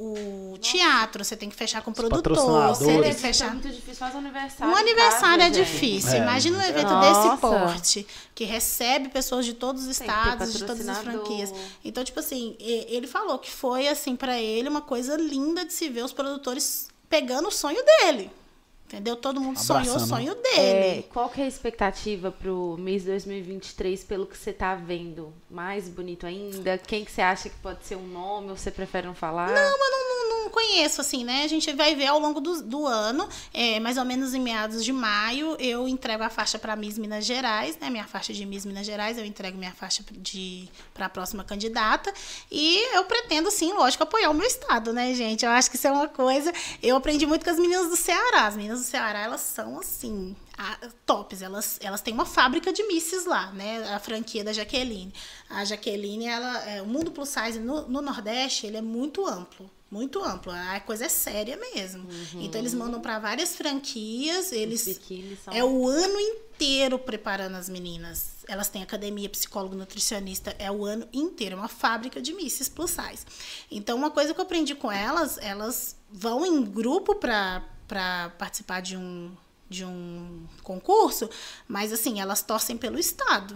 o teatro, você tem que fechar com o produtor. Você tem que fechar... É muito difícil fazer um aniversário. Um aniversário é difícil. Imagina um evento desse porte, que recebe pessoas de todos os estados, de todas as franquias. Então, tipo assim, ele falou que foi, assim, pra ele, uma coisa linda de se ver os produtores pegando o sonho dele. Entendeu? Todo mundo sonhou o sonho dele. Qual que é a expectativa pro Miss 2023, pelo que você tá vendo? Mais bonito ainda? Quem que você acha que pode ser um nome, ou você prefere não falar? Não, eu não conheço, assim, né? A gente vai ver ao longo do ano, mais ou menos em meados de maio, eu entrego a faixa para Miss Minas Gerais, né? Minha faixa de Miss Minas Gerais, eu entrego minha faixa para a próxima candidata. E eu pretendo, sim, lógico, apoiar o meu estado, né, gente? Eu acho que isso é uma coisa... Eu aprendi muito com as meninas do Ceará. As meninas do Ceará, elas são, assim... tops, elas têm uma fábrica de misses lá, né? A franquia da Jaqueline. A Jaqueline, o mundo plus size no Nordeste, ele é muito amplo. Muito amplo, a coisa é séria mesmo. Então, eles mandam para várias franquias, o ano inteiro preparando as meninas. Elas têm academia, psicólogo, nutricionista, é o ano inteiro, é uma fábrica de misses plus size. Então, uma coisa que eu aprendi com elas vão em grupo para participar de um concurso, mas assim, elas torcem pelo estado.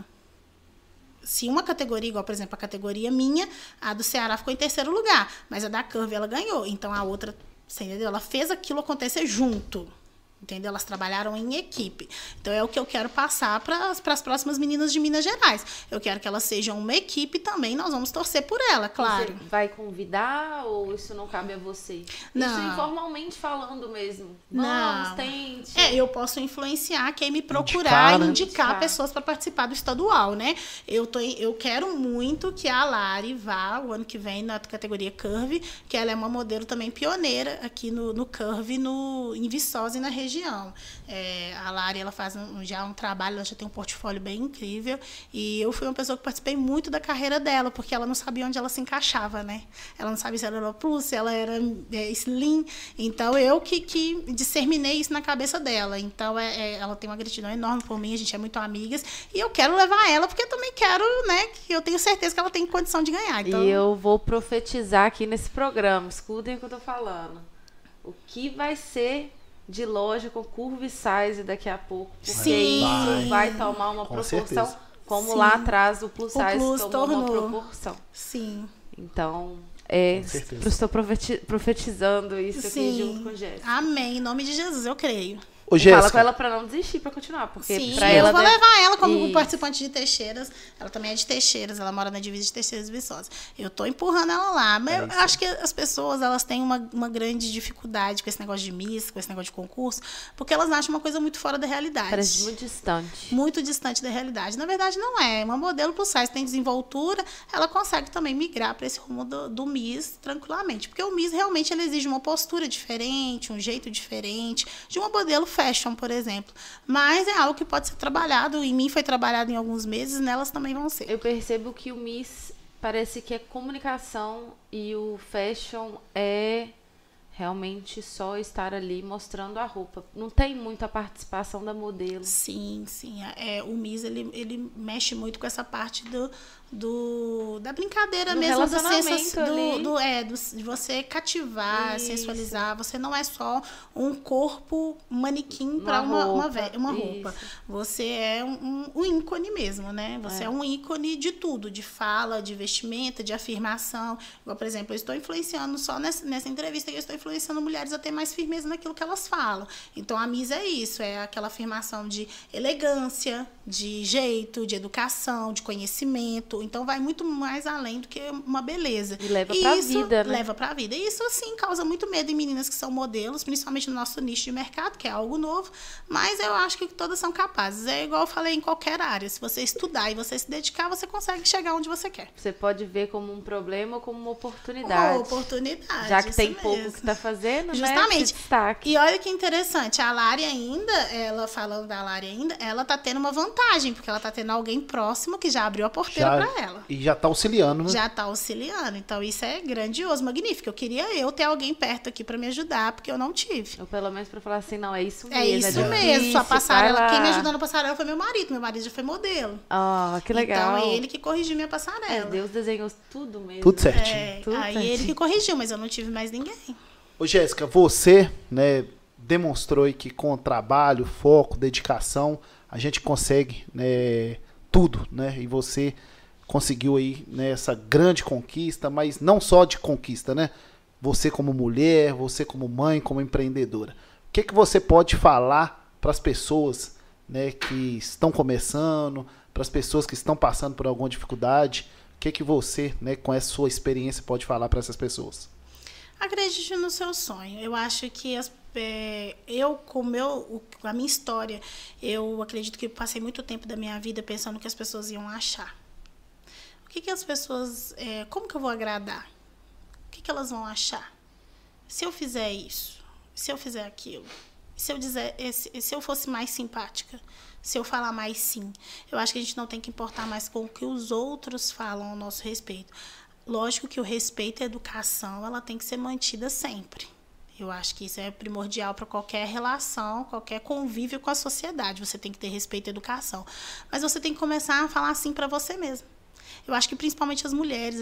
Se uma categoria, igual, por exemplo, a categoria minha, a do Ceará ficou em 3º lugar, mas a da Curve ela ganhou. Então, a outra, você entendeu? Ela fez aquilo acontecer junto. Entendeu? Elas trabalharam em equipe. Então, é o que eu quero passar para as próximas meninas de Minas Gerais. Eu quero que elas sejam uma equipe também, nós vamos torcer por ela, claro. Você vai convidar ou isso não cabe a você? Não. Isso informalmente falando mesmo. Vamos, tente. Eu posso influenciar quem me procurar e indicar pessoas para participar do estadual, né? Eu quero muito que a Lari vá o ano que vem na categoria Curve, que ela é uma modelo também pioneira aqui no Curve, em Viçosa e na região. A Lari, ela faz já um trabalho, ela já tem um portfólio bem incrível, e eu fui uma pessoa que participei muito da carreira dela, porque ela não sabia onde ela se encaixava, né? Ela não sabia se ela era plus, se ela era slim, então eu que disseminei isso na cabeça dela. Então ela tem uma gratidão enorme por mim, a gente é muito amigas, e eu quero levar ela, porque eu também quero, né, que eu tenho certeza que ela tem condição de ganhar. Então... E eu vou profetizar aqui nesse programa, escutem o que eu tô falando. O que vai ser de loja com curve size daqui a pouco. Porque isso vai tomar uma proporção, certeza. Como lá atrás o plus size tomou uma proporção. Sim. Então, estou profetizando isso aqui junto com Jéssica. Amém. Em nome de Jesus, eu creio. Fala com ela para não desistir, para continuar. Porque pra ela eu vou levar ela como participante de Teixeiras. Ela também é de Teixeiras, ela mora na divisa de Teixeiras e Viçosa. Eu tô empurrando ela lá. Mas eu acho que as pessoas, elas têm uma grande dificuldade com esse negócio de miss, com esse negócio de concurso, porque elas acham uma coisa muito fora da realidade. Parece muito distante. Muito distante da realidade. Na verdade, não é. Uma modelo plus size tem desenvoltura, ela consegue também migrar para esse rumo do miss tranquilamente. Porque o miss realmente ele exige uma postura diferente, um jeito diferente, de uma modelo fashion, por exemplo. Mas é algo que pode ser trabalhado. Em mim foi trabalhado em alguns meses, nelas também vão ser. Eu percebo que o Miss parece que é comunicação e o fashion é realmente só estar ali mostrando a roupa. Não tem muita participação da modelo. Sim. O Miss, ele mexe muito com essa parte da brincadeira do mesmo, relacionamento de você cativar, Isso. sensualizar. Você não é só um corpo manequim para uma roupa. Você é um ícone mesmo, né? Você é um ícone de tudo, de fala, de vestimenta, de afirmação. Igual, por exemplo, eu estou influenciando só nessa entrevista que eu estou influenciando mulheres a ter mais firmeza naquilo que elas falam. Então, a Miss é isso, é aquela afirmação de elegância, de jeito, de educação, de conhecimento. Então, vai muito mais além do que uma beleza. E leva pra vida, né? Leva pra vida. E isso, assim, causa muito medo em meninas que são modelos, principalmente no nosso nicho de mercado, que é algo novo. Mas eu acho que todas são capazes. É igual eu falei em qualquer área. Se você estudar e você se dedicar, você consegue chegar onde você quer. Você pode ver como um problema ou como uma oportunidade. Uma oportunidade. Já que tem mesmo. pouco que está fazendo, justamente. Né? Destaque. E olha que interessante, a Lari ainda, falando da Lari ainda, ela tá tendo uma vantagem, porque ela tá tendo alguém próximo que já abriu a porteira para ela. E já tá auxiliando, né? Já tá auxiliando. Então, isso é grandioso, magnífico. Eu queria ter alguém perto aqui para me ajudar, porque eu não tive. Ou pelo menos para falar assim, não, é isso mesmo. É isso mesmo. A passarela, quem me ajudou na passarela foi meu marido. Meu marido já foi modelo. Ah, que legal. Então, ele que corrigiu minha passarela. Deus desenhou tudo mesmo. Tudo certinho. Tudo aí certinho. ele que corrigiu, mas eu não tive mais ninguém. Ô, Jéssica, você, né, demonstrou aí que com trabalho, foco, dedicação, a gente consegue, né, tudo, né? E você conseguiu aí, né, essa grande conquista, mas não só de conquista, né? Você como mulher, você como mãe, como empreendedora. O que você pode falar para as pessoas, né, que estão começando, para as pessoas que estão passando por alguma dificuldade? O que você, né, com essa sua experiência, pode falar para essas pessoas? Acredite no seu sonho. Eu acho que a minha história, eu acredito que eu passei muito tempo da minha vida pensando que as pessoas iam achar. O que as pessoas... como que eu vou agradar? O que elas vão achar? Se eu fizer isso? Se eu fizer aquilo? Se eu fosse mais simpática? Se eu falar mais sim? Eu acho que a gente não tem que importar mais com o que os outros falam ao nosso respeito. Lógico que o respeito e a educação, ela tem que ser mantida sempre. Eu acho que isso é primordial para qualquer relação, qualquer convívio com a sociedade. Você tem que ter respeito e educação. Mas você tem que começar a falar assim para você mesmo. Eu acho que principalmente as mulheres,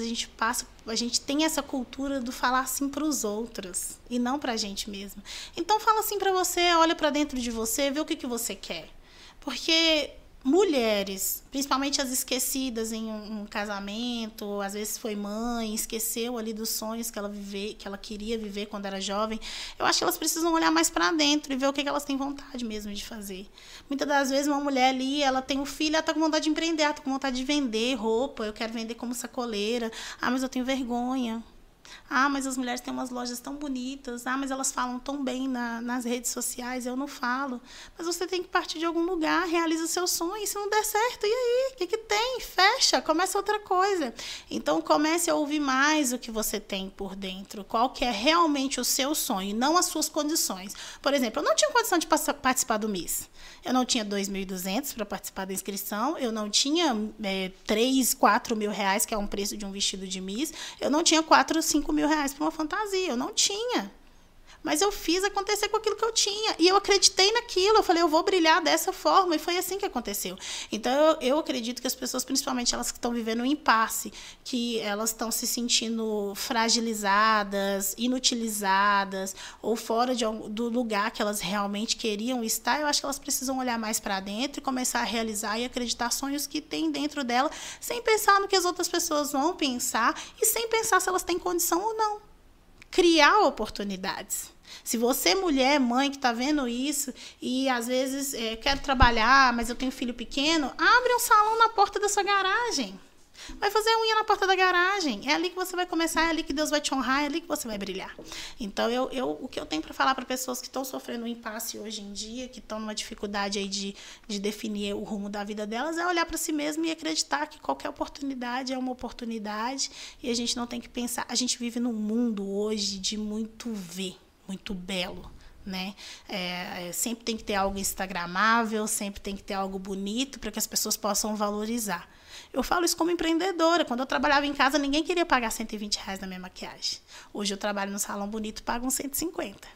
a gente tem essa cultura do falar assim para os outros e não para a gente mesmo. Então fala assim para você, olha para dentro de você, vê o que você quer. Porque mulheres, principalmente as esquecidas em um casamento, às vezes foi mãe, esqueceu ali dos sonhos que ela queria viver quando era jovem, eu acho que elas precisam olhar mais para dentro e ver o que elas têm vontade mesmo de fazer. Muitas das vezes uma mulher ali, ela tem um filho, ela está com vontade de empreender, ela está com vontade de vender roupa, eu quero vender como sacoleira, mas eu tenho vergonha. Mas as mulheres têm umas lojas tão bonitas. Mas elas falam tão bem nas redes sociais. Eu não falo. Mas você tem que partir de algum lugar, realiza o seu sonho. E se não der certo, e aí? O que tem? Fecha, começa outra coisa. Então, comece a ouvir mais o que você tem por dentro. Qual que é realmente o seu sonho, não as suas condições. Por exemplo, eu não tinha condição de participar do Miss. Eu não tinha 2.200 para participar da inscrição. Eu não tinha 3, 4 mil reais, que é um preço de um vestido de Miss. Eu não tinha 4, 5 mil reais para uma fantasia. Eu não tinha. Mas eu fiz acontecer com aquilo que eu tinha. E eu acreditei naquilo. Eu falei, eu vou brilhar dessa forma. E foi assim que aconteceu. Então, eu acredito que as pessoas, principalmente elas que estão vivendo um impasse, que elas estão se sentindo fragilizadas, inutilizadas, ou fora do lugar que elas realmente queriam estar, eu acho que elas precisam olhar mais para dentro e começar a realizar e acreditar sonhos que tem dentro dela, sem pensar no que as outras pessoas vão pensar e sem pensar se elas têm condição ou não. Criar oportunidades. Se você, mulher, mãe, que está vendo isso e, às vezes, quero trabalhar, mas eu tenho filho pequeno, abre um salão na porta da sua garagem. Vai fazer unha na porta da garagem. É ali que você vai começar, é ali que Deus vai te honrar, é ali que você vai brilhar. Então, o que eu tenho para falar para pessoas que estão sofrendo um impasse hoje em dia, que estão numa dificuldade aí de definir o rumo da vida delas, é olhar para si mesmo e acreditar que qualquer oportunidade é uma oportunidade e a gente não tem que pensar. A gente vive num mundo hoje de muito ver. Muito belo, né? Sempre tem que ter algo instagramável, sempre tem que ter algo bonito para que as pessoas possam valorizar. Eu falo isso como empreendedora. Quando eu trabalhava em casa, ninguém queria pagar R$120 na minha maquiagem. Hoje eu trabalho no salão bonito, pagam 150.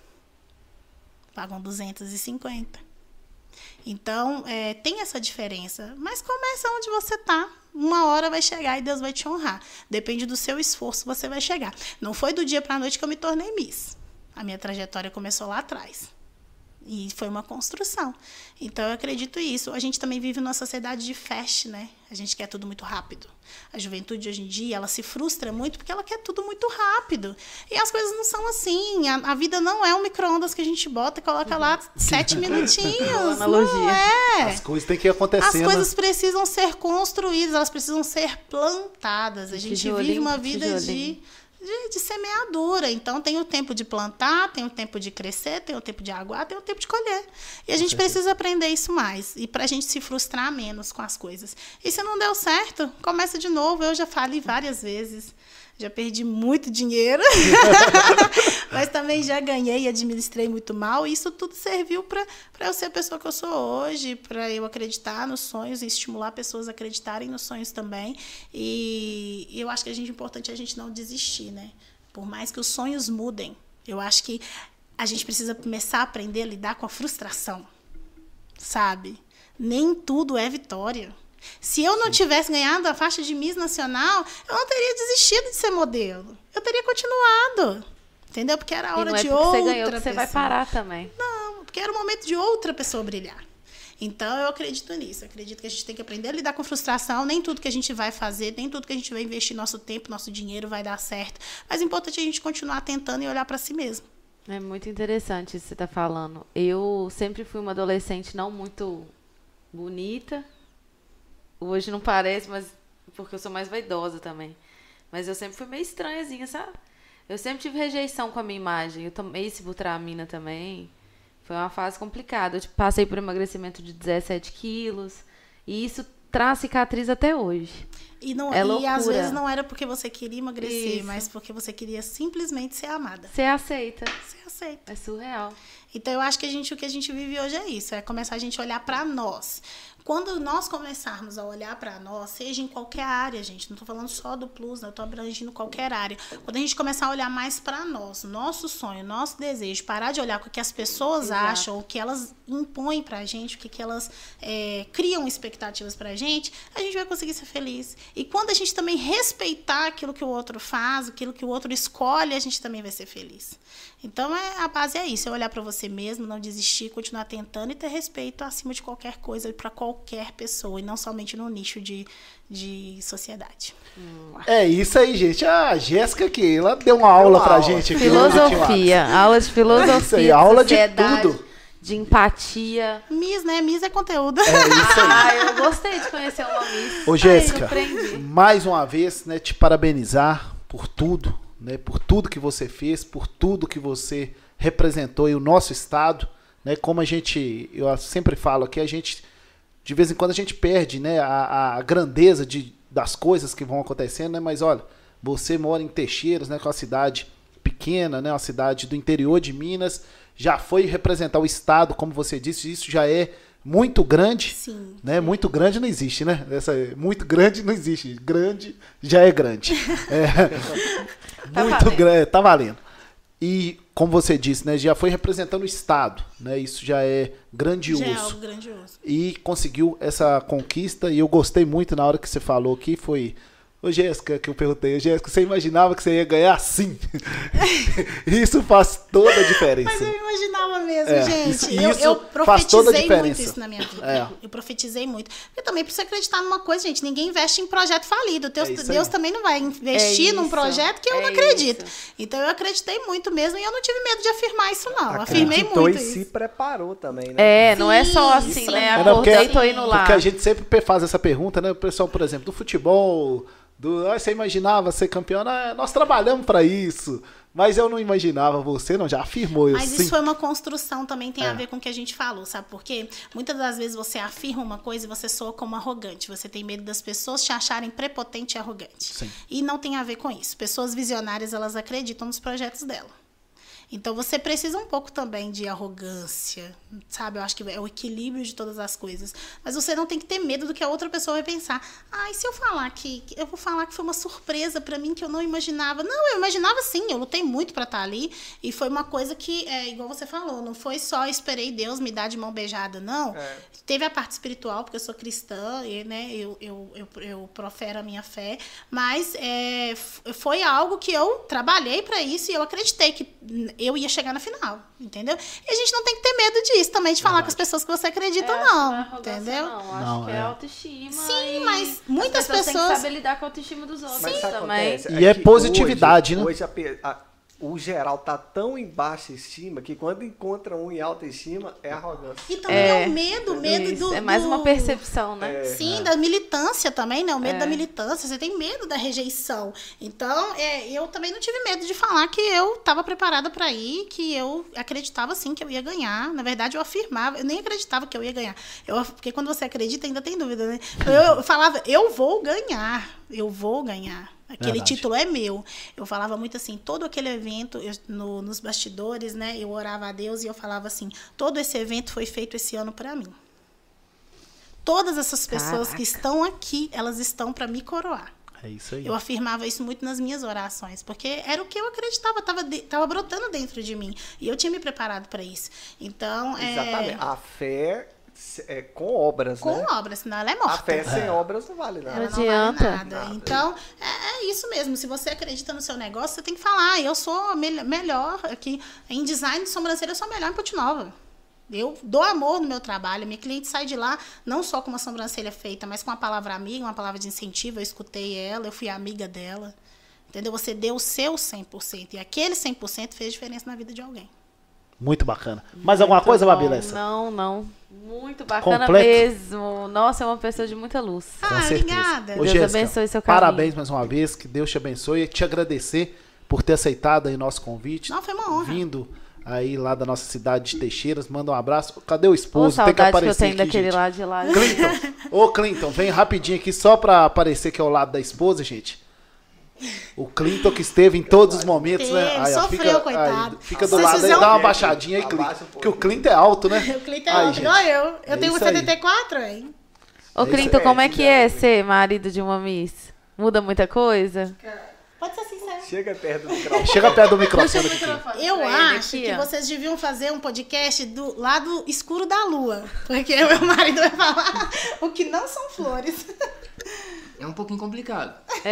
Pagam 250. Então, tem essa diferença. Mas começa onde você está. Uma hora vai chegar e Deus vai te honrar. Depende do seu esforço, você vai chegar. Não foi do dia para a noite que eu me tornei Miss. A minha trajetória começou lá atrás. E foi uma construção. Então, eu acredito nisso. A gente também vive numa sociedade de fast, né? A gente quer tudo muito rápido. A juventude, hoje em dia, ela se frustra muito porque ela quer tudo muito rápido. E as coisas não são assim. A vida não é um micro-ondas que a gente bota e coloca lá 7 minutinhos. Não é. As coisas têm que acontecer. As coisas precisam ser construídas, elas precisam ser plantadas. A gente vive uma vida de semeadura. Então, tem o tempo de plantar, tem o tempo de crescer, tem o tempo de aguar, tem o tempo de colher. E a gente precisa aprender isso mais. E para a gente se frustrar menos com as coisas. E se não deu certo, começa de novo. Eu já falei várias vezes. Já perdi muito dinheiro. Mas também já ganhei e administrei muito mal. E isso tudo serviu para eu ser a pessoa que eu sou hoje, para eu acreditar nos sonhos e estimular pessoas a acreditarem nos sonhos também. E eu acho que é importante a gente não desistir, né? Por mais que os sonhos mudem, eu acho que a gente precisa começar a aprender a lidar com a frustração, sabe? Nem tudo é vitória. Se eu não tivesse ganhado a faixa de Miss Nacional, eu não teria desistido de ser modelo. Eu teria continuado. Entendeu? Porque era a hora de outra pessoa. Você ganhou que você vai parar também. Não, porque era o momento de outra pessoa brilhar. Então, eu acredito nisso. Eu acredito que a gente tem que aprender a lidar com frustração. Nem tudo que a gente vai fazer, nem tudo que a gente vai investir nosso tempo, nosso dinheiro vai dar certo. Mas é importante a gente continuar tentando e olhar para si mesmo. É muito interessante isso que você está falando. Eu sempre fui uma adolescente não muito bonita. Hoje não parece, mas porque eu sou mais vaidosa também. Mas eu sempre fui meio estranhazinha, sabe? Eu sempre tive rejeição com a minha imagem. Eu tomei sibutramina também. Foi uma fase complicada. Eu passei por emagrecimento de 17 quilos. E isso traz cicatriz até hoje. E às vezes não era porque você queria emagrecer, mas porque você queria simplesmente ser amada. Ser aceita. Ser aceita. É surreal. Então, eu acho que o que a gente vive hoje é isso. É começar a gente a olhar para nós. Quando nós começarmos a olhar para nós, seja em qualquer área, gente, não estou falando só do Plus, não, eu estou abrangindo qualquer área. Quando a gente começar a olhar mais para nós, nosso sonho, nosso desejo, parar de olhar com o que as pessoas acham, o que elas impõem para a gente, o que elas criam expectativas para a gente vai conseguir ser feliz. E quando a gente também respeitar aquilo que o outro faz, aquilo que o outro escolhe, a gente também vai ser feliz. Então, a base é isso, é olhar para você mesmo, não desistir, continuar tentando e ter respeito acima de qualquer coisa, para qualquer pessoa, e não somente no nicho de sociedade. É isso aí, gente. A Jéssica aqui, ela deu uma aula pra gente aqui. Filosofia, aula de filosofia, isso aí, aula de tudo. De empatia. Miss, né? Miss é conteúdo. É isso aí. Eu gostei de conhecer uma Miss. Ô, Jéssica, mais uma vez, né, te parabenizar por tudo. Né, por tudo que você fez, por tudo que você representou em o nosso estado, né, como eu sempre falo aqui, de vez em quando a gente perde, né, a grandeza das coisas que vão acontecendo, né, mas olha, você mora em Teixeiras, né, que é uma cidade pequena, né, uma cidade do interior de Minas, já foi representar o estado, como você disse, isso já é muito grande. Sim. Né? Muito grande não existe, né? Muito grande não existe. Grande já é grande. Muito grande, tá valendo. E, como você disse, né, já foi representando o estado, né? Isso já é grandioso. Já é algo grandioso. E conseguiu essa conquista, e eu gostei muito na hora que você falou que foi... Ô, Jéssica, que eu perguntei, Jéssica, você imaginava que você ia ganhar assim? Isso faz toda a diferença. Mas eu imaginava mesmo, gente. Eu faz toda a profetizei diferença. muito isso na minha vida. Eu profetizei muito. Porque também precisa acreditar numa coisa, gente. Ninguém investe em projeto falido. Deus também não vai investir num projeto que eu não acredito. Então eu acreditei muito mesmo e eu não tive medo de afirmar isso, não. Afirmei muito e se preparou também, né? Não é só assim, né? Acordei e tô indo lá. Porque a gente sempre faz essa pergunta, né? O pessoal, por exemplo, do futebol... você imaginava ser campeão? Nós trabalhamos para isso. Mas eu não imaginava, você não, já afirmou isso. Mas isso foi uma construção, também tem a ver com o que a gente falou, sabe por quê? Muitas das vezes você afirma uma coisa e você soa como arrogante. Você tem medo das pessoas te acharem prepotente e arrogante. Sim. E não tem a ver com isso. Pessoas visionárias, elas acreditam nos projetos dela. Então você precisa um pouco também de arrogância, sabe? Eu acho que é o equilíbrio de todas as coisas. Mas você não tem que ter medo do que a outra pessoa vai pensar. E se eu falar eu vou falar que foi uma surpresa pra mim, que eu não imaginava. Não, eu imaginava sim, eu lutei muito pra estar ali. E foi uma coisa que, igual você falou, não foi só esperei Deus me dar de mão beijada, não. Teve a parte espiritual, porque eu sou cristã, e, né, eu profero a minha fé. Mas foi algo que eu trabalhei pra isso e eu acreditei que eu ia chegar na final, entendeu? E a gente não tem que ter medo disso também, de falar com as pessoas que você acredita ou não, entendeu? Não, acho que é autoestima. Sim, mas muitas pessoas têm que saber lidar com a autoestima dos outros também. E é positividade, hoje, né? Hoje o geral tá tão em baixa estima que quando encontra um em alta estima é arrogância. E também é o medo do... É mais uma percepção, né? Sim, da militância também, né? O medo da militância, você tem medo da rejeição. Então, eu também não tive medo de falar que eu estava preparada para ir, que eu acreditava sim que eu ia ganhar. Na verdade, eu afirmava, eu nem acreditava que eu ia ganhar. Porque quando você acredita, ainda tem dúvida, né? Eu falava, eu vou ganhar. Aquele título é meu. Eu falava muito assim, todo aquele evento, nos bastidores, né? Eu orava a Deus e eu falava assim, todo esse evento foi feito esse ano para mim. Todas essas pessoas que estão aqui, elas estão para me coroar. É isso aí. Eu afirmava isso muito nas minhas orações, porque era o que eu acreditava, estava brotando dentro de mim. E eu tinha me preparado para isso. Então, exatamente. A fé com obras, com né? Com obras, senão ela é morta. A fé sem obras não vale nada. Ela não vale nada. Então, é isso mesmo. Se você acredita no seu negócio, você tem que falar. Eu sou melhor aqui. Em design de sobrancelha, eu sou melhor em Ponte Nova. Eu dou amor no meu trabalho. Minha cliente sai de lá não só com uma sobrancelha feita, mas com uma palavra amiga, uma palavra de incentivo. Eu escutei ela, eu fui amiga dela. Entendeu? Você deu o seu 100%. E aquele 100% fez diferença na vida de alguém. Muito bacana. Mais alguma coisa, Babi Lessa? Não. Muito bacana mesmo. Nossa, é uma pessoa de muita luz. Com certeza. Obrigada. Deus abençoe seu caminho. Parabéns mais uma vez, que Deus te abençoe. E te agradecer por ter aceitado aí nosso convite. Não, foi uma honra. Vindo aí lá da nossa cidade de Teixeiras. Manda um abraço. Cadê o esposo? Tem que aparecer que eu tenho aqui, daquele gente. lado de lá. Clinton. Ô, Clinton, vem rapidinho aqui só pra aparecer que é o lado da esposa, gente. O Clinton que esteve em todos os momentos, né? Aí, sofreu, coitado. Fica do lado aí, dá uma baixadinha aí, Clinton. Porque o Clinton é alto, né? O Clinton é alto, igual eu. Eu tenho 74, hein? Ô, Clinton, como é que é ser marido de uma Miss? Muda muita coisa? Pode ser sincero. Chega perto do microfone. Chega perto do microfone aqui. Eu acho que vocês deviam fazer um podcast do lado escuro da lua. Porque o meu marido vai falar o que não são flores. É um pouquinho complicado.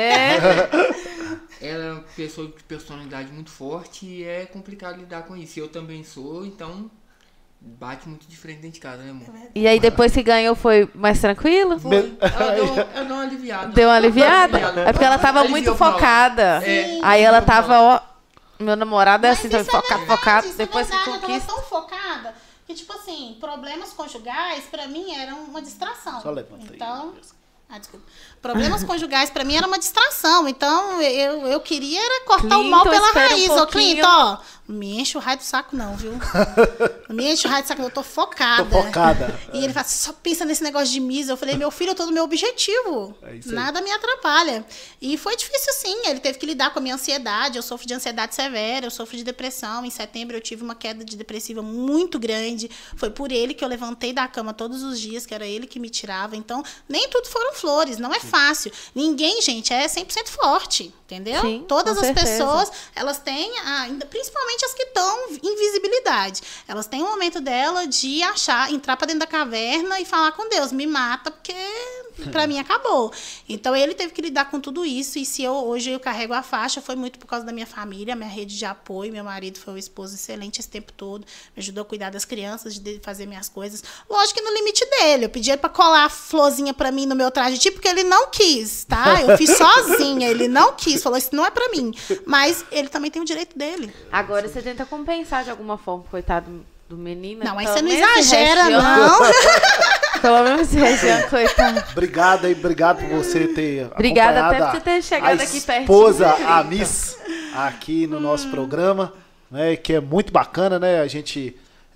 Ela é uma pessoa de personalidade muito forte e é complicado lidar com isso. Eu também sou, então bate muito de frente dentro de casa, né, amor? E aí depois que ganhou foi mais tranquilo? Foi. Ela deu uma aliviada. Deu uma aliviada? É porque ela tava muito focada. Aí ela tava, meu namorado é assim, tava focado. Depois que conquista. Eu tava tão focada que, tipo assim, problemas conjugais pra mim eram uma distração. Só levanta aí. Então... desculpa. Problemas conjugais pra mim era uma distração. Então, eu queria era cortar o mal pela raiz. Ô, Clinton, ó, não me enche o raio do saco não, viu? Não me enche o raio do saco, eu tô focada. E ele fala, você só pensa nesse negócio de misa. Eu falei, meu filho, eu tô no meu objetivo. Nada me atrapalha. E foi difícil sim, ele teve que lidar com a minha ansiedade. Eu sofro de ansiedade severa, eu sofro de depressão. Em setembro eu tive uma queda de depressiva muito grande. Foi por ele que eu levantei da cama todos os dias, que era ele que me tirava. Então, nem tudo foram flores, não é fácil. Ninguém, gente, é 100% forte, entendeu? Sim, todas as pessoas, elas têm, principalmente as que estão em visibilidade, elas têm um momento dela de entrar pra dentro da caverna e falar com Deus, me mata, porque pra mim acabou. Então, ele teve que lidar com tudo isso, e se hoje eu carrego a faixa, foi muito por causa da minha família, minha rede de apoio, meu marido foi um esposo excelente esse tempo todo, me ajudou a cuidar das crianças, de fazer minhas coisas, lógico que no limite dele, eu pedi ele pra colar a florzinha pra mim no meu traje, tipo, porque ele não quis, tá? Eu fiz sozinha, ele não quis, falou, isso não é pra mim, mas ele também tem o direito dele. Agora você tenta compensar de alguma forma, coitado do menino. Não, aí você não exagera, não. Pelo menos esse região, coitado. Obrigado por você ter Obrigada até por você ter chegado aqui pertinho. A esposa, a Miss, aqui no nosso programa, né, que é muito bacana, né, a gente,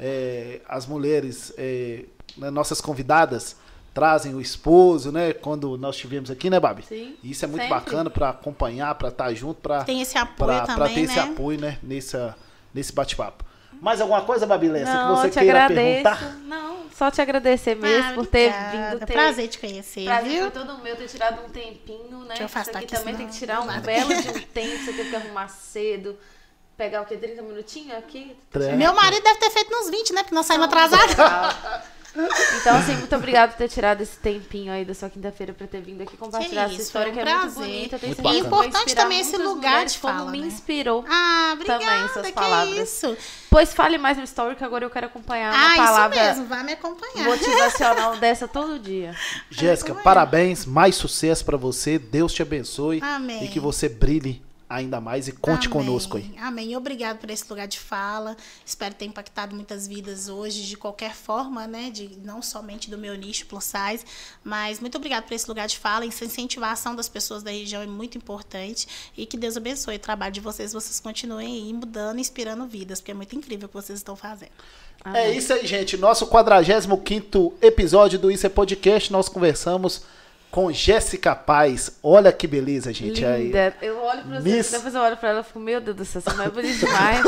as mulheres, né, nossas convidadas, trazem o esposo, né, quando nós estivemos aqui, né, Babi? Sim, isso é muito bacana para acompanhar, para estar junto, para tem esse apoio também, ter esse apoio, né, nesse bate-papo. Mais alguma coisa, Babilessa, que você queira perguntar? Não, só te agradecer mesmo por ter vindo. Prazer te conhecer, prazer foi todo meu ter tirado um tempinho, né? Isso aqui também tem que tirar um belo de um tempo, você teve que arrumar cedo. Pegar o quê? 30 minutinhos aqui? Meu marido deve ter feito uns 20, né? Porque nós saímos atrasados. Então, assim, muito obrigada por ter tirado esse tempinho aí da sua quinta-feira pra ter vindo aqui compartilhar essa história que é muito bonita. E importante também esse lugar de fala, como me inspirou obrigada, também suas palavras. Isso. Pois fale mais no story que agora eu quero acompanhar uma palavra isso mesmo, vai me acompanhar. Motivacional dessa todo dia. Jéssica, parabéns, mais sucesso pra você, Deus te abençoe. Amém. E que você brilhe ainda mais e conte conosco aí. Amém. Obrigado por esse lugar de fala. Espero ter impactado muitas vidas hoje, de qualquer forma, né? Não somente do meu nicho plus size, mas muito obrigado por esse lugar de fala. Essa incentivação das pessoas da região é muito importante e que Deus abençoe o trabalho de vocês. Vocês continuem aí mudando, inspirando vidas, porque é muito incrível o que vocês estão fazendo. Amém. É isso aí, gente. Nosso 45º episódio do Isso é Podcast. Nós conversamos com Jéssica Paz. Olha que beleza, gente. Linda. Aí, eu olho pra você, depois eu olho pra ela e fico, meu Deus do céu, você não é bonita demais.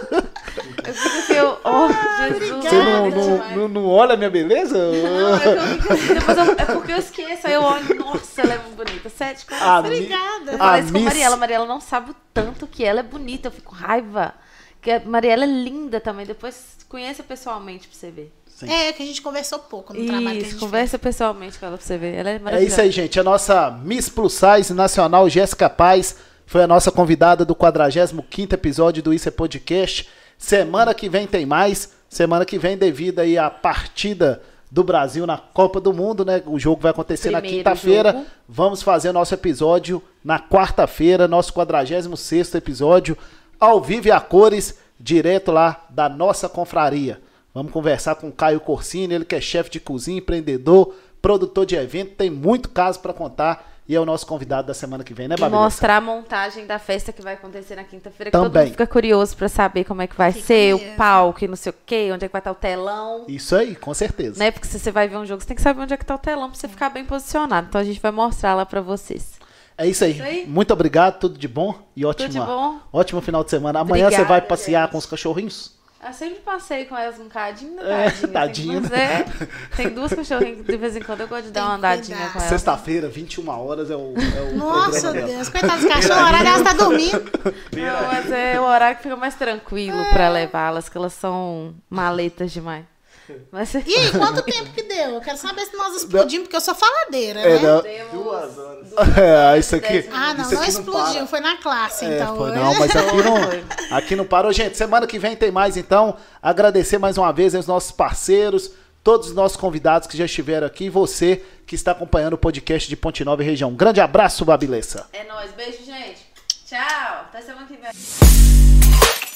Eu fico assim, Jesus. Você não olha a minha beleza? Não, eu fico assim, depois é porque eu esqueço, aí eu olho, nossa, ela é muito bonita. Sete, obrigada. Eu falei isso com a Mariela. Mariela não sabe o tanto que ela é bonita, eu fico raiva. Porque a Mariela é linda também, depois conheça pessoalmente pra você ver. Sim. Que a gente conversou pouco no trabalho que a gente conversa pessoalmente com ela pra você ver. Ela é maravilhosa. É isso aí, gente. A nossa Miss Plus Size Nacional, Jéssica Paz, foi a nossa convidada do 45º episódio do Isso é Podcast. Semana que vem tem mais. Semana que vem, devido aí à partida do Brasil na Copa do Mundo, né? O jogo vai acontecer na quinta-feira. Vamos fazer o nosso episódio na quarta-feira, nosso 46º episódio, ao vivo e a cores, direto lá da nossa confraria. Vamos conversar com o Caio Corsini, ele que é chefe de cozinha, empreendedor, produtor de evento, tem muito caso para contar e é o nosso convidado da semana que vem, né, Babi? Mostrar a montagem da festa que vai acontecer na quinta-feira, que todo mundo fica curioso para saber como é que vai ser, o palco e não sei o quê, onde é que vai estar o telão. Isso aí, com certeza. Né? Porque se você vai ver um jogo, você tem que saber onde é que tá o telão para você ficar bem posicionado. Então a gente vai mostrar lá para vocês. É isso aí. Muito obrigado, tudo de bom e ótimo final de semana. Amanhã você vai passear com os cachorrinhos? Eu sempre passei com elas um cadinho, tadinha. Tem duas cachorrinhas que de vez em quando eu gosto de dar uma andadinha com elas. Sexta-feira, 21 horas é o Nossa, Deus, coitadas dos cachorros, o horário elas tá dormindo. Não, mas é o horário que fica mais tranquilo pra levá-las, que elas são maletas demais. Mas... E aí, quanto tempo que deu? Eu quero saber se nós explodimos, porque eu sou faladeira, né? 2 horas. Isso aqui. Não explodiu, foi na classe, então. Não, mas aqui não parou. Gente, semana que vem tem mais, então. Agradecer mais uma vez aos nossos parceiros, todos os nossos convidados que já estiveram aqui, e você que está acompanhando o podcast de Ponte Nova e região. Um grande abraço, Babilessa. É nóis. Beijo, gente. Tchau. Até semana que vem.